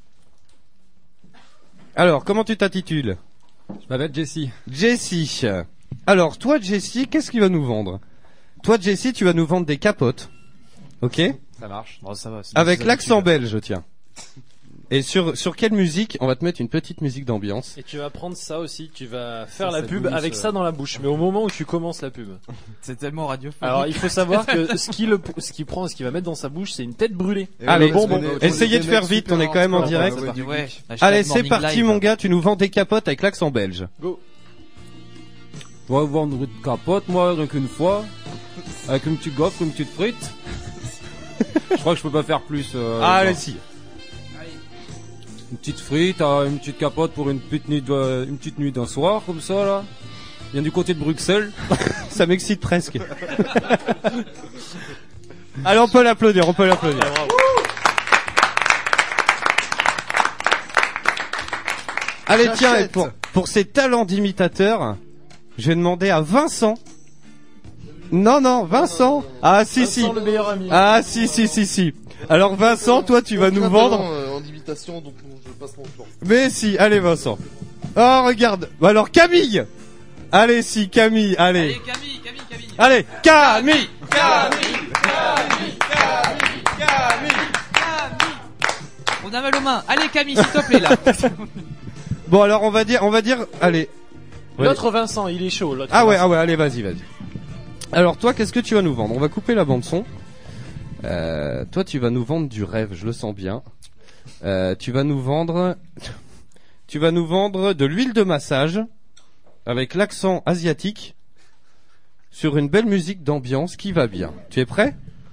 Alors, comment tu t'intitules? Je m'appelle Jessie. Jessie. Alors, toi, Jessie, qu'est-ce qu'il va nous vendre? Toi, Jessie, tu vas nous vendre des capotes. Ok? Ça marche. Bon, ça va. c'est Avec des l'accent habitudes. belge, tiens. Et sur, sur quelle musique? On va te mettre une petite musique d'ambiance. Et tu vas prendre ça aussi, tu vas faire Ça, la ça pub glisse, avec euh. ça dans la bouche, mais au moment où tu commences la pub. C'est tellement radiophonique. Alors il faut savoir que ce qu'il ce qu'il prend, ce qu'il va mettre dans sa bouche, c'est une tête brûlée. Et Allez, ouais, parce bon, qu'on est- on essayez est de des faire mecs vite, super on est quand même en hardcore, direct. la voix du Ouais. geek. Hashtag Allez, c'est Morning parti, Live. mon gars, tu nous vends des capotes avec l'accent belge. Go. Je vais vendre une capote, moi, rien qu'une fois. Avec une petite gaufre, une petite frite. Je crois que je peux pas faire plus. Euh, Ah, allez, genre. si. Une petite frite, euh, une petite capote pour une petite nuit, de, une petite nuit d'un soir, comme ça, là. Vient du côté de Bruxelles. Ça m'excite presque. Allez, on peut l'applaudir, on peut l'applaudir. Allez, tiens, et pour, pour ces talents d'imitateur, je vais demander à Vincent. Non, non, Vincent. Ah, si, si. Vincent, le meilleur ami. Ah, si, si, si, si. Alors, Vincent, toi, tu vas nous Aucun vendre. talent, euh, en imitation, donc non, je passe mon tour. Mais si, allez, Vincent. Oh, regarde. Bah alors, Camille. Allez, si, Camille, allez. Allez, Camille, Camille, Camille. Allez, Camille. Camille, Camille, Camille, Camille, Camille. On a mal aux mains. Allez, Camille, s'il te plaît, là. Bon, alors, on va dire, on va dire, allez. L'autre Vincent, il est chaud. l'autre Ah ouais, Vincent. ah ouais, allez, vas-y, vas-y. Alors, toi, qu'est-ce que tu vas nous vendre? On va couper la bande son. Euh, toi, tu vas nous vendre du rêve, je le sens bien. Euh, tu vas nous vendre, tu vas nous vendre de l'huile de massage avec l'accent asiatique sur une belle musique d'ambiance qui va bien. Tu es prêt?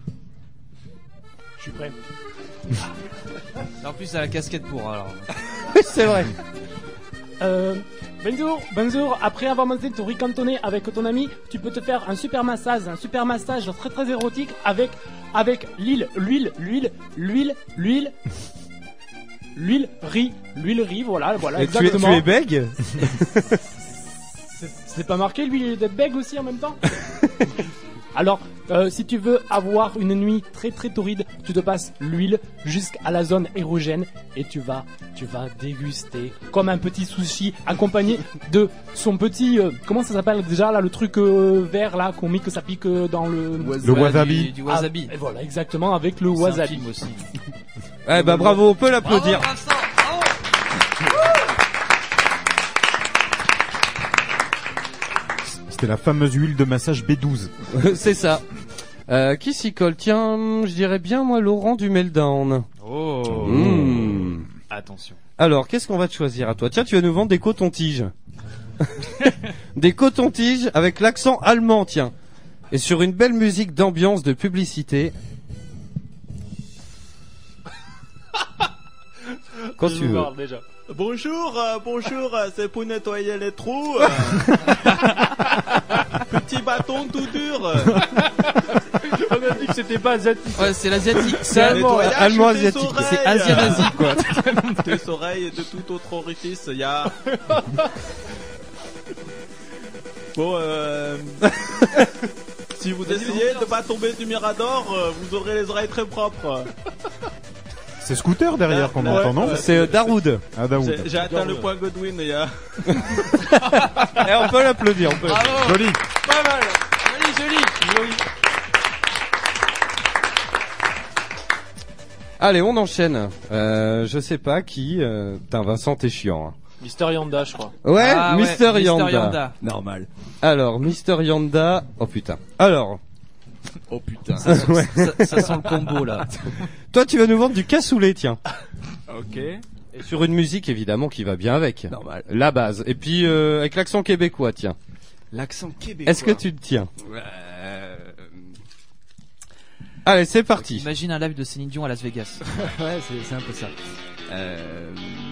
Je suis prêt. En plus, elle a la casquette pour, alors. Oui, c'est vrai. Euh, bonjour, bonjour. Après avoir mangé ton riz cantonné avec ton ami, tu peux te faire un super massage, un super massage très très érotique avec avec l'huile, l'huile, l'huile, l'huile, l'huile, l'huile, riz, l'huile, riz. Voilà, voilà, Et tu es, exactement. tu es bègue? C'est- C'est pas marqué l'huile d'être bègue aussi en même temps? Alors, euh, si tu veux avoir une nuit très très torride, tu te passes l'huile jusqu'à la zone érogène et tu vas, tu vas déguster comme un petit sushi accompagné de son petit, euh, comment ça s'appelle déjà là, le truc euh, vert là qu'on met que ça pique euh, dans le Le wasabi. Du, du wasabi. Ah, et voilà, exactement avec le C'est un wasabi. film aussi. Eh bah bravo, on peut l'applaudir. Bravo, Vincent, bravo. C'était la fameuse huile de massage B douze. C'est ça. Euh, qui s'y colle? Tiens, je dirais bien moi Laurent du Meltdown. Oh. Mmh. Attention. Alors, qu'est-ce qu'on va te choisir à toi? Tiens, tu vas nous vendre des cotons-tiges. Des cotons-tiges avec l'accent allemand, tiens. Et sur une belle musique d'ambiance de publicité. Quand Je tu vous veux. parle déjà. Bonjour, euh, bonjour, euh, c'est pour nettoyer les trous. euh. Petit bâton tout dur. On a dit que c'était pas asiatique. Ouais, c'est l'asiatique. C'est allemand. Nettoyage allemand des asiatique. oreilles. C'est asien-asie, quoi. Des oreilles et de tout autre orifice. Il y a. Bon, euh. Si vous essayez de pas tomber du mirador, euh, vous aurez les oreilles très propres. C'est Scooter derrière qu'on Ouais, entend, non ouais. C'est euh, Daroud. Ah, Daoud. J'ai j'ai atteint le point Godwin il y a. Et on peut l'applaudir, on peut. Bravo. Joli. Pas mal. Joli, joli, joli. Allez, on enchaîne. Euh, je sais pas qui. Euh... Putain, Vincent, t'es chiant. Hein. Mister Yanda, je crois. Ouais, Ah ouais, Mister Mister Yanda. Yanda. Normal. Alors, Mister Yanda. Oh putain. Alors. Oh putain. Ça, sent- Ouais. ça- ça sent le combo là. Toi, tu vas nous vendre du cassoulet, tiens. Ok. Et sur une musique, évidemment, qui va bien avec. Normal. La base. Et puis, euh, avec l'accent québécois, tiens. L'accent québécois. Est-ce que tu te tiens? Allez, c'est parti. Imagine un live de Céline Dion à Las Vegas. Ouais, c'est c'est un peu ça. Euh...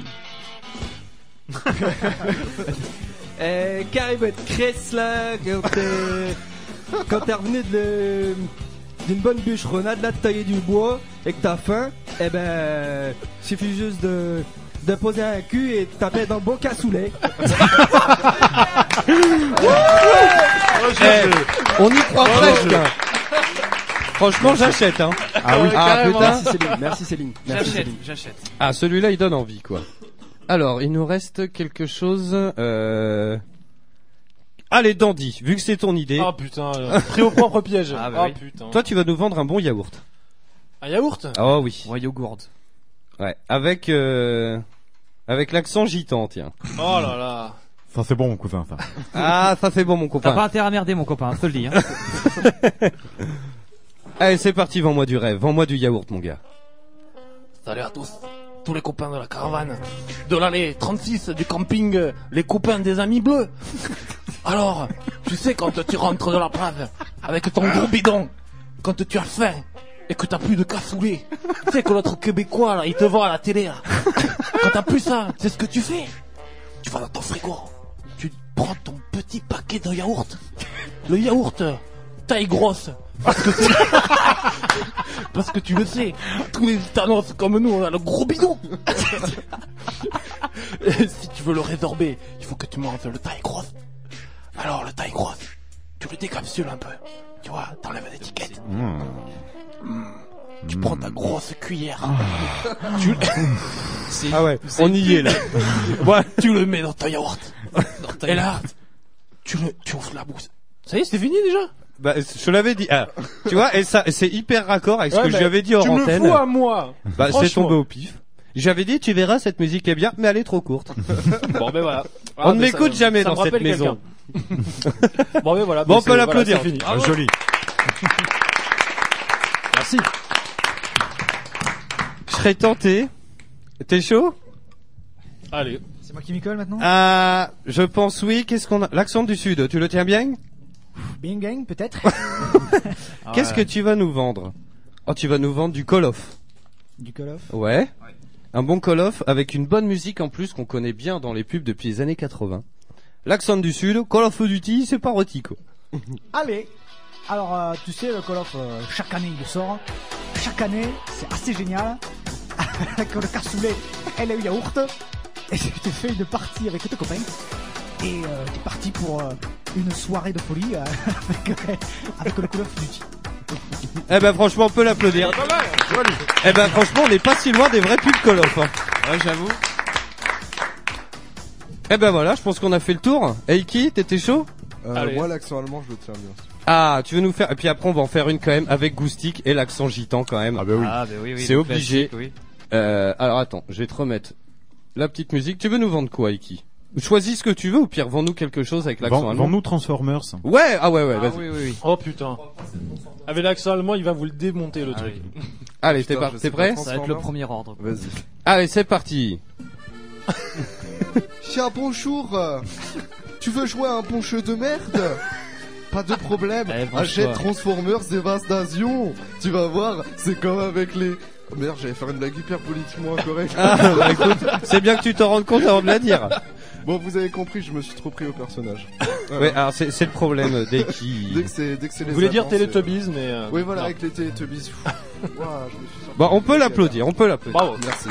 euh, Caribet Chrysler, quand t'es quand t'es revenu de le- d'une bonne bûcheronnade, là, de tailler du bois et que t'as faim, eh ben, suffit juste de de poser un cul et de taper dans le bon cassoulet. Eh, on y croit presque. Franchement, j'achète, hein. Ah oui, Ah putain. Merci Céline, merci Céline. Merci J'achète, Céline. j'achète. Ah, celui-là, il donne envie, quoi. Alors, il nous reste quelque chose. Euh... Allez, Dandy, vu que c'est ton idée. Ah putain, euh, pris au propre piège. Ah, Ah, bah oui. putain. Toi, tu vas nous vendre un bon yaourt. Un yaourt? Oh oui. Ouais, yogourt. Ouais. Avec euh... avec l'accent gitan, tiens. Oh là là. Ça c'est bon mon cousin ça. Ah, ça c'est bon, mon T'as copain. pas intérêt à merder, mon copain, je te le dis. Hein. Allez, c'est parti, vends-moi du rêve, vends-moi du yaourt, mon gars. Salut à tous, tous les copains de la caravane, de l'allée trente-six du camping, euh, les copains des amis bleus. Alors, tu sais quand tu rentres de la plage avec ton gros bidon, quand tu as faim et que t'as plus de cassoulet, tu sais que l'autre Québécois là, il te voit à la télé là. Quand t'as plus ça, c'est ce que tu fais. Tu vas dans ton frigo, tu prends ton petit paquet de yaourt, le yaourt taille grosse. Parce que c'est... Parce que tu le sais, tous les Thanos comme nous, on a le gros bidon. Et si tu veux le résorber, il faut que tu manges le taille grosse. Alors, le taille grosse, tu le décapsules un peu. Tu vois, t'enlèves l'étiquette. Mmh. Mmh. Tu prends ta grosse cuillère. Tu... Ah ouais, on y est là. Ouais, tu le mets dans ton yaourt. Et là, tu, le... tu ouvres la bouche. Ça y est, c'est fini déjà? Bah, je te l'avais dit. Ah, tu vois, et ça, c'est hyper raccord avec ce Ouais, que je lui mais avais dit hors tu me le antenne. fous à moi. Bah, c'est Franchement. tombé au pif. J'avais dit, tu verras, cette musique est bien, mais elle est trop courte. Bon, ben voilà. On Ah, ne mais m'écoute ça- jamais ça dans me cette rappelle maison. quelqu'un. Bon, ben voilà. Bon, ben on peut c'est- l'applaudir. voilà, c'est fini. Ah, Bravo. Joli. Merci. Je serais tenté. T'es chaud? Allez. C'est moi qui m'y colle maintenant. Ah, je pense oui. Qu'est-ce qu'on a? L'accent du sud, tu le tiens bien? Bing gang, peut-être. Qu'est-ce que tu vas nous vendre? Oh, tu vas nous vendre du Call of. Du Call of. Ouais. Un bon Call of avec une bonne musique en plus qu'on connaît bien dans les pubs depuis les années quatre-vingts. L'accent du sud, Call of Duty, c'est parodique, quoi. Allez. Alors, euh, tu sais, le Call of, euh, chaque année il sort. Chaque année, c'est assez génial. Avec le cassoulet et le yaourt. Et tu fais une partie avec tes copains. Et euh, t'es parti pour euh, une soirée de folie euh, avec, euh, avec le Call of Duty. Eh ben franchement, on peut l'applaudir. Eh ben franchement, on n'est pas si loin des vrais pubs Call of. Hein. Ouais, j'avoue. Eh ben voilà, je pense qu'on a fait le tour. Eiki, t'étais chaud? Euh, moi, l'accent allemand, je le tiens bien. Ah, tu veux nous faire... Et puis après, on va en faire une quand même avec Goustic et l'accent gitan quand même. Ah bah oui. Ah, bah oui, oui, c'est le obligé. classique, oui. Euh, alors attends, je vais te remettre la petite musique. Tu veux nous vendre quoi, Eiki? Choisis ce que tu veux, ou pire, vends-nous quelque chose avec l'accent Vends- allemand. Vends-nous Transformers. Ouais, ah ouais, ouais, Ah, vas-y. oui, oui, oui. Oh putain. Avec l'accent allemand, il va vous le démonter le truc. Allez, t'es Putain, par- je t'es sais prêt? pas Ça va être le premier ordre. quoi. Vas-y. Allez, c'est parti. Chien, bonjour. Tu veux jouer à un bon jeu de merde? Pas de problème. Allez, branche-toi. Achète Transformers Devastation. Tu vas voir, c'est comme avec les... Oh merde, j'allais faire une blague hyper politiquement incorrecte. Ah, bah écoute, c'est bien que tu t'en rendes compte avant de la dire. Bon, vous avez compris, je me suis trop pris au personnage. Voilà. Ouais, alors c'est c'est le problème d'Eiki. Dès que c'est dès que c'est les Vous voulez dire Allemands, c'est- Teletubbies, mais... Euh... Oui, voilà, non. avec les Teletubbies. Ouah, je me suis sorti Bon, on de peut la l'applaudir, on peut l'applaudir. Bravo. Merci.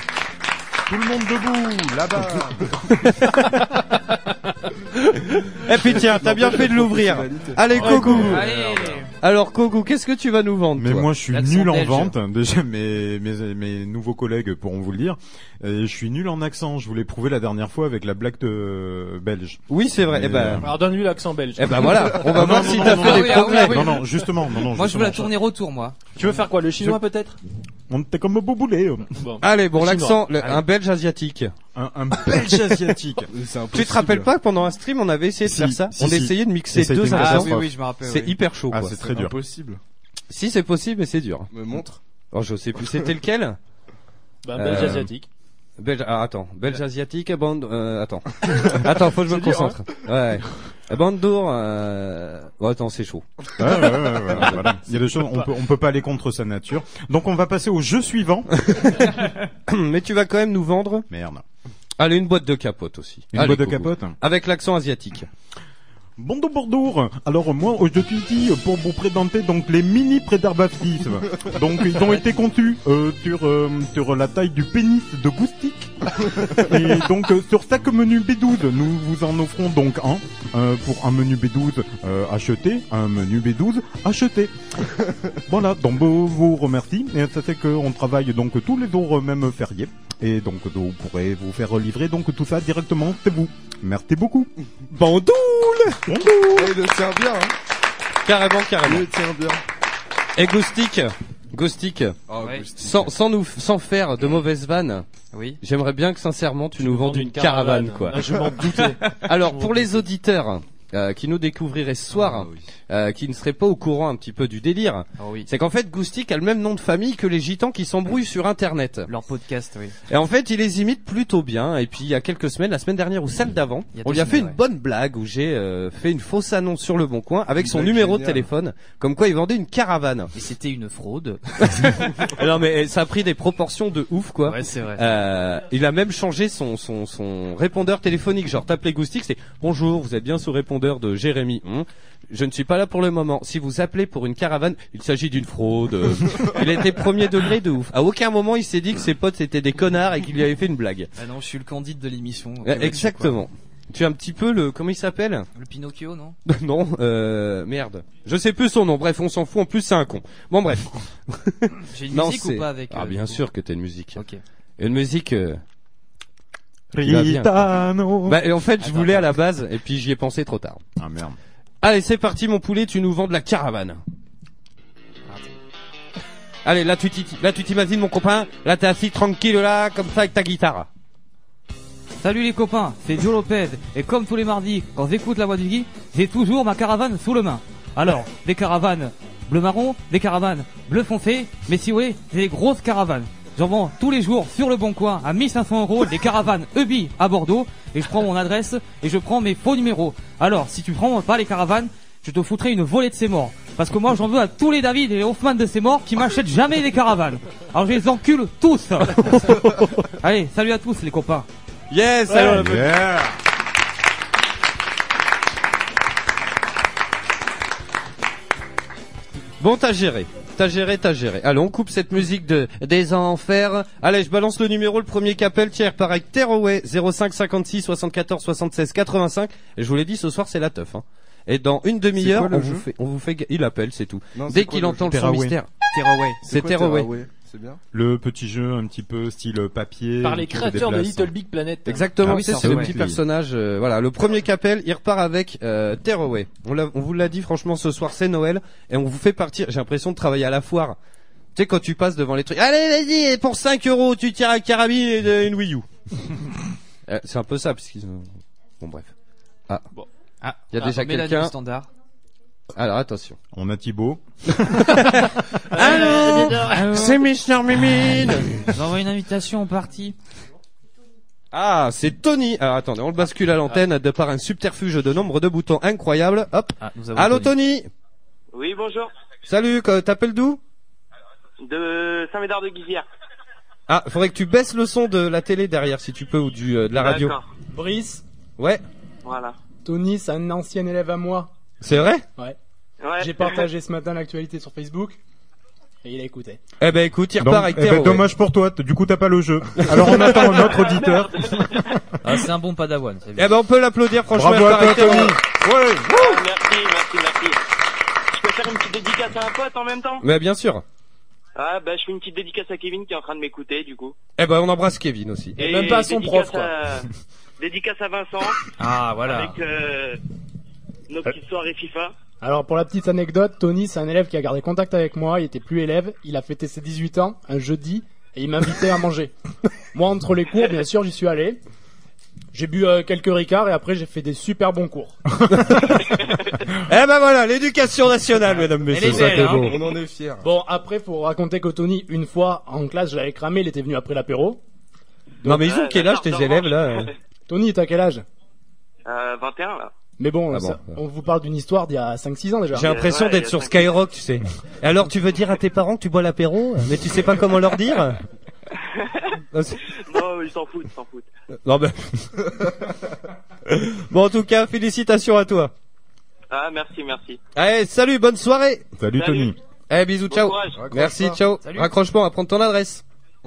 Tout le monde debout, là-bas. Eh puis tiens, t'as bien fait de l'ouvrir. Allez, Kogu. Allez. Alors, Kogu, qu'est-ce que tu vas nous vendre Mais toi moi, je suis L'accent nul en belge. vente. Déjà, mes, mes, mes nouveaux collègues pourront vous le dire. Et je suis nul en accent. Je vous l'ai prouvé la dernière fois avec la blague de belge. Oui, c'est vrai. Mais, Eh ben, euh, Alors donne-lui l'accent belge. eh ben voilà. On va non, voir non, si non, t'as non, fait non, des ah oui, progrès. ah oui. Non, non, justement, non, non. Moi, je veux la justement, tourner retour, moi. Tu veux faire quoi, le chinois peut-être? On était comme beau boulet. Bon. Allez, bon, Le l'accent, chinois. le- un belge asiatique. Un, un belge asiatique. Tu te rappelles pas que pendant un stream, on avait essayé de Si, faire ça? si, On si. essayait de mixer Et ça a deux été une accents. Ah oui, catastrophe. oui, je me rappelle. C'est oui. hyper chaud, Ah, quoi. c'est très dur. Impossible. Si, c'est possible, mais c'est dur. Me montre. Oh, je sais plus. C'était lequel? Bah, belge Euh, asiatique. Belge, ah, attends. Belge asiatique, bande, euh, attends. Attends, faut que je me C'est dur, concentre. Ouais. Bandour, euh, oh, attends, c'est chaud. Ouais, ouais, ouais, ouais, voilà. Il y a des choses, on peut, on peut pas aller contre sa nature. Donc on va passer au jeu suivant. Mais tu vas quand même nous vendre. Merde. Allez, une boîte de capote aussi. Une Allez, boîte de Kogu. capote. Avec l'accent asiatique. Bonjour Bordeaux. Alors moi je suis ici pour vous présenter donc les mini préservatifs. Donc ils ont été conçus euh, sur euh, sur la taille du pénis de Goustic. Et donc euh, sur chaque menu B douze, nous vous en offrons donc un euh, pour un menu B douze euh, acheté, un menu B douze acheté. Voilà, donc je vous remercie. Et ça fait qu'on travaille donc tous les jours même fériés. Et donc vous pourrez vous faire livrer donc tout ça directement chez vous. Merci beaucoup. Bandoul. Bonjour. Il le tient bien, hein. Carrément, carrément. Il le tient bien. Et Ghostic, Ghostic, Ah, Ouais. Ghostic. sans, sans nous, sans faire de mauvaises vannes, Oui. j'aimerais bien que sincèrement tu nous vendes une caravane, quoi. Ah, je m'en doutais. Alors, pour les auditeurs euh, qui nous découvriraient ce soir, Ah, oui. euh, qui ne seraient pas au courant un petit peu du délire, Ah oui. c'est qu'en fait, Goustic a le même nom de famille que les gitans qui s'embrouillent sur Internet. Leur podcast, oui. Et en fait, il les imite plutôt bien. Et puis, il y a quelques semaines, la semaine dernière ou celle d'avant, Il y a on deux lui a fait semaines, une ouais. bonne blague où j'ai euh, fait une fausse annonce sur le Bon Coin avec Une son blague numéro de géniale. téléphone, comme quoi il vendait une caravane. Et c'était une fraude. Non, mais ça a pris des proportions de ouf, quoi. Ouais, c'est vrai. Euh, il a même changé son, son, son répondeur téléphonique. Genre, t'appelais Goustic, c'est bonjour, vous êtes bien sous répondeur de Jérémy. Hum, je ne suis pas là pour le moment. Si vous appelez pour une caravane, il s'agit d'une fraude. Il était premier degré de ouf. À aucun moment, il s'est dit que ses potes étaient des connards et qu'il lui avait fait une blague. Ah non, je suis le candide de l'émission. Euh, Exactement. Tu es un petit peu le, comment il s'appelle? Le Pinocchio, non? Non, euh, merde. Je sais plus son nom. Bref, on s'en fout. En plus, c'est un con. Bon, bref. J'ai une Non, musique c'est- ou pas avec Ah, euh, bien du coup sûr que t'as une musique. Ok. Une musique, euh... qui va bien. Ritano. Bah, et en fait, je Attends, voulais à attends. la base, et puis j'y ai pensé trop tard. Ah merde. Allez, c'est parti, mon poulet, tu nous vends de la caravane. Allez, là, tu t'y- là, tu t'imagines, mon copain, là, t'es assis tranquille, là, comme ça, avec ta guitare. Salut les copains, c'est Joe Lopez. Et comme tous les mardis, quand j'écoute la voix du Guy, j'ai toujours ma caravane sous le main. Alors, des caravanes bleu marron, des caravanes bleu foncé, mais si vous voulez, c'est des grosses caravanes. J'en vends tous les jours sur le Bon Coin à mille cinq cents euros des caravanes E B I à Bordeaux. Et je prends mon adresse et je prends mes faux numéros. Alors, si tu prends pas les caravanes, je te foutrai une volée de ces morts. Parce que moi, j'en veux à tous les David et les Hoffman de ces morts qui m'achètent jamais des caravanes. Alors, je les encule tous. Allez, salut à tous les copains. Yes, Ouais. alors, Yeah. Bon, t'as géré. T'as géré, t'as géré. Allez, on coupe cette musique de des enfers. Allez, je balance le numéro, le premier qu'appelle. Tiens, pareil, Tearaway, zéro cinq cinquante-six soixante-quatorze soixante-seize quatre-vingt-cinq. Et je vous l'ai dit, ce soir, c'est la teuf, hein. Et dans une demi-heure, C'est quoi on le vous jeu fait, on vous fait, ga- il appelle, c'est tout. Non, c'est Dès quoi qu'il le entend jeu le son Tearaway. mystère. Tearaway. C'est quoi, Tearaway. Tearaway C'est bien. Le petit jeu un petit peu style papier. Par les tu te créateurs de déplaces. Little Big Planet. Exactement, Ah oui, c'est ça, c'est le ouais. petit personnage. euh, voilà, le premier qu'appelle, il repart avec euh, Tearaway. On, l'a- on vous l'a dit, franchement, ce soir c'est Noël et on vous fait partir. J'ai l'impression de travailler à la foire. Tu sais, quand tu passes devant les trucs, allez, vas-y, pour cinq euros, tu tires un carabine et de- une Wii U. Euh, c'est un peu ça, parce qu'ils ont... Bon, bref. Ah. Bon. Ah, Il y a ah, déjà Mélanie quelqu'un. standard. Alors, attention. On a Thibaut. Allô, Allô c'est Mister Mimine. J'envoie une invitation au parti. Ah, c'est Tony. Alors, attendez, on le bascule à l'antenne de par un subterfuge de nombre de boutons incroyable. Hop. Ah, nous avons Allô, Tony. Oui, bonjour. Salut, que- t'appelles d'où? De Saint-Médard de Guizière. Ah, faudrait que tu baisses le son de la télé derrière, si tu peux, ou du, euh, de la radio. D'accord. Brice, Ouais. Voilà. Tony, c'est un ancien élève à moi. C'est vrai? Ouais. Ouais. J'ai partagé ce matin l'actualité sur Facebook. et il a écouté. Eh ben écoute, il Donc, repart avec eh ben, Terre. dommage pour toi, t- du coup t'as pas le jeu. Alors on attend notre auditeur. Ah, c'est un bon padawan. c'est bien. Eh ben on peut l'applaudir franchement. Bravo il à repart toi, avec Terre. Tony. Ouais. Ah, merci, merci, merci. Je peux faire une petite dédicace à un pote en même temps? Mais bien sûr. Ah, bah, je fais une petite dédicace à Kevin qui est en train de m'écouter, du coup. Eh ben on embrasse Kevin aussi. Et même pas à son dédicace prof, quoi. à- Dédicace à Vincent. Ah, voilà. Avec euh, nos petites soirées FIFA. Alors pour la petite anecdote, Tony c'est un élève qui a gardé contact avec moi, il était plus élève, il a fêté ses dix-huit ans un jeudi et il m'invitait à manger. Moi entre les cours bien sûr j'y suis allé, j'ai bu euh, quelques ricards et après j'ai fait des super bons cours. Eh ben voilà, l'éducation nationale mesdames, messieurs. Elle est belle, hein. On en est fiers. Bon après faut raconter que Tony une fois en classe je l'avais cramé, il était venu après l'apéro. Non mais ils ont Ouais, quel âge tes d'accord, élèves là? Tony t'as quel âge? Euh, vingt et un, là. Mais bon, Ah bon. ça- on vous parle d'une histoire d'il y a cinq six ans déjà. J'ai l'impression ouais, d'être il y a sur cinq Skyrock, tu sais. Et alors tu veux dire à tes parents que tu bois l'apéro, mais tu sais pas comment leur dire? Non, ils s'en foutent, ils s'en foutent. Non ben. Bon en tout cas, félicitations à toi. Ah, merci, merci. Allez, salut, bonne soirée. Salut Tony. Eh bisous, Bon ciao. courage. Merci, pas. ciao. Salut. Raccroche pas, on va prendre ton adresse.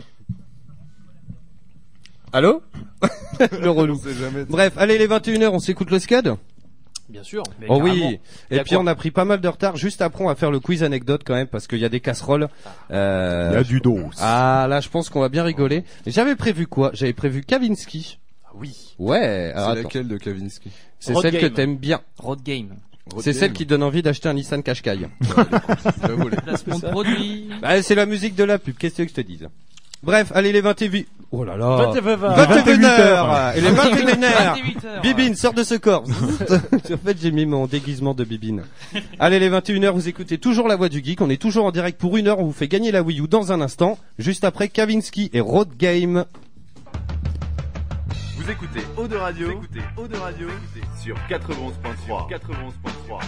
Allô? Le relou. On sait jamais. Bref, allez les vingt et une heures, on s'écoute le Scud. Bien sûr. Mais Oh carrément. oui. Il y Et a puis quoi on a pris pas mal de retard. Juste après, on va faire le quiz anecdote quand même parce qu'il y a des casseroles. Euh... Il y a du dos. Ah là, je pense qu'on va bien rigoler. J'avais prévu quoi? J'avais prévu Kavinsky. Ah oui. Ouais. alors C'est attends. laquelle de Kavinsky? C'est Road celle que Game. t'aimes bien. Road Game. C'est celle qui donne envie d'acheter un Nissan Qashqai. J'avoue, les- Placement de produit. Bah, c'est la musique de la pub. Qu'est-ce que je te dise? Bref, allez les vingt et huit. Oh là là. vingt et huit heures. vingt et une heures. heures. Et les vingt et une heures. vingt-huit heures. Bibine, sors de ce corps. En fait, j'ai mis mon déguisement de Bibine. Allez, les vingt et une heures, vous écoutez toujours la voix du geek. On est toujours en direct pour une heure. On vous fait gagner la Wii U dans un instant. Juste après Kavinsky et Road Game. Vous écoutez Eau de Radio, vous écoutez Eau de Radio sur quatre-vingt-onze point trois. quatre-vingt-onze point trois.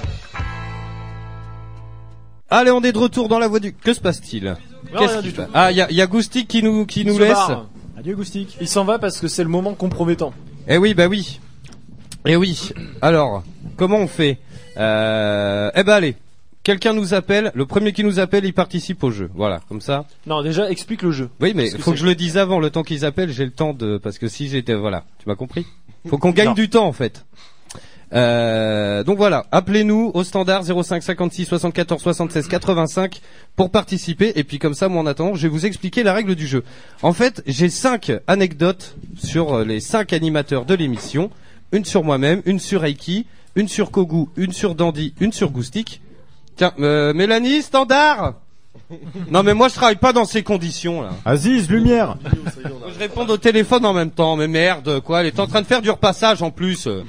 Allez, on est de retour dans la voix du... Que se passe-t-il? Qu'est-ce rien qui du se tout. passe? Ah, il y a, y a Goustic qui nous, qui nous se laisse. barre. Adieu Goustic. Il s'en va parce que c'est le moment compromettant. Eh oui, bah oui. Eh oui. Alors, comment on fait? Euh... Eh ben allez. Quelqu'un nous appelle. Le premier qui nous appelle, il participe au jeu. Voilà, comme ça. Non, déjà explique le jeu. Oui, mais Qu'est-ce que faut que c'est je le dise avant. Le temps qu'ils appellent, j'ai le temps de... Parce que si j'étais... Voilà. Tu m'as compris? Faut qu'on gagne Non. du temps, en fait. Euh, donc voilà, appelez-nous au standard zéro cinq cinquante-six soixante-quatorze soixante-seize quatre-vingt-cinq pour participer. Et puis comme ça, moi en attendant, je vais vous expliquer la règle du jeu. En fait, j'ai cinq anecdotes sur euh, les cinq animateurs de l'émission. Une sur moi-même, une sur Reiki, une sur Kogu, une sur Dandy, une sur Goustic. Tiens, euh, Mélanie, standard. Non mais moi je travaille pas dans ces conditions là. Aziz, lumière. Faut que je réponde au téléphone en même temps, mais merde, quoi, elle est en train de faire du repassage en plus. Et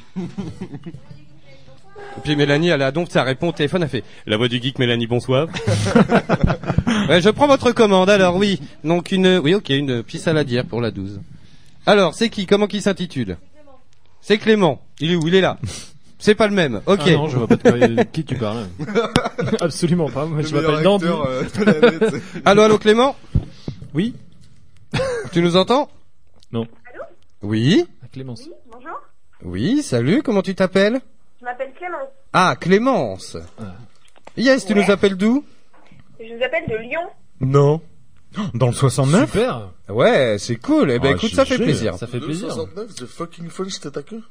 puis Mélanie, elle a donc, ça répond au téléphone, elle fait « La voix du geek, Mélanie, bonsoir. » Ouais, je prends votre commande, alors oui. Donc une, oui ok, une pisse à la dière pour la douze. Alors, c'est qui? Comment qui s'intitule? C'est Clément. Il est où? Il est là. C'est pas le même, ok. Ah non, je vois pas de quoi- qui tu parles. Absolument pas. Moi, Le je m'appelle meilleur Dandy. acteur, euh, de l'année, tu sais. Allô, allô Clément? Oui. Tu nous entends? Non. Oui? Clémence. Bonjour, Oui, salut, comment tu t'appelles? je m'appelle Clémence. Ah, Clémence. Yes, tu Ouais. nous appelles d'où? Je vous appelle de Lyon. Non. Dans le soixante-neuf? Super. Ouais, c'est cool. Eh ben Ah, écoute, ça fait G G. plaisir. Ça fait Le plaisir. soixante-neuf, The fucking fun, c'était ta queue.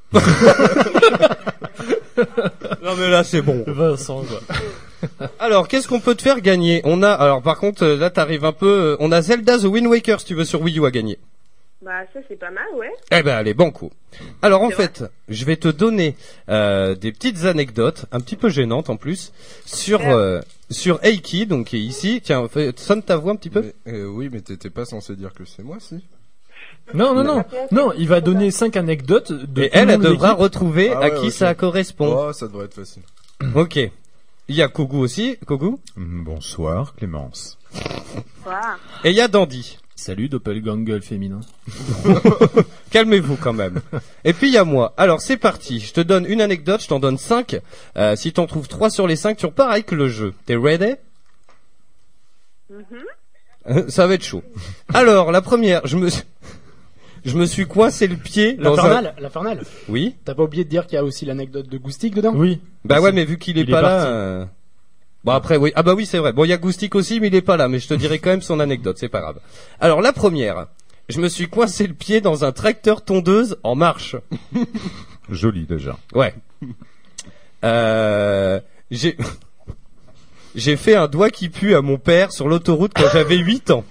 Non mais là c'est bon. Vincent, quoi. Alors, qu'est-ce qu'on peut te faire gagner? On a, alors par contre, euh, là t'arrives un peu, euh, on a Zelda The Wind Waker si tu veux sur Wii U à gagner. Bah ça c'est pas mal, ouais. Eh ben allez, banco. Alors en fait, je vais te donner euh, des petites anecdotes, un petit peu gênantes en plus, sur euh, sur Eiki, donc qui est ici. Tiens, fais- sonne ta voix un petit peu. Mais, euh, oui, mais t'étais pas censé dire que c'est moi, si? Non, non, non. Non, il va donner cinq anecdotes de Et tout le elle, elle monde de devra l'équipe. retrouver Ah à ouais, qui ok. ça correspond. Oh, ça devrait être facile. Ok. Il y a Kogu aussi, Kogu. Mm, Bonsoir, Clémence. Voilà. Et il y a Dandy. Salut, doppelganger féminin. Calmez-vous quand même. Et puis il y a moi. Alors c'est parti. Je te donne une anecdote, je t'en donne cinq. Euh, si t'en trouves trois sur les cinq, tu repars avec le jeu. T'es ready? Euh, Ça va être chaud. Alors la première, je me, je me suis coincé le pied dans un... L'Infernal, l'Infernal. Oui. T'as pas oublié de dire qu'il y a aussi l'anecdote de Goustic dedans? Oui. Bah ouais, mais vu qu'il est, Il est pas là. parti. euh, Bon après oui, ah bah oui c'est vrai. Bon il y a Goustic aussi mais il est pas là, mais je te dirai quand même son anecdote, c'est pas grave. Alors la première, je me suis coincé le pied dans un tracteur tondeuse en marche. Joli déjà. Ouais. Euh, j'ai j'ai fait un doigt qui pue à mon père sur l'autoroute quand j'avais huit ans.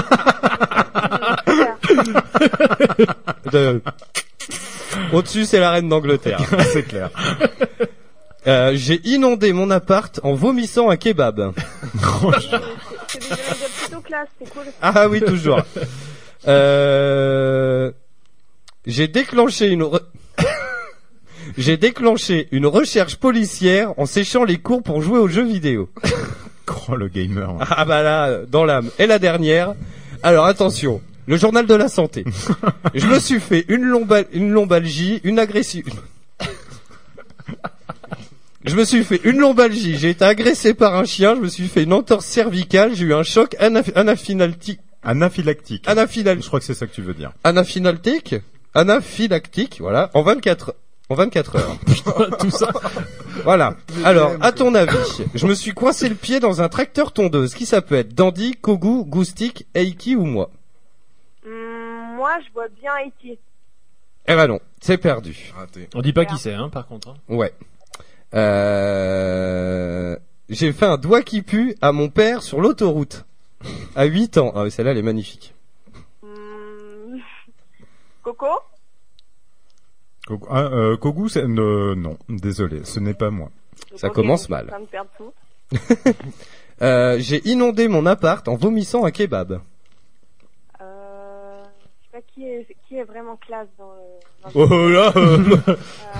De... Au-dessus c'est la reine d'Angleterre. C'est clair. Euh, j'ai inondé mon appart en vomissant un kebab. C'est des anecdotes plutôt classe, c'est cool. Ah oui, toujours. Euh... J'ai déclenché une re... j'ai déclenché une recherche policière en séchant les cours pour jouer aux jeux vidéo. Oh le gamer. Ah bah là, dans l'âme. Et la dernière. Alors attention, le journal de la santé. Je me suis fait une, lomba... une lombalgie, une agression. Je me suis fait une lombalgie, j'ai été agressé par un chien, je me suis fait une entorse cervicale, j'ai eu un choc anaph- anaphylactique. Anaphylactique. Anaphylal... Je crois que c'est ça que tu veux dire. Anaphylactique Anaphylactique, voilà, en vingt-quatre, en vingt-quatre heures. Tout ça. Voilà. Alors, à ton avis, je me suis coincé le pied dans un tracteur tondeuse. Qui ça peut être? Dandy, Kogu, Goustic, Eiki ou moi? Hum, moi, je vois bien Haïti. Eh ben non, c'est perdu. Raté. On dit pas qui c'est, hein, par contre. Hein. Ouais. Euh... J'ai fait un doigt qui pue à mon père sur l'autoroute. À huit ans. Ah oui, celle-là, elle est magnifique. Hum... Coco? Kogu, ah, euh, Kogu, c'est... euh, non, désolé, ce n'est pas moi. Ça Ok, commence je suis en mal. train de perdre tout. euh, j'ai inondé mon appart en vomissant un kebab. Euh... Je sais pas qui est, qui est vraiment classe dans le... Dans le... Oh là euh... Euh,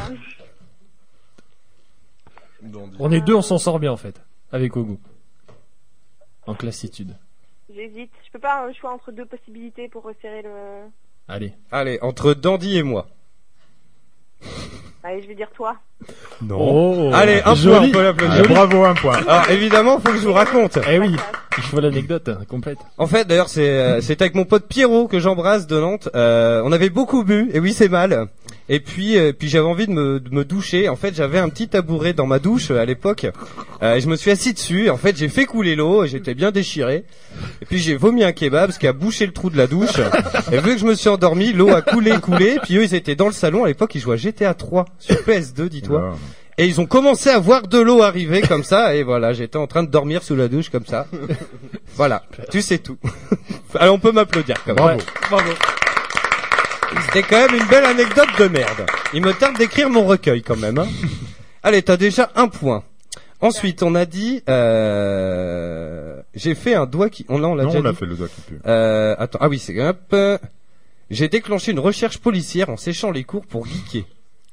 On est deux, on s'en sort bien en fait, avec Ogu. En classitude. J'hésite. Je peux pas avoir le choix entre deux possibilités pour resserrer le... Allez. Allez, entre Dandy et moi. Allez, je vais dire toi. Non. Oh, allez, un joli. point, on peut l'applaudir. Ah, bravo, un point. Alors évidemment, faut que je vous raconte. Eh oui, il faut l'anecdote hein, complète. En fait, d'ailleurs, c'est euh, c'est avec mon pote Pierrot que j'embrasse de Nantes. Euh, on avait beaucoup bu, et oui, c'est mal. Et puis, euh, puis j'avais envie de me, de me doucher. En fait, j'avais un petit tabouret dans ma douche euh, à l'époque. Euh, et je me suis assis dessus. Et en fait, j'ai fait couler l'eau. Et j'étais bien déchiré. Et puis j'ai vomi un kebab, ce qui a bouché le trou de la douche. Et vu que je me suis endormi, l'eau a coulé, coulé. Puis eux, ils étaient dans le salon. À l'époque, ils jouaient à G T A trois sur P S deux, dis-toi. Wow. Et ils ont commencé à voir de l'eau arriver comme ça. Et voilà, j'étais en train de dormir sous la douche comme ça. Voilà, tu sais tout. Alors on peut m'applaudir quand même. Ouais. Bravo. C'était quand même une belle anecdote de merde. Il me tarde d'écrire mon recueil quand même. Hein. Allez, t'as déjà un point. Ensuite, on a dit, euh... j'ai fait un doigt qui, on l'a, on l'a Non, déjà on l'a dit. fait le doigt qui pue. Euh, attends, ah oui, c'est hop. euh, J'ai déclenché une recherche policière en séchant les cours pour geeker.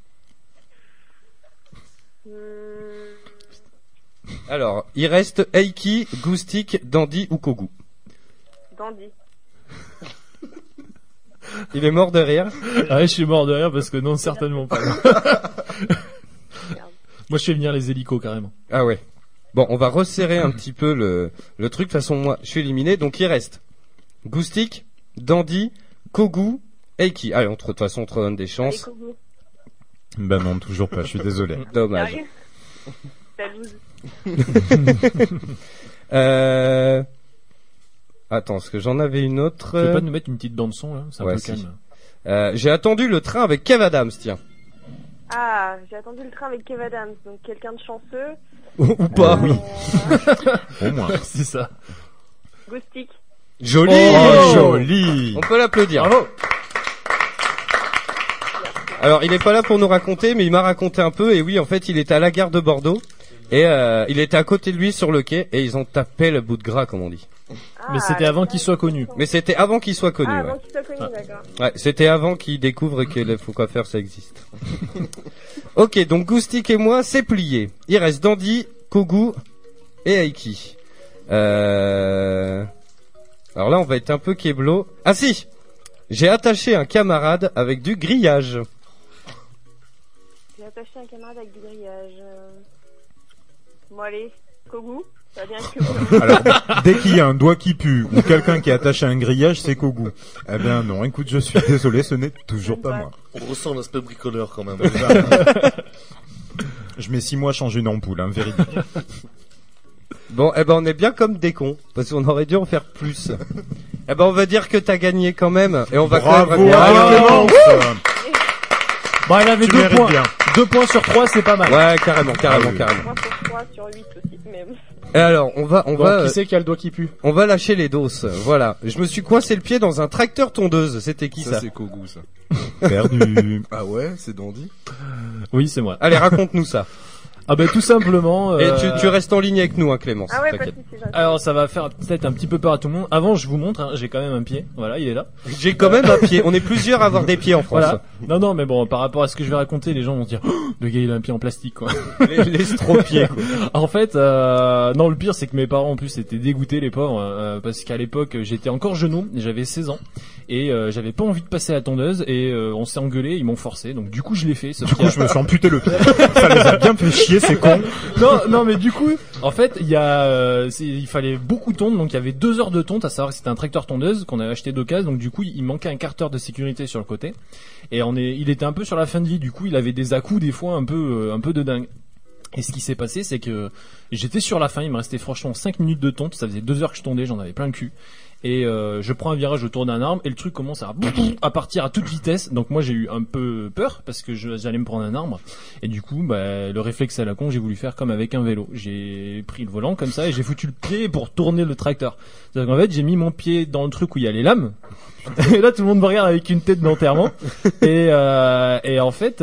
Alors, il reste Eiki, Goustic, Dandy ou Kogu. Dandy. Il est mort de rire. Ah ouais, je suis mort de rire parce que non, certainement pas. Moi, je fais venir les hélicos carrément. Ah ouais. Bon, on va resserrer un petit peu le, le truc. De toute façon, moi, je suis éliminé. Donc, il reste Goustic, Dandy, Kogu, Eiki. Allez, on, de toute façon, on te redonne des chances. Allez, Kogu. Ben non, toujours pas, je suis désolé. Dommage. Sérieux ? T'as loose. euh... Attends, est-ce que j'en avais une autre? Tu peux pas nous mettre une petite bande son là? C'est un Ouais, peu si. calme. Euh, j'ai attendu le train avec Kev Adams, tiens. Ah, j'ai attendu le train avec Kev Adams, donc quelqu'un de chanceux. Ou, ou pas, Euh, oui. Au moins. C'est ça. Goustic. Joli, Oh, joli. On peut l'applaudir. Bravo. Alors, il est pas là pour nous raconter, mais il m'a raconté un peu. Et oui, en fait, il était à la gare de Bordeaux. Et euh, il était à côté de lui sur le quai. Et ils ont tapé le bout de gras, comme on dit. Mais c'était avant qu'il soit connu. Mais c'était avant qu'il soit connu. Ah, ouais. avant qu'il soit connu, d'accord. Ouais, c'était avant qu'il découvre que le faux coiffeur ça existe. Ok, donc Goustic et moi, c'est plié. Il reste Dandy, Kogu et Aiki. Euh... Alors là, on va être un peu keblo. Ah si, j'ai attaché un camarade avec du grillage. J'ai attaché un camarade avec du grillage. Euh... Bon allez, Kogu, ça va bien que vous. Alors, dès qu'il y a un doigt qui pue ou quelqu'un qui est attaché à un grillage, c'est Kogu. Eh bien non, écoute, je suis désolé, ce n'est toujours pas moi. On ressent l'aspect bricoleur quand même. Je mets six mois à changer une ampoule, hein, véridique. Bon, eh ben on est bien comme des cons, parce qu'on aurait dû en faire plus. Eh ben on va dire que t'as gagné quand même, et on va Bravo, quand même... bravo. Bravo. Bon, il avait Tu deux mérites points. bien. Deux points sur trois, c'est pas mal. Ouais, carrément, carrément, Ah oui. carrément. trois sur trois sur huit aussi, mais... Et alors, on va, on Bon, va... qui euh, c'est qui a le doigt qui pue? On va lâcher les doses, voilà. Je me suis coincé le pied dans un tracteur tondeuse, c'était qui ça? Ça, c'est Kogu, ça. Perdu. Ah ouais, c'est Dandy. Oui, c'est moi. Allez, raconte-nous ça. Ah ben tout simplement. Et euh, tu, tu restes en ligne avec nous, hein, Clémence. Ah ouais, pas de t'inquiète. soucis, j'arrive. Alors ça va faire peut-être un petit peu peur à tout le monde. Avant, je vous montre, hein, j'ai quand même un pied. Voilà, il est là. J'ai quand même un pied. On est plusieurs à avoir des pieds en France. Voilà. Non, non, mais bon, par rapport à ce que je vais raconter, les gens vont se dire, oh, le gars il a un pied en plastique, quoi. Les, les stropieds, quoi. En fait, euh, non, le pire c'est que mes parents en plus étaient dégoûtés, les pauvres, euh, parce qu'à l'époque j'étais encore genou, j'avais seize ans et euh, j'avais pas envie de passer à la tondeuse et euh, on s'est engueulé, ils m'ont forcé, donc du coup je l'ai fait. Sauf Du qu'il y coup, a- je me suis amputé le pied. Ça les a bien fait chier, c'est con. non, non, mais du coup, en fait, il y a, euh, c'est- il fallait beaucoup tondre, donc il y avait deux heures de tonte, à savoir que c'était un tracteur tondeuse qu'on avait acheté d'occasion, donc du coup, il manquait un carter de sécurité sur le côté, et on est, il était un peu sur la fin de vie, du coup, il avait des à-coups des fois un peu, euh, un peu de dingue. Et ce qui s'est passé, c'est que j'étais sur la fin, il me restait franchement cinq minutes de tonte, ça faisait deux heures que je tondais, j'en avais plein le cul. Et euh, je prends un virage autour d'un arbre et le truc commence à, à partir à toute vitesse. Donc moi j'ai eu un peu peur parce que je- j'allais me prendre un arbre. Et du coup, bah, le réflexe à la con, j'ai voulu faire comme avec un vélo. J'ai pris le volant comme ça et j'ai foutu le pied pour tourner le tracteur. C'est-à-dire qu'en fait j'ai mis mon pied dans le truc où il y a les lames. Et là tout le monde me regarde avec une tête d'enterrement. Et, euh, et en fait,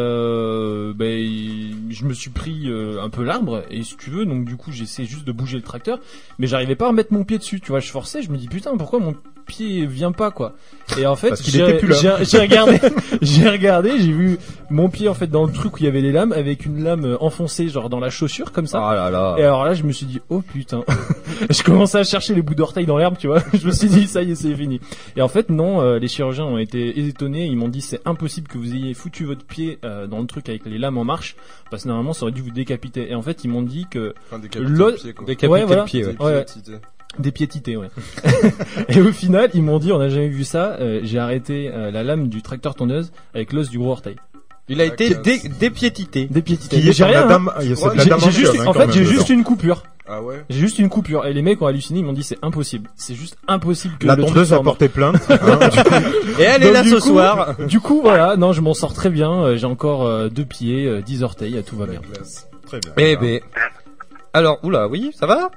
euh, ben, je me suis pris euh, un peu l'arbre. Et si tu veux, donc du coup j'essaie juste de bouger le tracteur. Mais j'arrivais pas à remettre mon pied dessus. Tu vois, je forçais, je me dis putain pourquoi mon pied vient pas quoi. Et en fait Parce qu'il j'ai était plus là. j'ai- j'ai regardé j'ai regardé j'ai vu mon pied en fait dans le truc où il y avait les lames avec une lame enfoncée genre dans la chaussure comme ça. Ah là là. Et alors là je me suis dit oh putain. Je commençais à chercher les bouts d'orteil dans l'herbe tu vois. Je me suis dit ça y est c'est fini. Et en fait non, euh, les chirurgiens ont été étonnés, ils m'ont dit c'est impossible que vous ayez foutu votre pied euh, dans le truc avec les lames en marche parce que normalement ça aurait dû vous décapiter. Et en fait ils m'ont dit que Enfin, décapiter l'os- le pied, quoi. Décapiter ouais, le voilà. pied, ouais. Ouais, ouais. Piétité. Des piétités, ouais. Et au final, ils m'ont dit, on n'a jamais vu ça. euh, j'ai arrêté euh, la lame du tracteur tondeuse avec l'os du gros orteil. Il a été dé- dépiétité. Dépiétité. Qui Mais est j'ai dans la rien. dame- hein. il y a- c'est de la J'ai- j'ai damantium, juste, hein, en quand fait, même, j'ai dedans. juste une coupure. Ah ouais. J'ai juste une coupure. Et les mecs ont halluciné, ils m'ont dit c'est impossible. C'est juste impossible que La le truc tondeuse soit a en- porté plainte. hein, du coup. Et elle est Donc, là du ce coup- soir. Du coup, voilà. Non, je m'en sors très bien. euh, J'ai encore euh, deux pieds, euh, dix orteils, tout va bien. Très bien. Eh ben. Alors, oula, oui, ça va?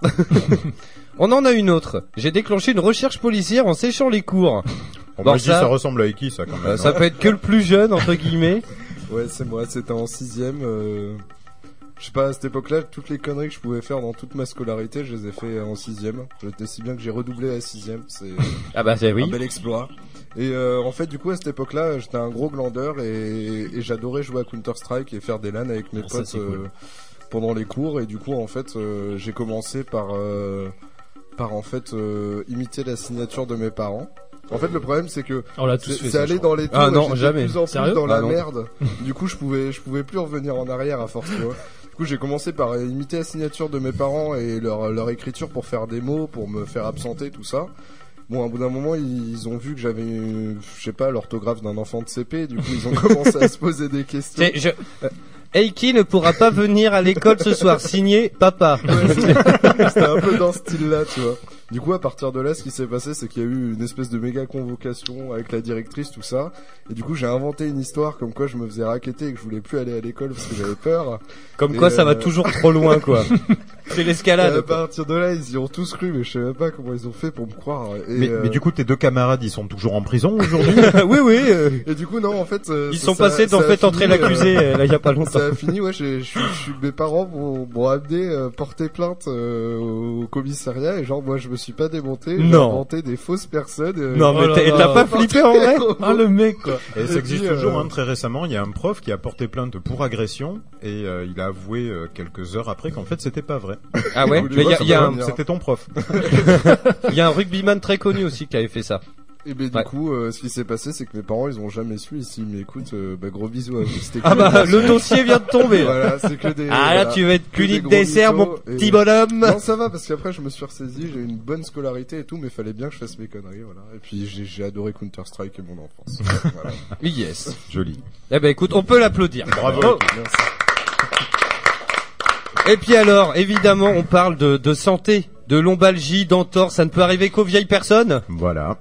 On en a une autre. J'ai déclenché une recherche policière en séchant les cours. Bon, Bon, moi, je dis, ça- ça ressemble à qui, ça, quand même. Euh, non ça peut être que le plus jeune, entre guillemets. Ouais, c'est moi, c'était en sixième. Euh... Je sais pas, à cette époque-là, toutes les conneries que je pouvais faire dans toute ma scolarité, je les ai fait en sixième. J'étais si bien que j'ai redoublé à la sixième, c'est Ah bah c'est oui. un bel exploit. Et euh, en fait, du coup, à cette époque-là, j'étais un gros glandeur et, et j'adorais jouer à Counter-Strike et faire des LAN avec mes Ah, ça, potes c'est cool. euh, pendant les cours. Et du coup, en fait, euh, j'ai commencé par, euh, par en fait euh, imiter la signature de mes parents. En fait, le problème, c'est que On l'a tous c'est fait, c'est ça, allé je crois. dans les tours. Ah et non, j'étais jamais. de plus en plus Sérieux dans Ah la non. merde. Du coup, je pouvais, je pouvais plus revenir en arrière à force, tu vois. Du coup, j'ai commencé par imiter la signature de mes parents et leur, leur écriture pour faire des mots, pour me faire absenter, tout ça. Bon, à bout d'un moment, ils, ils ont vu que j'avais, une- je sais pas, l'orthographe d'un enfant de C P. Du coup, ils ont commencé à se poser des questions. C'est- je... euh, Eiki ne pourra pas venir à l'école ce soir. Signé papa. Ouais, c'était c'était un peu dans ce style-là, tu vois. Du coup, à partir de là, ce qui s'est passé, c'est qu'il y a eu une espèce de méga convocation avec la directrice, tout ça. Et du coup, j'ai inventé une histoire comme quoi je me faisais racketter et que je voulais plus aller à l'école parce que j'avais peur. Comme Et quoi, ça va euh, toujours trop loin, quoi. C'est Et l'escalade. à partir de là, ils y ont tous cru, mais je sais même pas comment ils ont fait pour me croire. Et, Mais, euh, mais du coup, tes deux camarades, ils sont toujours en prison aujourd'hui? oui, oui. euh, et du coup, non, en fait, euh, Ils ça- sont ça- passés d'en ça a fait fini, entrer l'accusé, euh, euh, là, il y a pas longtemps. Ça a fini, ouais, j'ai, je suis, je suis- mes parents m'ont, m'ont amené euh, porter plainte euh, au commissariat et genre moi je me suis pas démonté, j'ai Non. inventé des fausses personnes. euh, Non, mais Oh là t'as là. t'as pas flippé en vrai? Ah le mec quoi. Et ça Et existe puis, toujours, euh, hein, très récemment, il y a un prof qui a porté plainte pour agression et euh, il a avoué euh, quelques heures après qu'en fait c'était pas vrai. Ah ouais? Vous Mais il y a, voulez il y a voir, un, ça C'était ton prof. il y a un rugbyman très connu aussi qui avait fait ça. Et ben du Ouais. coup, euh, ce qui s'est passé, c'est que mes parents ils ont jamais su. Et s'ils m'écoutent, euh, bah gros bisous à vous. C'était Ah que bah, des- le dossier vient de tomber. Voilà, c'est que des. Ah là, voilà, tu vas être que puni des de gros dessert, mon mythos, petit et- bonhomme. Non, ça va parce qu'après je me suis ressaisi. J'ai eu une bonne scolarité et tout, mais fallait bien que je fasse mes conneries, voilà. Et puis j'ai, j'ai adoré Counter Strike et mon enfance. Voilà. Yes. Joli. Eh ben écoute, on peut l'applaudir. Bravo. Oh. Merci. Et puis alors, évidemment, on parle de, de santé, de lombalgie, d'entorse, ça ne peut arriver qu'aux vieilles personnes. Voilà.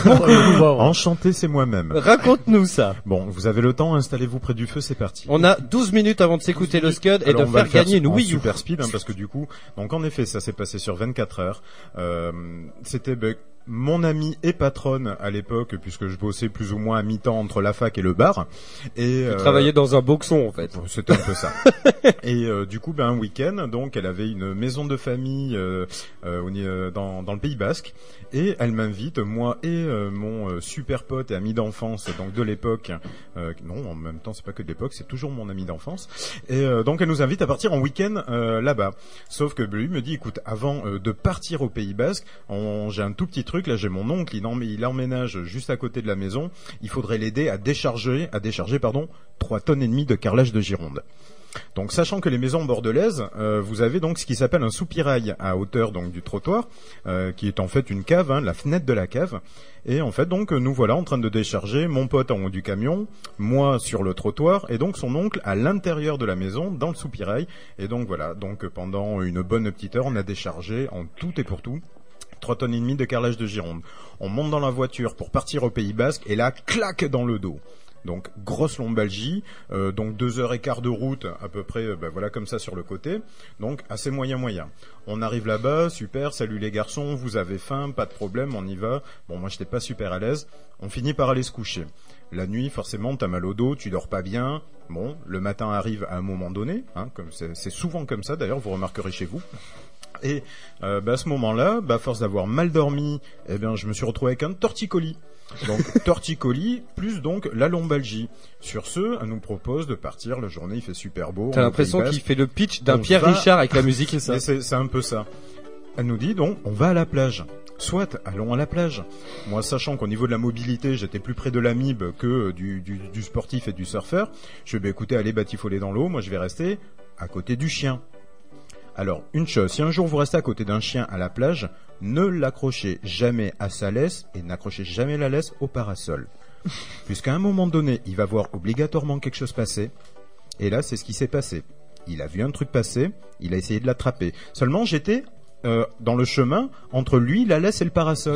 Enchanté, c'est moi-même. Raconte-nous ça. Bon, vous avez le temps, installez-vous près du feu, c'est parti. On a douze minutes avant de s'écouter le Scud et Alors, de on va faire le faire gagner une en Wii U. super speed, hein, parce que du coup, donc en effet, ça s'est passé sur vingt-quatre heures. Euh, c'était ben, mon amie et patronne à l'époque, puisque je bossais plus ou moins à mi-temps entre la fac et le bar. Et Tu euh, travaillais dans un boxon en fait. C'était un peu ça. Et euh, du coup, ben un week-end, donc elle avait une maison de famille euh, euh, au ni- euh, dans, dans le Pays Basque, et elle m'invite, moi et euh, mon euh, super pote et ami d'enfance, donc de l'époque. Euh, non, en même temps, c'est pas que de l'époque, c'est toujours mon ami d'enfance. Et euh, donc elle nous invite à partir en week-end euh, là-bas. Sauf que lui me dit, écoute, avant euh, de partir au Pays Basque, on, j'ai un tout petit truc. Là, j'ai mon oncle, il, en, il emménage juste à côté de la maison. Il faudrait l'aider à décharger, à décharger, pardon, trois tonnes et demie de carrelage de Gironde. Donc, sachant que les maisons bordelaises, euh, vous avez donc ce qui s'appelle un soupirail à hauteur donc du trottoir, euh, qui est en fait une cave, hein, la fenêtre de la cave. Et en fait, donc, nous voilà en train de décharger, mon pote en haut du camion, moi sur le trottoir, et donc son oncle à l'intérieur de la maison, dans le soupirail. Et donc voilà, donc pendant une bonne petite heure, on a déchargé en tout et pour tout trois tonnes et demie de carrelage de Gironde. On monte dans la voiture pour partir au Pays Basque, et là, claque dans le dos. Donc grosse lombalgie, euh, donc deux heures et quart de route à peu près, euh, ben voilà comme ça sur le côté, donc assez moyen moyen. On arrive là-bas, super, salut les garçons, vous avez faim, pas de problème, on y va. Bon, moi j'étais pas super à l'aise. On finit par aller se coucher. La nuit, forcément, t'as mal au dos, tu dors pas bien. Bon, le matin arrive à un moment donné, hein, comme c'est, c'est souvent comme ça. D'ailleurs, vous remarquerez chez vous. Et euh, bah, à ce moment-là, bah, à force d'avoir mal dormi, eh bien, je me suis retrouvé avec un torticolis. Donc torticolis plus donc la lombalgie. Sur ce, elle nous propose de partir. La journée, il fait super beau. T'as l'impression qu'il fait le pitch d'un Pierre va... Richard avec la musique, c'est ça. c'est, c'est un peu ça. Elle nous dit donc, on va à la plage. Soit, allons à la plage. Moi, sachant qu'au niveau de la mobilité, j'étais plus près de l'amib que du, du, du sportif et du surfeur, je vais bah, écouter, aller batifoler dans l'eau. Moi, je vais rester à côté du chien. Alors, une chose, si un jour vous restez à côté d'un chien à la plage, ne l'accrochez jamais à sa laisse et n'accrochez jamais la laisse au parasol. Puisqu'à un moment donné, il va voir obligatoirement quelque chose passer. Et là, c'est ce qui s'est passé. Il a vu un truc passer, il a essayé de l'attraper. Seulement, j'étais euh, dans le chemin entre lui, la laisse et le parasol.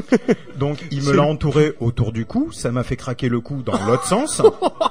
Donc, il me l'a entouré autour du cou, ça m'a fait craquer le cou dans l'autre sens.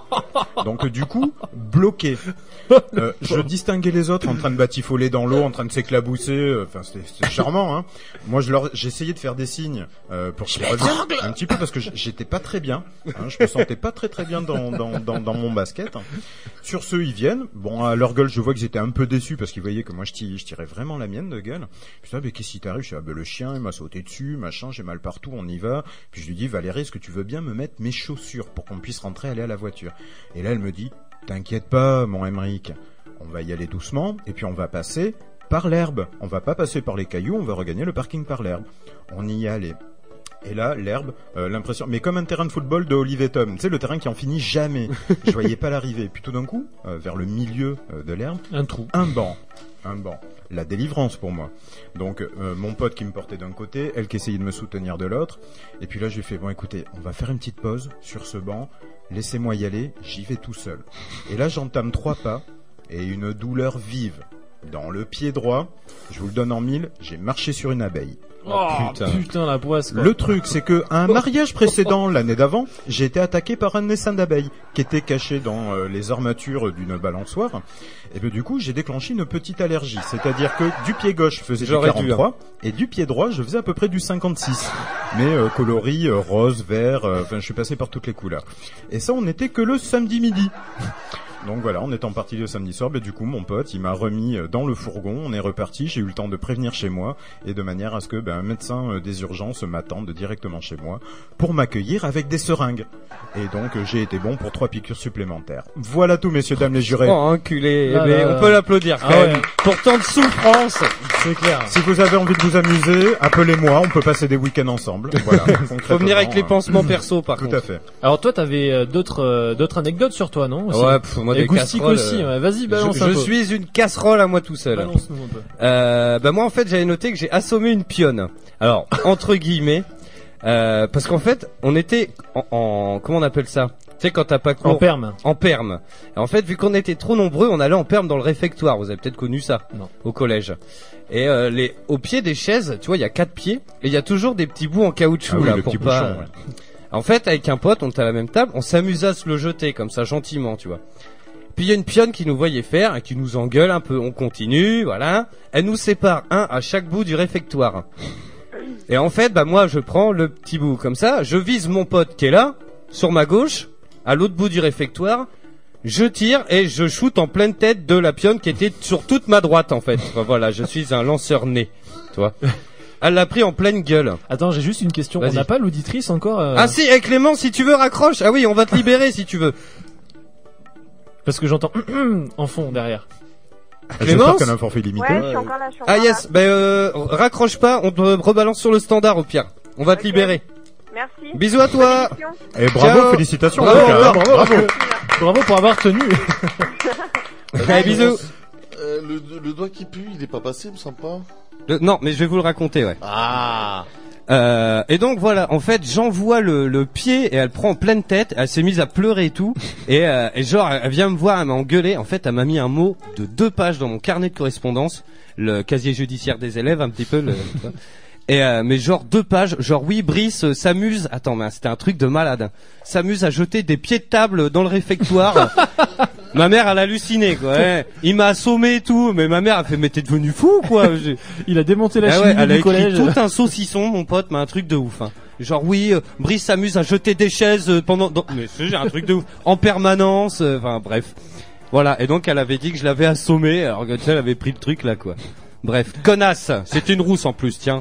Donc du coup, bloqué. Euh, je distinguais les autres en train de batifoler dans l'eau, en train de s'éclabousser. Enfin, c'était, c'était charmant. Hein. Moi, je leur, j'essayais de faire des signes euh, pour qu'ils reviennent un petit peu parce que j'étais pas très bien. Hein, je me sentais pas très très bien dans dans dans, dans mon basket. Hein. Sur ce, ils viennent. Bon, à leur gueule, je vois qu'ils étaient un peu déçus parce qu'ils voyaient que moi, je tirais, je tirais vraiment la mienne de gueule. Puis ça, mais qu'est-ce qui t'arrive? Je dis, ah, ben, le chien, il m'a sauté dessus, machin, j'ai mal partout, on y va. Puis je lui dis, Valérie, est-ce que tu veux bien me mettre mes chaussures pour qu'on puisse rentrer, aller à la voiture? Et là, elle me dit, t'inquiète pas, mon Emeric, on va y aller doucement, et puis on va passer par l'herbe. On va pas passer par les cailloux, on va regagner le parking par l'herbe. On y est allé. Et là, l'herbe, euh, l'impression, mais comme un terrain de football de Olivier Tom, tu sais, le terrain qui en finit jamais. Je voyais pas l'arrivée. Puis tout d'un coup, euh, vers le milieu euh, de l'herbe, un trou, un banc, un banc. La délivrance pour moi. Donc euh, mon pote qui me portait d'un côté, elle qui essayait de me soutenir de l'autre. Et puis là, j'ai fait bon, écoutez, on va faire une petite pause sur ce banc. Laissez-moi y aller, j'y vais tout seul. Et là, j'entame trois pas et une douleur vive dans le pied droit. Je vous le donne en mille. J'ai marché sur une abeille. Oh, putain. putain la poisse quoi. Le truc c'est que à un mariage précédent l'année d'avant, j'ai été attaqué par un essaim d'abeilles qui était caché dans euh, les armatures d'une balançoire. Et ben du coup, j'ai déclenché une petite allergie, c'est-à-dire que du pied gauche je faisais J'aurais du quarante-trois dû, hein. et du pied droit, je faisais à peu près du cinquante-six. Mais euh, coloris euh, rose, vert, enfin euh, je suis passé par toutes les couleurs. Et ça on n'était que le samedi midi. Donc voilà, on est en partie le samedi soir, mais du coup mon pote il m'a remis dans le fourgon, on est reparti, j'ai eu le temps de prévenir chez moi et de manière à ce que ben, un médecin des urgences m'attende directement chez moi pour m'accueillir avec des seringues. Et donc j'ai été bon pour trois piqûres supplémentaires. Voilà tout messieurs, dames les jurés. Oh enculé, Ah, eh ben, là, on peut l'applaudir quand ah même. ouais. Pour tant de souffrance. C'est clair. Si vous avez envie de vous amuser, appelez-moi, on peut passer des week-ends ensemble. Voilà, Faut venir avec les pansements euh, perso par tout contre. à fait. Alors toi, t'avais euh, d'autres euh, d'autres anecdotes sur toi, non aussi Ouais, pff, moi Et des Goustic casseroles. aussi. euh, Ouais. Vas-y, balance je, un je peu. suis une casserole à moi tout seul. Balance-nous un peu. Euh, bah moi en fait j'avais noté que j'ai assommé une pionne. Alors entre guillemets, euh, parce qu'en fait on était en, en comment on appelle ça, sais quand t'as pas cours. En perme. En perme. Et en fait, vu qu'on était trop nombreux, on allait en perme dans le réfectoire. Vous avez peut-être connu ça. Non. Au collège. Et euh, les au pied des chaises, tu vois, il y a quatre pieds et il y a toujours des petits bouts en caoutchouc Ah oui, là le pour petit pas. bouchon, ouais. En fait, avec un pote, on était à la même table, on s'amusait à se le jeter comme ça gentiment, tu vois. Puis il y a une pionne qui nous voyait faire et qui nous engueule un peu. On continue, voilà. Elle nous sépare un à chaque bout du réfectoire. Et en fait, bah moi, je prends le petit bout comme ça, je vise mon pote qui est là, sur ma gauche, à l'autre bout du réfectoire. Je tire et je shoot en pleine tête de la pionne qui était sur toute ma droite en fait. Enfin, voilà, je suis un lanceur né, tu vois. Elle l'a pris en pleine gueule. Attends, j'ai juste une question. Vas-y. On n'a pas l'auditrice encore euh... Ah si, eh, Clément, si tu veux raccroche. Ah oui, on va te libérer si tu veux. Parce que j'entends en fond derrière. Clémence qu'elle a un forfait limité. Ouais, je suis encore là, je suis encore Ah là. yes, bah euh, raccroche pas, on te rebalance sur le standard au pire. On va te libérer. Merci. Bisous à toi. Et bravo, Ciao. félicitations. Bravo, en tout cas, hein. bravo, bravo. Bravo pour avoir tenu. Allez, bisous. Euh, le, le doigt qui pue, il est pas passé, il me semble pas. Le- non, mais je vais vous le raconter, ouais. Ah. Euh, et donc voilà, en fait, j'envoie le, le pied et elle prend en pleine tête. Elle s'est mise à pleurer et tout. Et, euh, et genre, elle vient me voir, elle m'a engueulé. En fait, elle m'a mis un mot de deux pages dans mon carnet de correspondance, le casier judiciaire des élèves, un petit peu. Le, tu vois. Et euh, mais genre deux pages, genre oui, Brice euh, s'amuse. Attends, mais c'était un truc de malade. S'amuse à jeter des pieds de table dans le réfectoire. Ma mère, elle a halluciné, quoi. Ouais. Il m'a assommé et tout, mais ma mère a fait, mais t'es devenu fou, quoi. J'ai- Il a démonté la Ah ouais, cheminée elle a du écrit collège. tout un saucisson, mon pote, mais un truc de ouf. Hein. Genre oui, euh, Brice s'amuse à jeter des chaises euh, pendant. dans- Mais c'est un truc de ouf. En permanence. euh, Enfin bref. Voilà. Et donc elle avait dit que je l'avais assommé, alors que tu sais, elle avait pris le truc là, quoi. Bref, connasse. C'est une rousse en plus, tiens.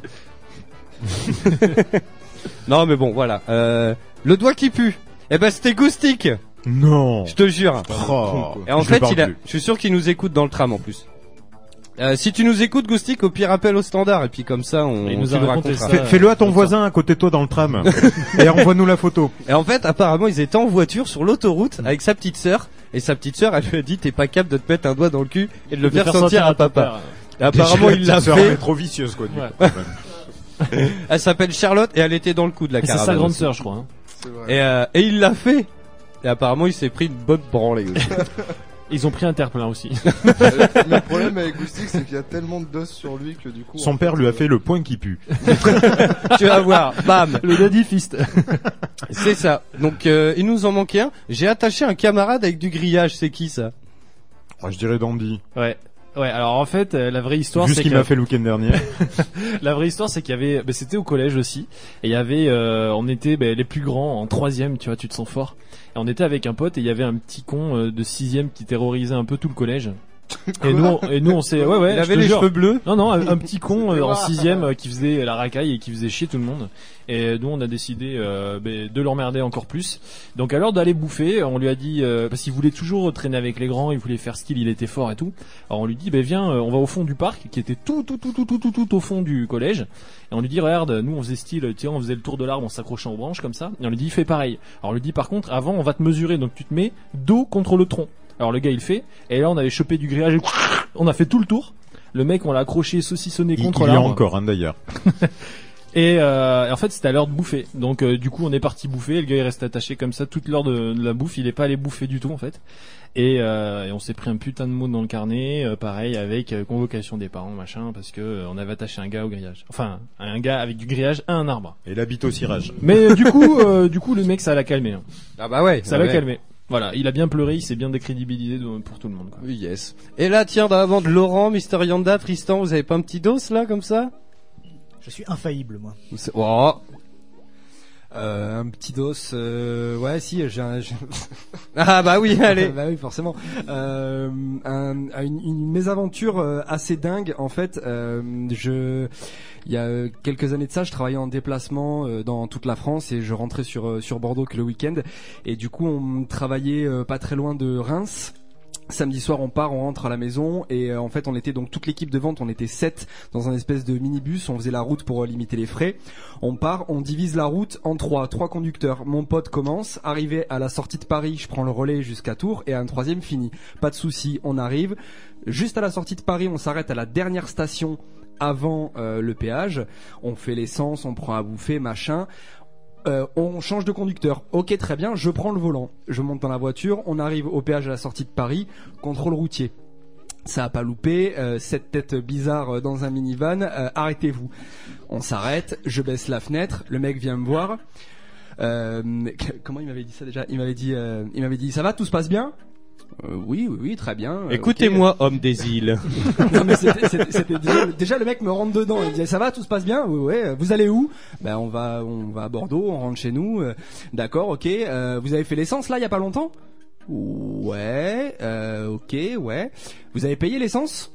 Non mais bon, voilà. Euh, le doigt qui pue. Eh ben c'était Goustic. Non. Je te jure. Oh, Et en je fait, parle il a, plus. je suis sûr qu'il nous écoute dans le tram en plus. Euh, si tu nous écoutes, Goustic, au pire appelle au standard et puis comme ça, on, Il on nous a tu nous raconté racontera. ça. Fais- Fais-le à ton voisin à côté de toi dans le tram. Et envoie-nous la photo. Et en fait, apparemment, ils étaient en voiture sur l'autoroute avec sa petite sœur. Et sa petite sœur, elle lui a dit, t'es pas capable de te mettre un doigt dans le cul et de le De faire, faire sentir sentir à à ton papa. père. Et apparemment, il l'a Elle est fait. trop vicieuse, quoi. Du Ouais. coup, quand même. Elle s'appelle Charlotte et elle était dans le coup de la Et c'est caravane. sa grande aussi. sœur, je crois. Hein. C'est vrai. Et, euh, et il l'a fait. Et apparemment, il s'est pris une bonne branlée aussi. Ils ont pris un terre-plein aussi. Le problème avec Goustic, c'est qu'il y a tellement d'os sur lui que du coup. Son en père fait, lui a euh, fait le point qui pue. Tu vas voir, bam. Le daddy fist. C'est ça. Donc, euh, il nous en manquait un. J'ai attaché un camarade avec du grillage. C'est qui ça? Oh, je dirais Dandy. Ouais. Ouais, alors en fait, euh, la vraie histoire, Vu c'est ce qu'il que m'a fait le week-end dernier. la vraie histoire, c'est qu'il y avait, bah, c'était au collège aussi, et il y avait, euh, on était bah, les plus grands en troisième, tu vois, tu te sens fort. Et on était avec un pote et il y avait un petit con euh, de sixième qui terrorisait un peu tout le collège. Et nous, on, et nous, on s'est, ouais, ouais. Il je avait te les jure. cheveux bleus. Non, non, un, un petit con euh, en Ouah. sixième euh, qui faisait la racaille et qui faisait chier tout le monde. Et nous, on a décidé euh, bah, de l'emmerder encore plus. Donc, à l'heure d'aller bouffer, on lui a dit, euh, parce qu'il voulait toujours traîner avec les grands, il voulait faire style, il était fort et tout. Alors, on lui dit, bah, viens, euh, on va au fond du parc, qui était tout, tout, tout, tout, tout, tout, tout au fond du collège. Et on lui dit, regarde, nous, on faisait style, tiens, on faisait le tour de l'arbre en s'accrochant aux branches comme ça. Et on lui dit, fais pareil. Alors, on lui dit, par contre, avant, on va te mesurer, donc tu te mets dos contre le tronc. Alors le gars il fait, et là on avait chopé du grillage, et on a fait tout le tour. Le mec on l'a accroché, saucissonné Il, contre il y a l'arbre. encore, hein, d'ailleurs. Et, euh, et en fait c'était à l'heure de bouffer. Donc euh, du coup on est parti bouffer, et le gars il reste attaché comme ça toute l'heure de, de la bouffe, il est pas allé bouffer du tout en fait. Et, euh, et on s'est pris un putain de mot dans le carnet, euh, pareil avec euh, convocation des parents machin, parce que euh, on avait attaché un gars au grillage. Enfin un gars avec du grillage à un arbre. Et il habite au cirage. Mais euh, du coup euh, du coup le mec ça l'a calmé. Hein. Ah bah ouais. Ça ah l'a ouais. calmé. Voilà, il a bien pleuré, il s'est bien décrédibilisé de- pour tout le monde. Quoi. Oui, yes. Et là, tiens, dans la bande, Laurent, Mister Yanda, Tristan, vous avez pas un petit dos là, comme ça? Je suis infaillible, moi. C'est- Oh. Euh, un petit dos, euh, ouais, si, j'ai un. j'ai- Ah bah oui, allez. Bah oui, forcément. Euh, un, une, une mésaventure euh, assez dingue. En fait, euh, je, il y a euh, quelques années de ça, je travaillais en déplacement euh, dans toute la France et je rentrais sur euh, sur Bordeaux que le week-end. Et du coup, on travaillait euh, pas très loin de Reims. Samedi soir, on part, on rentre à la maison et euh, en fait, on était donc toute l'équipe de vente, on était sept dans un espèce de minibus. On faisait la route pour euh, limiter les frais. On part, on divise la route en trois, trois conducteurs. Mon pote commence, arrivé à la sortie de Paris, je prends le relais jusqu'à Tours et un troisième fini. Pas de souci, on arrive. Juste à la sortie de Paris, on s'arrête à la dernière station avant euh, le péage. On fait l'essence, on prend à bouffer, machin. euh, on change de conducteur. Ok, très bien, je prends le volant. Je monte dans la voiture, on arrive au péage à la sortie de Paris, contrôle routier. Ça a pas loupé, euh, cette tête bizarre dans un minivan, euh, arrêtez-vous. On s'arrête, je baisse la fenêtre, le mec vient me voir. Euh, comment il m'avait dit ça déjà? Il m'avait dit, euh, il m'avait dit, ça va, tout se passe bien? Euh, oui, oui, oui, très bien. Euh, Écoutez-moi, okay. Homme des îles. Non mais c'était, c'était, c'était déjà, déjà le mec me rentre dedans. Il disait ça va, tout se passe bien. Oui, ouais. Vous allez où? Ben on va, on va à Bordeaux, on rentre chez nous. Euh, d'accord, ok. Euh, vous avez fait l'essence là, il y a pas longtemps? Ouais. Euh, ok, ouais. Vous avez payé l'essence?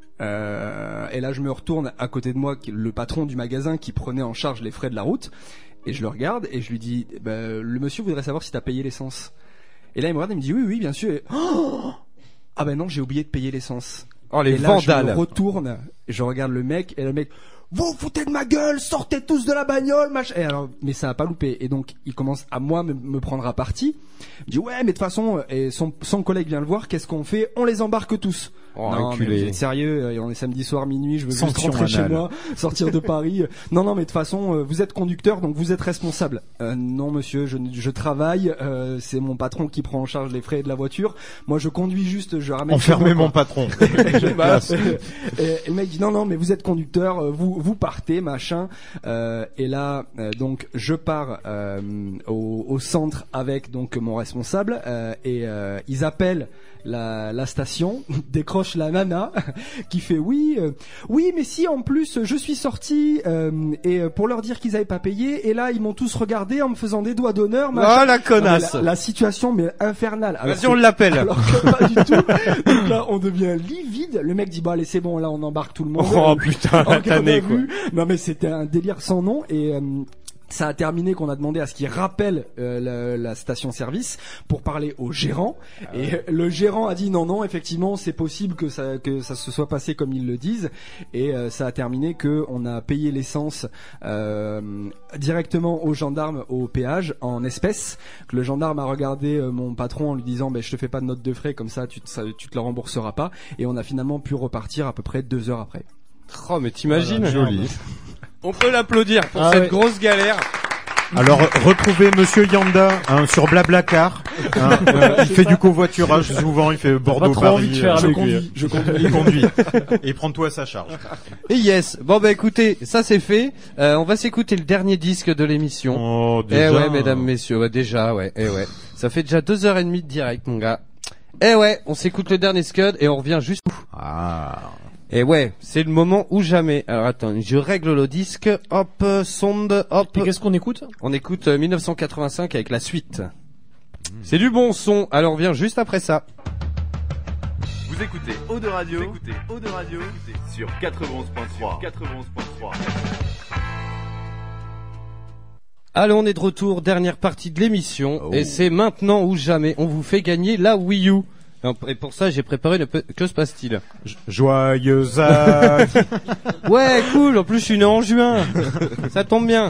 Euh, et là je me retourne à côté de moi, le patron du magasin qui prenait en charge les frais de la route, et je le regarde et je lui dis, ben, le monsieur voudrait savoir si t'as payé l'essence. Et là il me regarde et il me dit oui oui bien sûr. Et... Oh ah ben non, j'ai oublié de payer l'essence. Oh les et là, vandales. Je me retourne, je regarde le mec et le mec, vous vous foutez de ma gueule, sortez tous de la bagnole, machin. Et alors, mais ça a pas loupé. Et donc il commence à moi me, me prendre à partie. Il me dit ouais mais de toute façon, et son, son collègue vient le voir, qu'est-ce qu'on fait? On les embarque tous. Oh, non enculé. mais vous êtes sérieux, on est samedi soir minuit, je veux Sanction juste rentrer anale. chez moi, sortir de Paris. Non non mais de toute façon vous êtes conducteur donc vous êtes responsable. Euh, non monsieur, je, je travaille, euh, c'est mon patron qui prend en charge les frais de la voiture. Moi je conduis juste, je ramène. Enfermez mon patron. Je passe. et, et le mec dit non non mais vous êtes conducteur, vous vous partez machin. Euh, et là euh, donc je pars euh, au, au centre avec donc mon responsable euh, et euh, ils appellent la, la station, décroche la nana qui fait oui euh, oui mais si en plus je suis sorti euh, et pour leur dire qu'ils avaient pas payé et là ils m'ont tous regardé en me faisant des doigts d'honneur. Ah la connasse. La, la situation mais infernale. Alors, vas-y on l'appelle. Alors que pas du tout. Donc là on devient livide. Le mec dit bah allez c'est bon là on embarque tout le monde. Oh putain la tannée quoi. Non mais c'était un délire sans nom et euh, ça a terminé qu'on a demandé à ce qu'il rappelle euh, la, la station-service pour parler au gérant. Ah ouais. Et le gérant a dit non non effectivement c'est possible que ça que ça se soit passé comme ils le disent. Et euh, ça a terminé que on a payé l'essence euh, directement aux gendarmes au péage en espèces. Que le gendarme a regardé euh, mon patron en lui disant ben je te fais pas de note de frais comme ça tu te, ça, tu te la rembourseras pas. Et on a finalement pu repartir à peu près deux heures après. Oh mais t'imagines, voilà, joli. On peut l'applaudir pour ah cette ouais. grosse galère. Alors retrouvez Monsieur Yanda hein, sur Blablacar. Hein, euh, il fait du covoiturage souvent, il fait Bordeaux, pas trop Paris. envie de faire je le conduis, cul. je conduis, il conduit. Et prends-toi à sa charge. Et yes. Bon bah écoutez, ça c'est fait. Euh, on va s'écouter le dernier disque de l'émission. Oh, Eh déjà. ouais, mesdames, messieurs, ouais, déjà, ouais, eh ouais. Ça fait déjà deux heures et demie de direct, mon gars. Eh ouais, on s'écoute le dernier Scud et on revient juste. Ah. Et ouais, c'est le moment ou jamais. Alors attends, je règle le disque. Hop, sonde, hop. Et qu'est-ce qu'on écoute? On écoute euh, dix-neuf cent quatre-vingt-cinq avec la suite. Mmh. C'est du bon son. Alors on revient juste après ça. Vous écoutez Eau de Radio, vous écoutez Eau de Radio sur quatre-vingt-onze point trois. quatre-vingt-onze point trois. Allez, on est de retour, dernière partie de l'émission. Oh. Et c'est maintenant ou jamais. On vous fait gagner la Wii U. Et pour ça, j'ai préparé une... Que se passe-t-il? Joyeuse Anne. Ouais, cool. En plus, je suis né en juin. Ça tombe bien.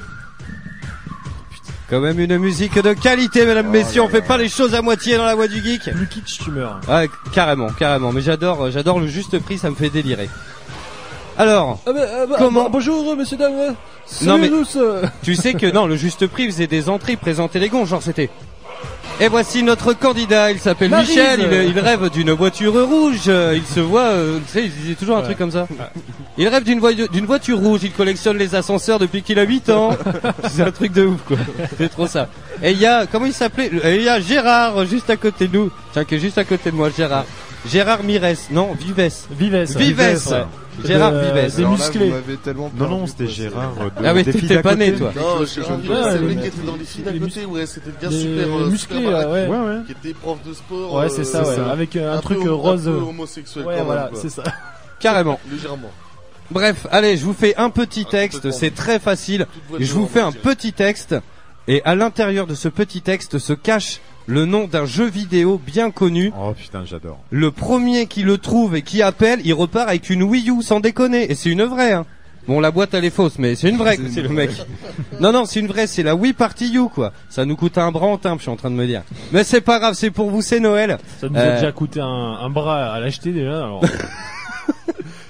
Quand même une musique de qualité, mesdames, oh messieurs. là On fait là. pas les choses à moitié dans la voie du geek. Plus kitsch, tu meurs. Ouais, carrément, carrément. Mais j'adore, j'adore le juste prix. Ça me fait délirer. Alors, Ah bah, ah bah, comment bah, bonjour, monsieur, dame. Non, mais- Salut, euh. tu sais que non, le juste prix faisait des entrées, présentait les gonds, genre c'était. Et voici notre candidat, il s'appelle Maryse. Michel, il, il rêve d'une voiture rouge, euh, il se voit, euh, tu sais, il disait toujours un Ouais. truc comme ça. Il rêve d'une voi- d'une voiture rouge, il collectionne les ascenseurs depuis qu'il a huit ans. C'est un truc de ouf, quoi. C'est trop ça. Et il y a, comment il s'appelait? Et il y a Gérard, juste à côté de nous. Tiens, qui est juste à côté de moi, Gérard. Gérard Mires, non, Vives. Vives. Vives. Ouais. Gérard De- Vives. Des Alors là, musclés. vous m'avez tellement Non, non, perdu, c'était quoi, Gérard. c'est- De, Ah mais des filles t'étais d'à pas né, côté. toi. Non, je- j'ai je- envie je- de c'est les- le mec qui était dans les filles d'à les côté, ouais, c'était le gars Des super, euh, musclés, super là, baraque, ouais. Ouais, ouais. qui était prof de sport. Ouais, c'est ça, euh, ouais. Avec euh, un, un truc peu- euh, rose. un peu homosexuel Ouais, quand voilà, même, quoi. c'est ça. Carrément. Légèrement. Bref, allez, je vous fais un petit texte, complètement. c'est très facile. Toute voiture Je vous en fais un voiture. petit texte, et à l'intérieur de ce petit texte se cache le nom d'un jeu vidéo bien connu. Oh putain, j'adore. Le premier qui le trouve et qui appelle, il repart avec une Wii U, sans déconner. Et c'est une vraie, hein. Bon, la boîte elle est fausse, mais c'est une vraie, c'est le mec. Non, non, c'est une vraie, c'est la Wii Party U, quoi. Ça nous coûte un bras en timbre, je suis en train de me dire. Mais c'est pas grave, c'est pour vous, c'est Noël. Ça nous a Euh, déjà coûté un, un bras à l'acheter déjà. Alors.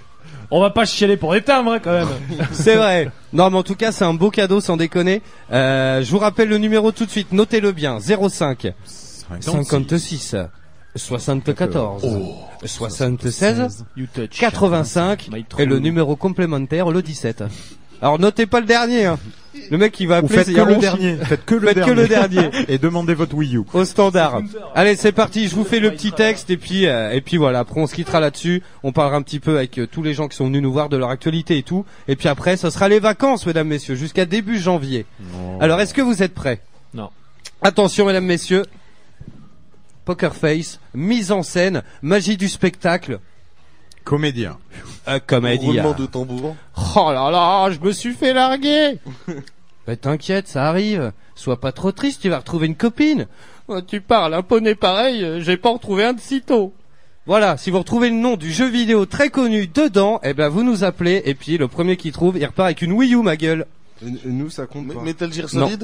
On va pas chialer pour des timbres, hein, quand même. C'est vrai. Non, mais en tout cas, c'est un beau cadeau, sans déconner. Euh, je vous rappelle le numéro tout de suite. Notez-le bien. zéro cinq cinquante-six soixante-quatorze soixante-seize quatre-vingt-cinq et le numéro complémentaire le dix-sept. Alors notez pas le dernier, hein. Le mec qui va appeler, Ou faites c'est que un le long dernier. chiffre. Faites que le Faites dernier. que le dernier. Et demandez votre Wii U. Au standard. Allez, c'est parti. Je vous fais le petit texte et puis euh, et puis voilà. Après, on se quittera là-dessus. On parlera un petit peu avec euh, tous les gens qui sont venus nous voir de leur actualité et tout. Et puis après, ce sera les vacances, mesdames, messieurs, jusqu'à début janvier. Non. Alors, est-ce que vous êtes prêts? Non. Attention, mesdames, messieurs. Poker face, mise en scène, magie du spectacle. Comédien. Un comédien. Roulement de tambour. Oh là là, je me suis fait larguer. Bah t'inquiète, ça arrive. Sois pas trop triste, tu vas retrouver une copine. Oh, tu parles, un poney pareil, euh, j'ai pas retrouvé un de sitôt. Voilà, si vous retrouvez le nom du jeu vidéo très connu dedans, eh ben vous nous appelez et puis le premier qui trouve, il repart avec une Wii U, ma gueule. Et, et nous ça compte pas. Metal Gear Solid.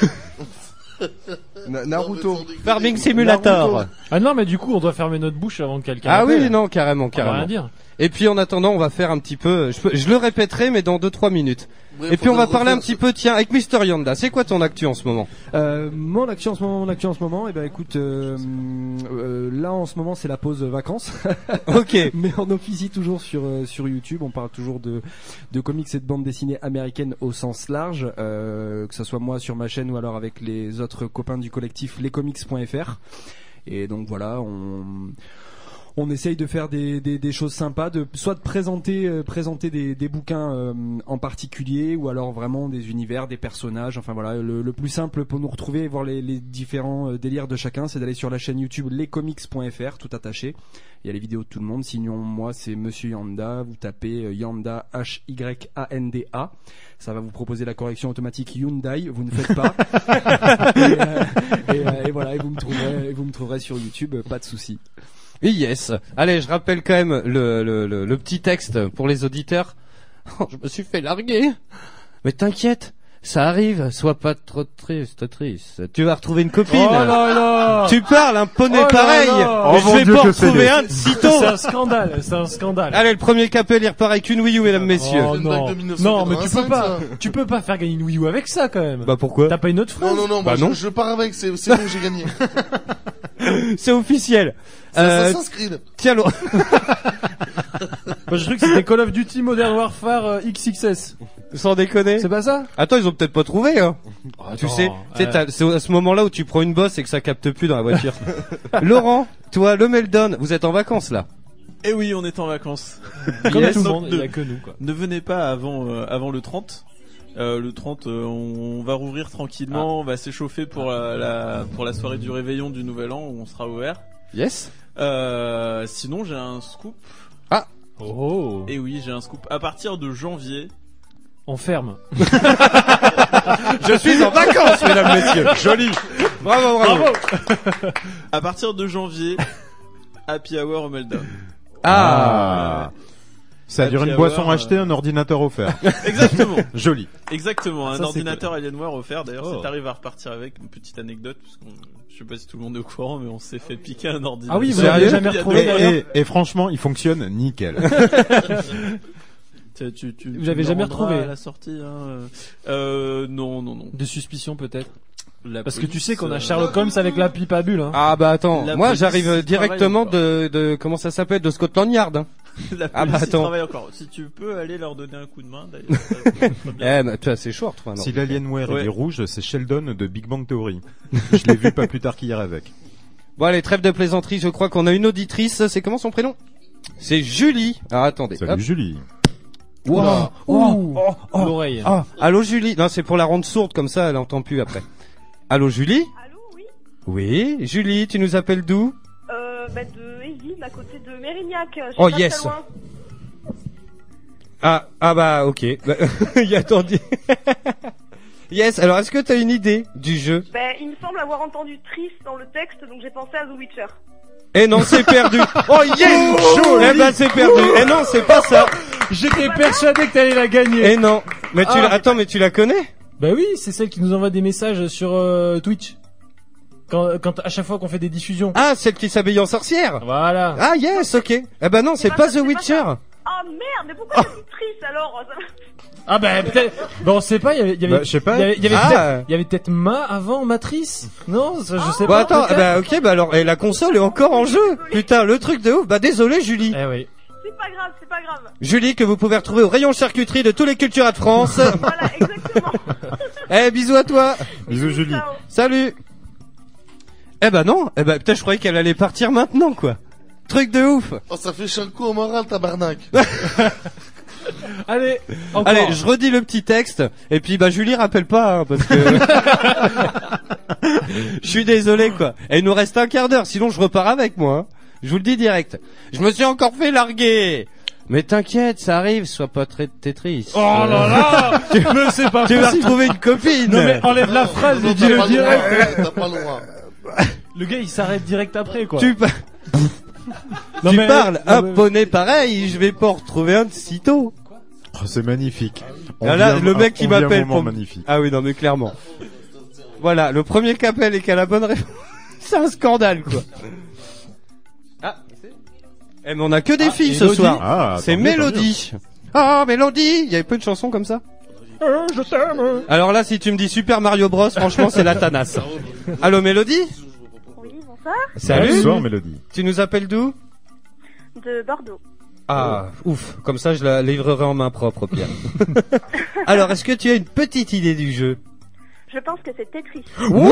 Na- Naruto. Farming Simulator. Naruto. Ah non, mais du coup, on doit fermer notre bouche avant que quelqu'un. Ah appelle. oui, non, carrément, On va carrément. rien dire. Et puis en attendant, on va faire un petit peu, je, peux- je le répéterai, mais dans deux trois minutes. Ouais, et puis on faudra va parler un refaire petit peu, tiens, avec Mister Yanda. C'est quoi ton actu en ce moment? Euh, mon actu en ce moment, mon actu en ce moment, et ben écoute, euh, euh, là en ce moment c'est la pause vacances. Ok. Mais on officie toujours sur euh, sur YouTube. On parle toujours de de comics et de bandes dessinées américaines au sens large, euh, que ce soit moi sur ma chaîne ou alors avec les autres copains du collectif lescomics point f r. Et donc voilà, on on essaye de faire des, des, des choses sympas, de soit de présenter euh, présenter des, des bouquins euh, en particulier, ou alors vraiment des univers, des personnages. Enfin voilà, le, le plus simple pour nous retrouver et voir les, les différents euh, délires de chacun, c'est d'aller sur la chaîne YouTube lescomics point f r, tout attaché. Il y a les vidéos de tout le monde. Sinon moi c'est Monsieur Yanda, vous tapez euh, Yanda H Y A N D A. Ça va vous proposer la correction automatique Hyundai, vous ne faites pas. et, euh, et, euh, et voilà, et vous me trouverez, et vous me trouverez sur YouTube, euh, pas de souci. Oui, yes. Allez, je rappelle quand même le, le, le, le petit texte pour les auditeurs. Oh, je me suis fait larguer. Mais t'inquiète, ça arrive. Sois pas trop triste, triste. Tu vas retrouver une copine. Oh là là. Tu parles, un poney Oh là pareil. là. Mais Oh je mon vais Dieu, pas que retrouver c'est un laid. de sitôt. C'est un scandale, c'est un scandale. Allez, le premier capel, il repart avec une Wii U, mesdames, messieurs. Oh non, non, mais tu peux pas, tu peux pas faire gagner une Wii U avec ça quand même. Bah pourquoi? T'as pas une autre phrase? Non, non, non, Bah moi, non. Je, je pars avec, c'est c'est bon, j'ai gagné. C'est officiel. C'est Euh, Assassin's Creed. Tiens, l'eau. Moi, je crois que c'était Call of Duty Modern Warfare euh, X X S. Sans déconner. C'est pas ça? Attends, ils ont peut-être pas trouvé, hein. Attends, tu sais, tu sais, euh. t'as- c'est à ce moment-là où tu prends une bosse et que ça capte plus dans la voiture. Laurent, toi, le Meldon, vous êtes en vacances là. Eh oui, on est en vacances. Comme Yes. tout le monde, Donc, il y ne- a que nous, quoi. Ne venez pas avant euh, avant le trente. Euh, le trente, euh, on, on va rouvrir tranquillement, on va s'échauffer pour la, la pour la soirée du réveillon du Nouvel An où on sera ouvert. Yes. Euh, sinon, j'ai un scoop. Ah. Oh. Et oui, j'ai un scoop. À partir de janvier, on ferme. Je suis en vacances, mesdames, messieurs. Joli. Bravo, bravo. Bravo. À partir de janvier, Happy Hour au Meltdown. Ah. Ça dure Happy une Hour, boisson euh, achetée, un ordinateur offert. Exactement. Joli. Exactement, un Ça, c'est ordinateur Alienware offert. D'ailleurs, Oh. si t'arrives à repartir avec une petite anecdote, parce qu'on, je sais pas si tout le monde est au courant, mais on s'est fait piquer un ordinateur. Ah oui, vous Sérieux l'avez jamais retrouvé, et, d'ailleurs et, et franchement, il fonctionne nickel. Tu, tu, tu, Vous tu l'avez me jamais rendras retrouvé à la sortie, hein. euh, euh, non, non, non. Des suspicions peut-être. La Parce que tu police, sais qu'on a euh, Sherlock Holmes avec la pipe à bulles. Hein. Ah bah attends, La moi police j'arrive travaille directement encore. de, de comment ça s'appelle, de Scotland Yard. Hein. La Ah police bah y attends. travaille encore. Si tu peux aller leur donner un coup de main, d'ailleurs. ça serait très bien. Eh bah tu vois, c'est chaud, toi. Si l'Alienware Ouais. il est rouge, c'est Sheldon de Big Bang Theory. Je l'ai vu pas plus tard qu'hier avec. Bon allez, trêve de plaisanterie, je crois qu'on a une auditrice, c'est comment son prénom? C'est Julie. Alors attendez. Salut hop. Julie. Wow. Oula. Oh, oh, oh. L'oreille. Ah, allô Julie. Non, c'est pour la rendre sourde comme ça, elle entend plus après. Allô Julie? Allô, oui. Oui, Julie, tu nous appelles d'où? Euh, bah de Éville, à côté de Mérignac. Je suis Oh, pas yes. très loin. Ah, ah bah ok. Bah, il y a attendu. Yes, alors est-ce que t'as une idée du jeu? Bah, il me semble avoir entendu Triss dans le texte, donc j'ai pensé à The Witcher. Eh non, c'est perdu. Oh yes. Oh, eh ben c'est perdu. Eh non, c'est pas ça. J'étais persuadé que t'allais la gagner. Eh non. Mais tu Ah. la... attends, mais tu la connais? Bah oui, c'est celle qui nous envoie des messages sur euh, Twitch. Quand, quand à chaque fois qu'on fait des diffusions. Ah, celle qui s'habille en sorcière. Voilà. Ah yes, ok. Eh ben non, c'est pas pas ça, The c'est pas Witcher. Ah merde, merde, mais pourquoi t'as dit triste alors? Ah bah peut-être. Bon, on sait pas. Il y avait, il y avait, Bah, je sais pas. il y avait, il y avait Ah. peut-être, il y avait peut-être Ma avant Matrice. Non, ça, je sais Bon pas. attends, peut-être. bah ok, bah alors, et la console est encore en jeu. Putain, le truc de ouf. Bah désolé Julie. Eh oui. C'est pas grave, c'est pas grave. Julie que vous pouvez retrouver au rayon charcuterie de tous les Cultura de France. Voilà, exactement. Eh bisous à toi. Bisous Julie. Ciao. Salut. Eh ben non, eh ben putain je croyais qu'elle allait partir maintenant quoi. Truc de ouf. Oh, ça fait chier un coup au moral, tabarnak. Allez, encore. Allez, je redis le petit texte et puis bah Julie rappelle pas hein, parce que je suis désolé quoi. Et il nous reste un quart d'heure, sinon je repars avec moi. Hein. Je vous le dis direct. Je me suis encore fait larguer. Mais t'inquiète, ça arrive, sois pas très Tetris. Oh là là. tu, Mais c'est pas tu vas possible. retrouver une copine. Non mais enlève la phrase et Non, dis-le t'as pas le direct. droit, ouais, T'as pas le droit. Le gars, il s'arrête direct après, quoi. Tu, pa- Non, tu mais- parles non, un mais- poney pareil, je vais pas en retrouver un de sitôt. Oh, c'est magnifique. On Ah là, vit un- le mec qui on vit un m'appelle moment pour magnifique. Ah oui, non mais clairement. Voilà, le premier qui appelle et qui a la bonne réponse, c'est un scandale quoi. Ah, eh mais on a que des Ah, filles ce Mélodie. soir. Ah, c'est tant mieux, Mélodie. Ah, Mélodie, il y avait pas une chanson comme ça. Je t'aime. Alors là, si tu me dis Super Mario Bros, franchement, c'est la tanasse. Allô Mélodie. Oui, bonsoir. Salut. Bonsoir Mélodie. Tu nous appelles d'où? De Bordeaux. Ah, ouf, comme ça je la livrerai en main propre, Pierre. Alors, est-ce que tu as une petite idée du jeu? Je pense que c'est Tetris. Wow.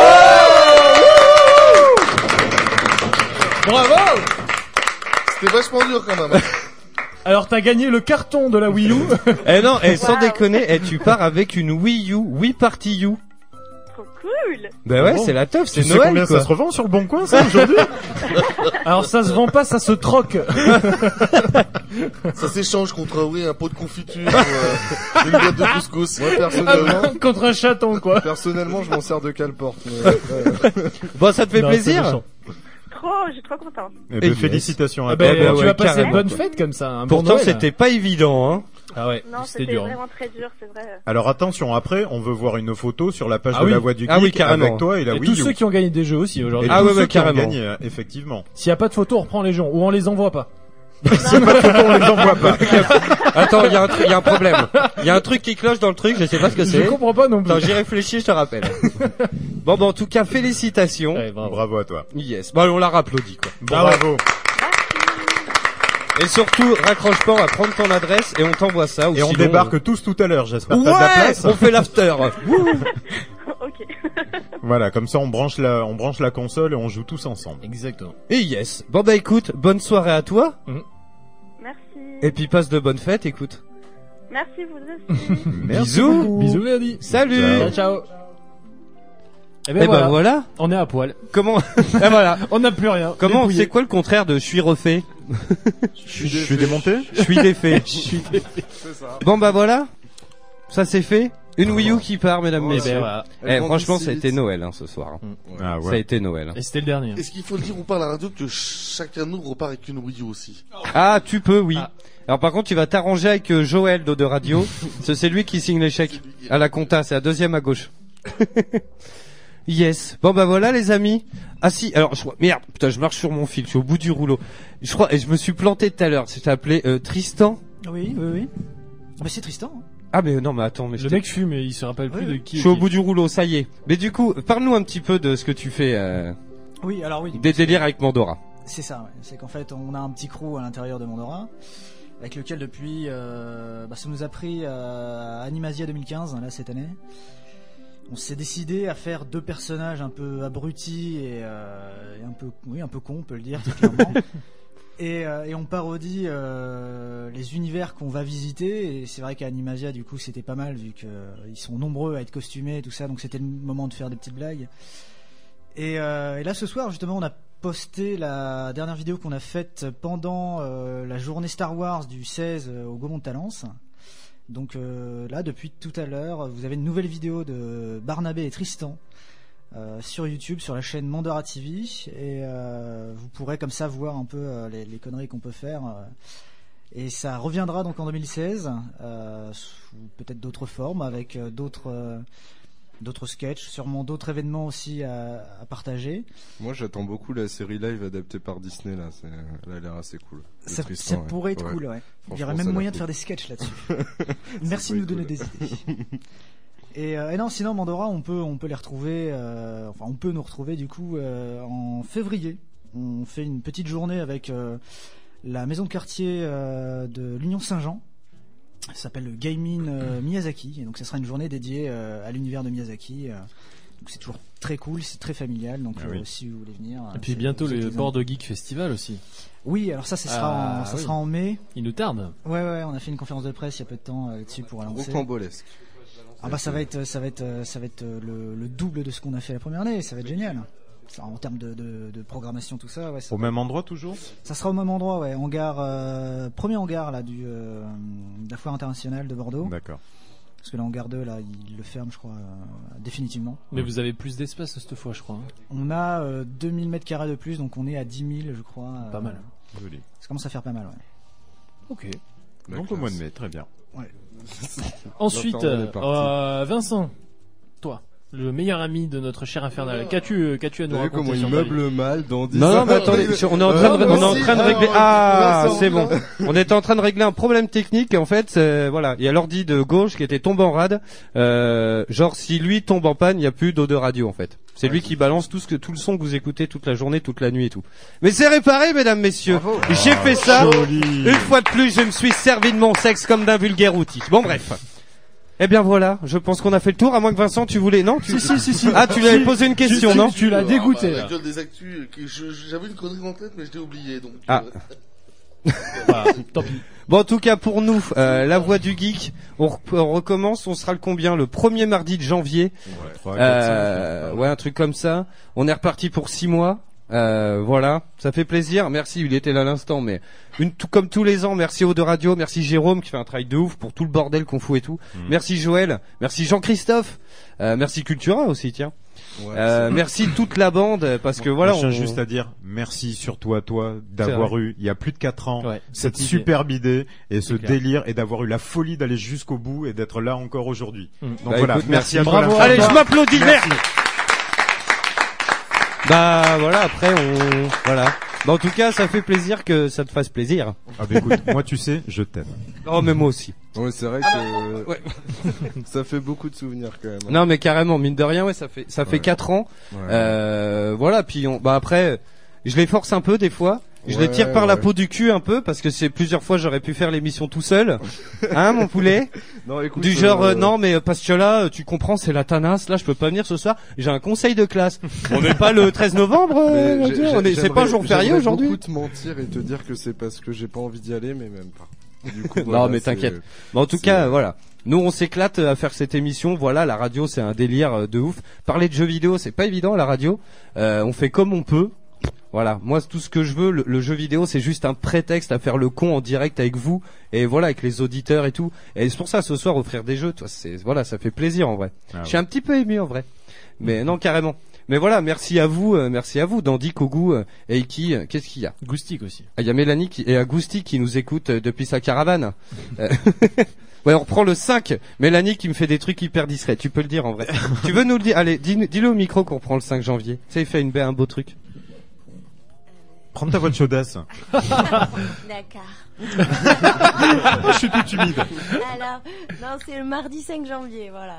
Bravo. C'était vachement dur quand même. Alors t'as gagné le carton de la Wii U. Eh non, eh, sans Wow. déconner, eh, tu pars avec une Wii U, Wii Party U. Trop cool. Bah ouais, Bon. c'est la teuf, c'est Tu sais Noël combien quoi. ça se revend sur le bon coin ça aujourd'hui? Alors ça se vend pas, ça se troque. Ça s'échange contre oui, un pot de confiture, euh, une boîte de couscous. Moi personnellement, Contre un chaton, quoi. personnellement, je m'en sers de cale-porte. mais après, euh, Bon, ça te fait Non, c'est plaisir? méchant. Trop, je suis trop contente. Eh Et ben, yes. félicitations à Ah toi. ben, bah tu ouais, vas passer carrément, une bonne quoi. fête comme ça. Un bon Pourtant, Noël. c'était pas évident, hein. Ah ouais, Non, c'était c'était dur. hein. vraiment très dur, c'est vrai. Alors attention, après, on veut voir une photo sur la page Ah de oui. la Voix du Geek Ah oui, carrément. avec toi et la Et Wii tous U. ceux qui ont gagné des jeux aussi aujourd'hui. Et Ah tous ouais, ceux ouais, qui ont carrément. gagné, euh, effectivement. S'il y a pas de photo, on reprend les gens ou on les envoie pas. C'est pas de photo, on les envoie pas. Attends, il y a un truc, il y a un problème. Il y a un truc qui cloche dans le truc, je sais pas ce que Je c'est. comprends pas non plus. Attends, j'y réfléchis, je te rappelle. Bon, bah, en tout cas, félicitations. Ouais, bravo. Bravo à toi. Yes. Bon, on la rapplaudit, quoi. Bravo. Et surtout, raccroche pas, on va prendre ton adresse et on t'envoie ça. Ou Et on sinon, débarque tous tout à l'heure, j'espère. Ouais, T'as de la place? on fait l'after. Wouh. Ok. Voilà, comme ça on branche la, on branche la console et on joue tous ensemble. Exactement. Et yes. Bon, bah, écoute, bonne soirée à toi. Merci. Et puis, passe de bonnes fêtes, écoute. Merci vous aussi. Bisous. Bisous, Mélodie. Salut. Ciao, ciao. Et Eh ben ben voilà. voilà. On est à poil. Comment? Eh voilà. On n'a plus rien. Comment, Dépouillé. c'est quoi le contraire de je suis refait? Je suis démonté? Je suis défait. Je suis défait. c'est ça. Bon, bah, voilà. Ça c'est fait. Une Wii U qui part, mesdames, Eh ben messieurs. voilà. Eh, franchement, ça a été Noël, hein, ce soir. Ah Ça a ouais. été Noël. Et c'était le dernier. Est-ce qu'il faut le dire ou pas à la radio que chacun de nous repart avec une Wii U aussi? Ah, tu peux, oui. Ah. Alors par contre, tu vas t'arranger avec euh, Joël d'Eau de Radio. C'est c'est lui qui signe les chèques. À la compta, c'est la deuxième à gauche. Yes. Bon bah voilà les amis. Ah si, alors je crois, merde, putain, je marche sur mon fil, je suis au bout du rouleau. Je crois, et je me suis planté tout à l'heure. C'était appelé euh, Tristan. Oui, oui, oui. Ah bah c'est Tristan. Hein. Ah mais non mais attends, mais je Le t'ai- mec fume et il se rappelle plus Oui, de qui. je est suis au qui. bout du rouleau, ça y est. Mais du coup, parle-nous un petit peu de ce que tu fais. Euh, Oui, alors oui. des délires avec Mandora. C'est ça, ouais. C'est qu'en fait, on a un petit crew à l'intérieur de Mandora, avec lequel depuis, euh, bah, ça nous a pris euh, à Animasia deux mille quinze, là, cette année. On s'est décidé à faire deux personnages un peu abrutis et, euh, et un peu, oui, un peu cons, on peut le dire, très clairement. Et, euh, et on parodie euh, les univers qu'on va visiter. Et c'est vrai qu'à Animasia, du coup, c'était pas mal vu qu'ils euh, sont nombreux à être costumés et tout ça. Donc c'était le moment de faire des petites blagues. Et, euh, et là, ce soir, justement, on a posté la dernière vidéo qu'on a faite pendant euh, la journée Star Wars du seize euh, au Gaumont de Talence. Donc euh, là, depuis tout à l'heure, vous avez une nouvelle vidéo de Barnabé et Tristan euh, sur YouTube, sur la chaîne Mandora T V, et euh, vous pourrez comme ça voir un peu euh, les, les conneries qu'on peut faire. Euh, et ça reviendra donc en deux mille seize, euh, sous peut-être d'autres formes, avec euh, d'autres euh, d'autres sketchs, sûrement d'autres événements aussi à, à partager. Moi, j'attends beaucoup la série live adaptée par Disney, là. C'est, elle a l'air assez cool. Ça, Tristan, ça pourrait ouais. être Ouais. cool, ouais. Il y Franchement, aurait ça même a moyen l'air de faire cool. des sketchs là-dessus. Merci Ça de nous peut donner être des cool. idées. Et, euh, et non, sinon Mandora, on peut, on peut les retrouver. Euh, enfin, on peut nous retrouver du coup euh, en février. On fait une petite journée avec euh, la maison de quartier euh, de l'Union Saint-Jean. Ça s'appelle le Gaming euh, Miyazaki. Et donc, ça sera une journée dédiée euh, à l'univers de Miyazaki. Euh, donc, c'est toujours très cool, c'est très familial. Donc, Ah euh, oui. si vous voulez venir. Et puis c'est- bientôt vous êtes le les Bordeaux Geek Festival aussi. Oui, alors ça, ça sera, Ah, en, ça oui. sera en mai. Il nous tarde. Ouais, ouais, on a fait une conférence de presse il y a peu de temps euh, là-dessus pour annoncer. Rocambolesque. Ah bah ça va être, ça va être, ça va être euh, le, le double de ce qu'on a fait la première année. Ça va être génial. Ça, en termes de, de, de programmation, tout ça. Ouais, ça Au même endroit toujours? Ça sera au même endroit, ouais. Hangar, euh, premier hangar là du euh, de la foire internationale de Bordeaux. D'accord. Parce que le hangar deux là, il le ferme, je crois, euh, définitivement. Mais vous avez plus d'espace cette fois, je crois. hein. On a euh, deux mille mètres carrés de plus, donc on est à dix mille, je crois. Pas euh, mal. Joli. Ça commence à faire pas mal, ouais. Ok. Donc au classe. mois de mai, très bien. Ouais. Ensuite, L'infernal est parti. euh, Vincent, toi, le meilleur ami de notre cher infernal, qu'as-tu, qu'as-tu à nous T'as vu raconter comment sur il ta meuble mal dans Non, non, mais attendez, sur- on est en train de, on est en train de régler. Ah, c'est bon. On était en train de régler un problème technique et en fait, euh, voilà, il y a l'ordi de gauche qui était tombé en rade. Euh, genre, si lui tombe en panne, il n'y a plus d'eau de radio en fait. C'est lui qui balance tout ce que tout le son que vous écoutez toute la journée, toute la nuit et tout. Mais c'est réparé, mesdames, messieurs. J'ai fait ça. Joli. Une fois de plus, je me suis servi de mon sexe comme d'un vulgaire outil. Bon, bref. Eh bien voilà, je pense qu'on a fait le tour, à moins que Vincent, tu voulais... Non, tu... Si, si, si, si. Ah, tu lui avais Si. posé une question, Tu- non tu l'as Ah, dégoûté, bah, là. la gueule des actus, que je- j'avais une connerie en tête, mais je l'ai oublié, donc. Ah. euh, Voilà, tant pis. Bon, en tout cas, pour nous, euh, la voix du geek, on, re- on recommence, on sera le combien? Le premier mardi de janvier. trois, quatre, cinq, Euh, ouais, un truc comme ça. On est reparti pour six mois. Euh, voilà, ça fait plaisir. Merci, il était là à l'instant, mais une tout comme tous les ans. Merci aux deux radios, merci Jérôme qui fait un travail de ouf pour tout le bordel qu'on fout et tout. Mhm. Merci Joël, merci Jean-Christophe, euh, merci Cultura aussi, tiens. Ouais, Euh, merci toute la bande parce que voilà. Moi, je on... tiens juste à dire merci surtout à toi C'est d'avoir vrai. eu, il y a plus de quatre ans, Ouais, cette cette idée. superbe idée et ce C'est clair. délire et d'avoir eu la folie d'aller jusqu'au bout et d'être là encore aujourd'hui. Mm. Donc Bah, voilà, écoute, merci, merci. à toi. Bravo. la Allez, femme. je m'applaudis, Merci. merde. Bah voilà, après on voilà. Bah, en tout cas, ça fait plaisir que ça te fasse plaisir. Ah bah écoute, moi tu sais, je t'aime. Oh, mais moi aussi. Ouais, c'est vrai que Ouais. ça fait beaucoup de souvenirs quand même. hein. Non, mais carrément, mine de rien, ouais, ça fait ça fait Ouais. quatre ans. Ouais. Euh, voilà, puis on, bah après, je les force un peu des fois. Je les Ouais, tire par la ouais. peau du cul un peu parce que c'est plusieurs fois j'aurais pu faire l'émission tout seul. Hein, mon poulet? Non, écoute, Du genre euh, euh, non mais euh, parce que là euh, tu comprends c'est la tanasse là je peux pas venir ce soir j'ai un conseil de classe. On n'est pas le treize novembre euh, mais mon j'ai- Dieu, on est- c'est j'aimerais- pas un jour férié j'aimerais aujourd'hui. beaucoup te mentir et te dire que c'est parce que j'ai pas envie d'y aller, mais même pas. Du coup, Non voilà, mais c'est- t'inquiète. Mais en tout c'est- cas voilà. Nous on s'éclate à faire cette émission. Voilà, la radio c'est un délire euh, de ouf. Parler de jeux vidéo c'est pas évident à la radio. Euh, on fait comme on peut. Voilà, moi tout ce que je veux, le, le jeu vidéo c'est juste un prétexte à faire le con en direct avec vous et voilà avec les auditeurs et tout. Et c'est pour ça ce soir offrir des jeux, toi c'est voilà ça fait plaisir en vrai. Ah Je suis un petit peu ému en vrai, mais non carrément. Mais voilà, merci à vous, euh, merci à vous, Dandy, Kogu, euh, Eiki, euh, qu'est-ce qu'il y a? Goustic aussi. Ah, il y a Mélanie qui, et Agousti qui nous écoute euh, depuis sa caravane. Euh, ouais, on reprend le cinq. Mélanie qui me fait des trucs hyper discrets, tu peux le dire en vrai. Tu veux nous le dire? Allez, dis- dis-le au micro qu'on reprend le cinq janvier. Ça, il fait une, un beau truc. Prends ta voix de chaudasse. D'accord. Je suis tout humide. Alors, non, c'est le mardi cinq janvier, voilà.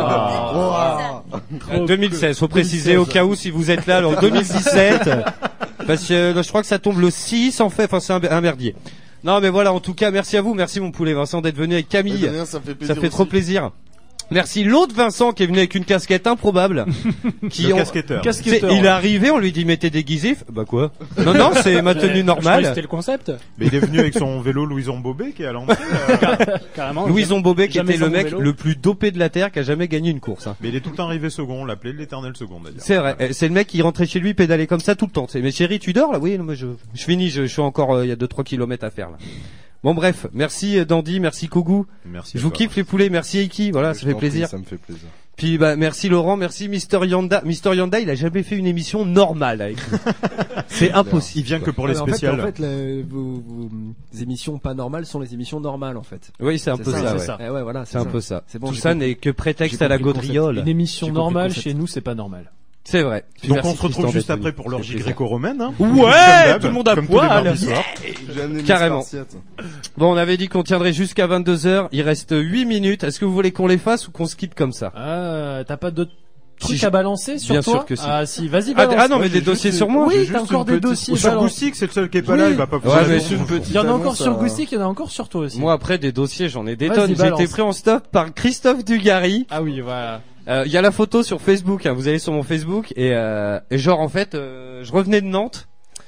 Euh, deux mille seize, faut préciser au cas où si vous êtes là en deux mille dix-sept. Parce que euh, je crois que ça tombe le six en fait, enfin c'est un, un merdier. Non mais voilà, en tout cas, merci à vous, merci mon poulet Vincent d'être venu avec Camille. Mais de rien, ça me fait plaisir Ça fait trop aussi. plaisir. Merci l'autre Vincent qui est venu avec une casquette improbable. Qui Le on- casquetteur. Casquetteur. C'est- Il est arrivé, on lui dit mais t'es déguisé. Bah quoi? Non non, c'est ma tenue Je croyais que normale. C'était le concept. Mais il est venu avec son vélo Louison Bobet qui est à l'entrée. euh, Carrément. Louison Bobet qui Jamais était le sans mon mec vélo. le plus dopé de la terre qui a jamais gagné une course. hein. Mais il est tout le temps arrivé second, on l'appelait l'éternel second d'ailleurs. C'est vrai, euh, c'est le mec qui rentrait chez lui pédaler comme ça tout le temps. C'est mais chérie, tu dors là? Oui, non, mais je je finis, je, je suis encore euh, il y a deux trois kilomètres à faire là. Bon bref, merci euh, Dandy, merci Kogu. Merci. Je à vous toi. kiffe les poulets, merci Eiki, voilà, ça Je fait t'en prie, plaisir. Ça me fait plaisir. Puis bah merci Laurent, merci Mister Yanda. Mister Yanda, il a jamais fait une émission normale avec nous. C'est impossible. Il vient que pour les Ah, mais spéciales. En fait, en fait les, vos, vos émissions pas normales sont les émissions normales en fait. Oui, c'est un peu ça. ça, ouais. c'est ça. Eh ouais, voilà, c'est un peu ça. C'est bon, Tout j'ai ça compris. n'est que prétexte J'ai à la compris le concept. gaudriole. Une émission J'ai compris le normale concept. chez nous, c'est pas normal. C'est vrai. Donc Merci, on se retrouve Tristan, juste d'être après venu. pour l'orgie Ça fait plaisir. gréco-romaine. Hein. Ouais, Comme d'hab, tout le monde à comme tous les poil. mardis soirs. J'ai amené mes Carrément. Spartiates. Bon, on avait dit qu'on tiendrait jusqu'à vingt-deux heures. Il reste huit minutes. Est-ce que vous voulez qu'on les fasse ou qu'on se quitte comme ça? Ah, t'as pas d'autres trucs Si, à balancer sur bien toi? sûr que si. Ah si, vas-y Ah, balance. ah non, mais Ouais, des j'ai dossiers juste sur moi. J'ai Oui, juste t'as encore une des petite- dossiers, Ou sur balance. Goustic, c'est le seul qui est pas Oui. là, il va pas Ouais, pouvoir mais répondre. je ne peux- Il y en a encore annonce, sur euh, Goustic, il y en a encore sur toi aussi. Moi, après, des dossiers, j'en ai des Vas-y, tonnes. J'ai balance. été pris en stop par Christophe Dugarry. Ah oui, voilà. Euh, Il y a la photo sur Facebook, hein. Vous allez sur mon Facebook et, euh, et genre en fait, euh, je revenais de Nantes.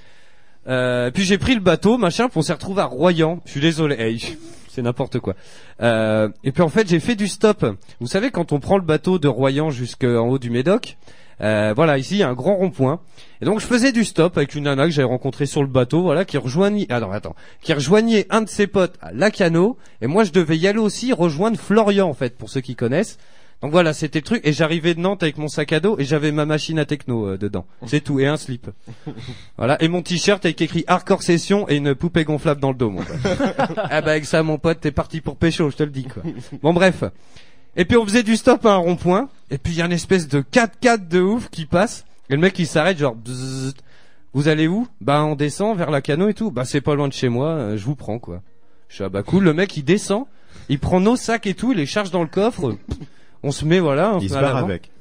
Euh, puis j'ai pris le bateau, machin, puis on s'est retrouvé à Royan. Je suis désolé, hey, c'est n'importe quoi. Euh, et puis en fait, j'ai fait du stop. Vous savez, quand on prend le bateau de Royan jusqu'en haut du Médoc, euh, voilà, ici il y a un grand rond-point. Et donc je faisais du stop avec une nana que j'avais rencontrée sur le bateau, voilà, qui rejoignait, ah non, attends, qui rejoignait un de ses potes à Lacano. Et moi, je devais y aller aussi rejoindre Florian, en fait, pour ceux qui connaissent. Donc voilà, c'était le truc. Et j'arrivais de Nantes avec mon sac à dos et j'avais ma machine à techno euh, dedans. C'est tout. Et un slip. Voilà. Et mon t-shirt avec écrit Hardcore Session et une poupée gonflable dans le dos, mon pote. Ah bah avec ça, mon pote, t'es parti pour pécho, je te le dis, quoi. Bon, bref. Et puis on faisait du stop à un rond-point. Et puis il y a une espèce de quatre quatre de ouf qui passe. Et le mec, il s'arrête genre... Bzzzt. Vous allez où? Bah on descend vers la Cano et tout. Bah c'est pas loin de chez moi, euh, je vous prends, quoi. Je suis ah bah cool. Le mec, il descend. Il prend nos sacs et tout. Il les charge dans le coffre. On se met, voilà. On Il se se met à barre l'avant. avec.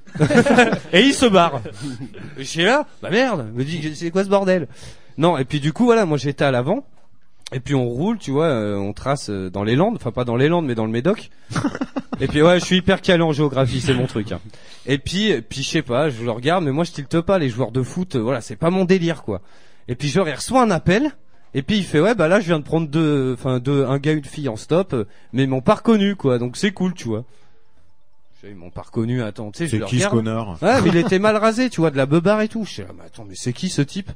Et il se barre. Je suis là, bah merde, me dit c'est quoi ce bordel? Non, et puis du coup voilà, moi j'étais à l'avant. Et puis on roule, tu vois, euh, on trace euh, dans les Landes, enfin pas dans les Landes mais dans le Médoc. Et puis ouais, je suis hyper calé en géographie, c'est mon truc. Hein. Et puis puis je sais pas, je le regarde mais moi je tilte pas les joueurs de foot, euh, voilà, c'est pas mon délire quoi. Et puis genre il reçoit un appel et puis il fait ouais bah là je viens de prendre deux enfin deux un gars une fille en stop euh, mais ils m'ont pas reconnu quoi. Donc c'est cool, tu vois. Ils m'ont pas reconnu, attends, tu sais, je C'est le qui ce regarde. connard? Ouais, mais il était mal rasé, tu vois, de la beubare et tout. Je sais, ah, mais attends, mais c'est qui ce type?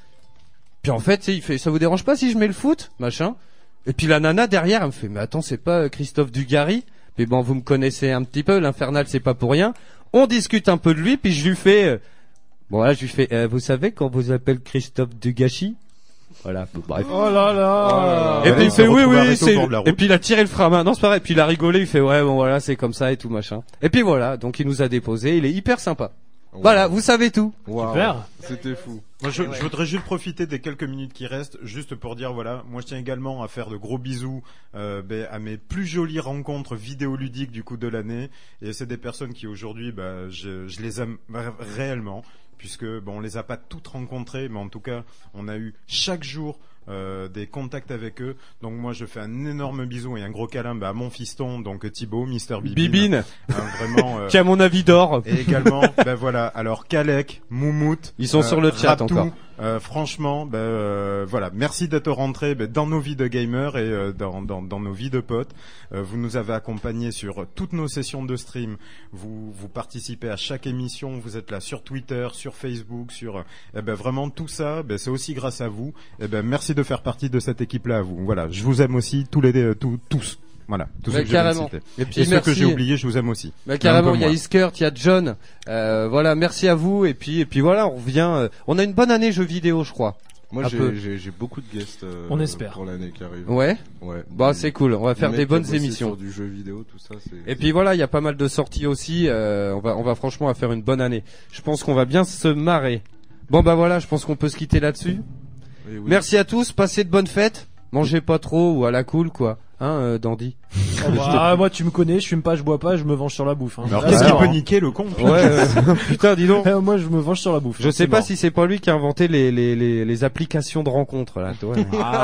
Puis en fait, tu sais, il fait, ça vous dérange pas si je mets le foot, machin? Et puis la nana derrière, elle me fait, mais attends, c'est pas Christophe Dugarry? Mais bon, vous me connaissez un petit peu, l'Infernal, c'est pas pour rien. On discute un peu de lui, puis je lui fais, euh... bon là, je lui fais, euh, vous savez quand vous appelle Christophe Dugachi? Voilà, bref. Oh là là. Et puis il fait oui oui c'est au bord de la route. et puis il a tiré le frein à main. Non c'est pas vrai. Et puis il a rigolé, il fait ouais bon voilà c'est comme ça et tout machin. Et puis voilà donc il nous a déposé, il est hyper sympa. Wow. Voilà vous savez tout. Wow. Super. C'était fou. Moi, je, je voudrais juste profiter des quelques minutes qui restent, juste pour dire, voilà, moi je tiens également à faire de gros bisous euh, ben, à mes plus jolies rencontres vidéoludiques du coup de l'année. Et c'est des personnes qui aujourd'hui, bah, je, je les aime réellement, puisque bon, on les a pas toutes rencontrées, mais en tout cas, on a eu chaque jour Euh, des contacts avec eux. Donc moi je fais un énorme bisou et un gros câlin bah, à mon fiston, donc Thibaut, Mister Bibine. Bibine. Hein, vraiment. Euh, qui a mon avis d'or. Et également, ben voilà. Alors Kalek, Moumout, ils sont euh, sur le chat Raptou, encore. Euh, franchement, ben euh, voilà. Merci d'être rentré ben, dans nos vies de gamers et euh, dans, dans dans nos vies de potes. Euh, vous nous avez accompagnés sur toutes nos sessions de stream. Vous vous participez à chaque émission. Vous êtes là sur Twitter, sur Facebook, sur euh, ben vraiment tout ça. Ben c'est aussi grâce à vous. Et ben merci de faire partie de cette équipe-là à vous. Voilà, je vous aime aussi tous les euh, tous tous. Voilà, tous ceux Mais que je viens de carrément. citer. Et puis Et ceux merci. que j'ai oubliés, je vous aime aussi. Mais Un carrément, peu il y a moins. Iskert, il y a John. Euh, voilà, merci à vous. Et puis et puis voilà, on revient. euh, on a une bonne année jeux vidéo, je crois. Moi Un j'ai peu. j'ai j'ai beaucoup de guests euh, On espère. pour l'année qui arrive. Ouais. Ouais. Bah c'est cool. On va faire Des des mecs qui ont bonnes bossé émissions. sur du jeu vidéo, tout ça. c'est- Et puis voilà, il y a pas mal de sorties aussi. Euh, on va, on va franchement faire une bonne année. Je pense qu'on va bien se marrer. Bon bah voilà, je pense qu'on peut se quitter là-dessus. Oui, oui. Merci à tous, passez de bonnes fêtes. Mangez pas trop ou à la cool quoi. Hein, euh, Dandy. Oh, bah, moi, tu me connais, je fume pas, je bois pas, je me venge sur la bouffe. Hein. Alors Là, qu'est-ce c'est qu'il rare, peut hein. niquer le con? Ouais. euh, putain, dis donc. Euh, moi, je me venge sur la bouffe. Je sais C'est pas mort. si c'est pas lui qui a inventé les les les, les applications de rencontres là. Toi.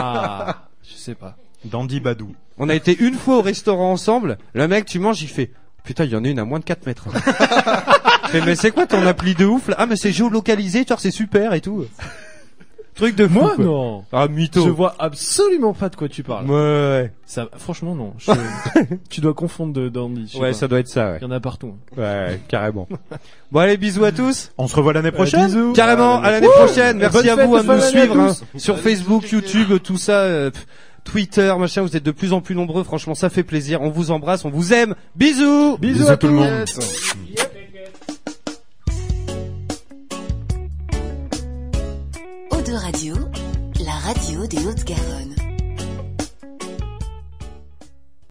Ah, je sais pas. Dandy Badou. On a été une fois au restaurant ensemble. Le mec, tu manges, il fait. Putain, il y en a une à moins de quatre mètres. Je fais, mais c'est quoi ton appli de ouf là? Ah mais c'est géolocalisé, tu vois, c'est super et tout. Truc de fou. Moi, quoi. non. Ah mytho. Je vois absolument pas de quoi tu parles. Ouais, ouais. Ça, franchement, non. Je- tu dois confondre de Dandy. je sais Ouais, pas. ça doit être ça. Ouais, Il y en a partout. ouais carrément. Bon allez, bisous à tous. On se revoit l'année prochaine. bisous. Carrément, à l'année Wouh. prochaine. Merci Bonne à fête vous de hein, de fin nous d'année à suivre hein, tous. sur Facebook, YouTube, tout ça. euh, pff, Twitter, machin. Vous êtes de plus en plus nombreux. Franchement, ça fait plaisir. On vous embrasse, on vous aime. Bisous. Bisous, à tout le monde. Eau de Radio, la radio des Hautes-Garonne.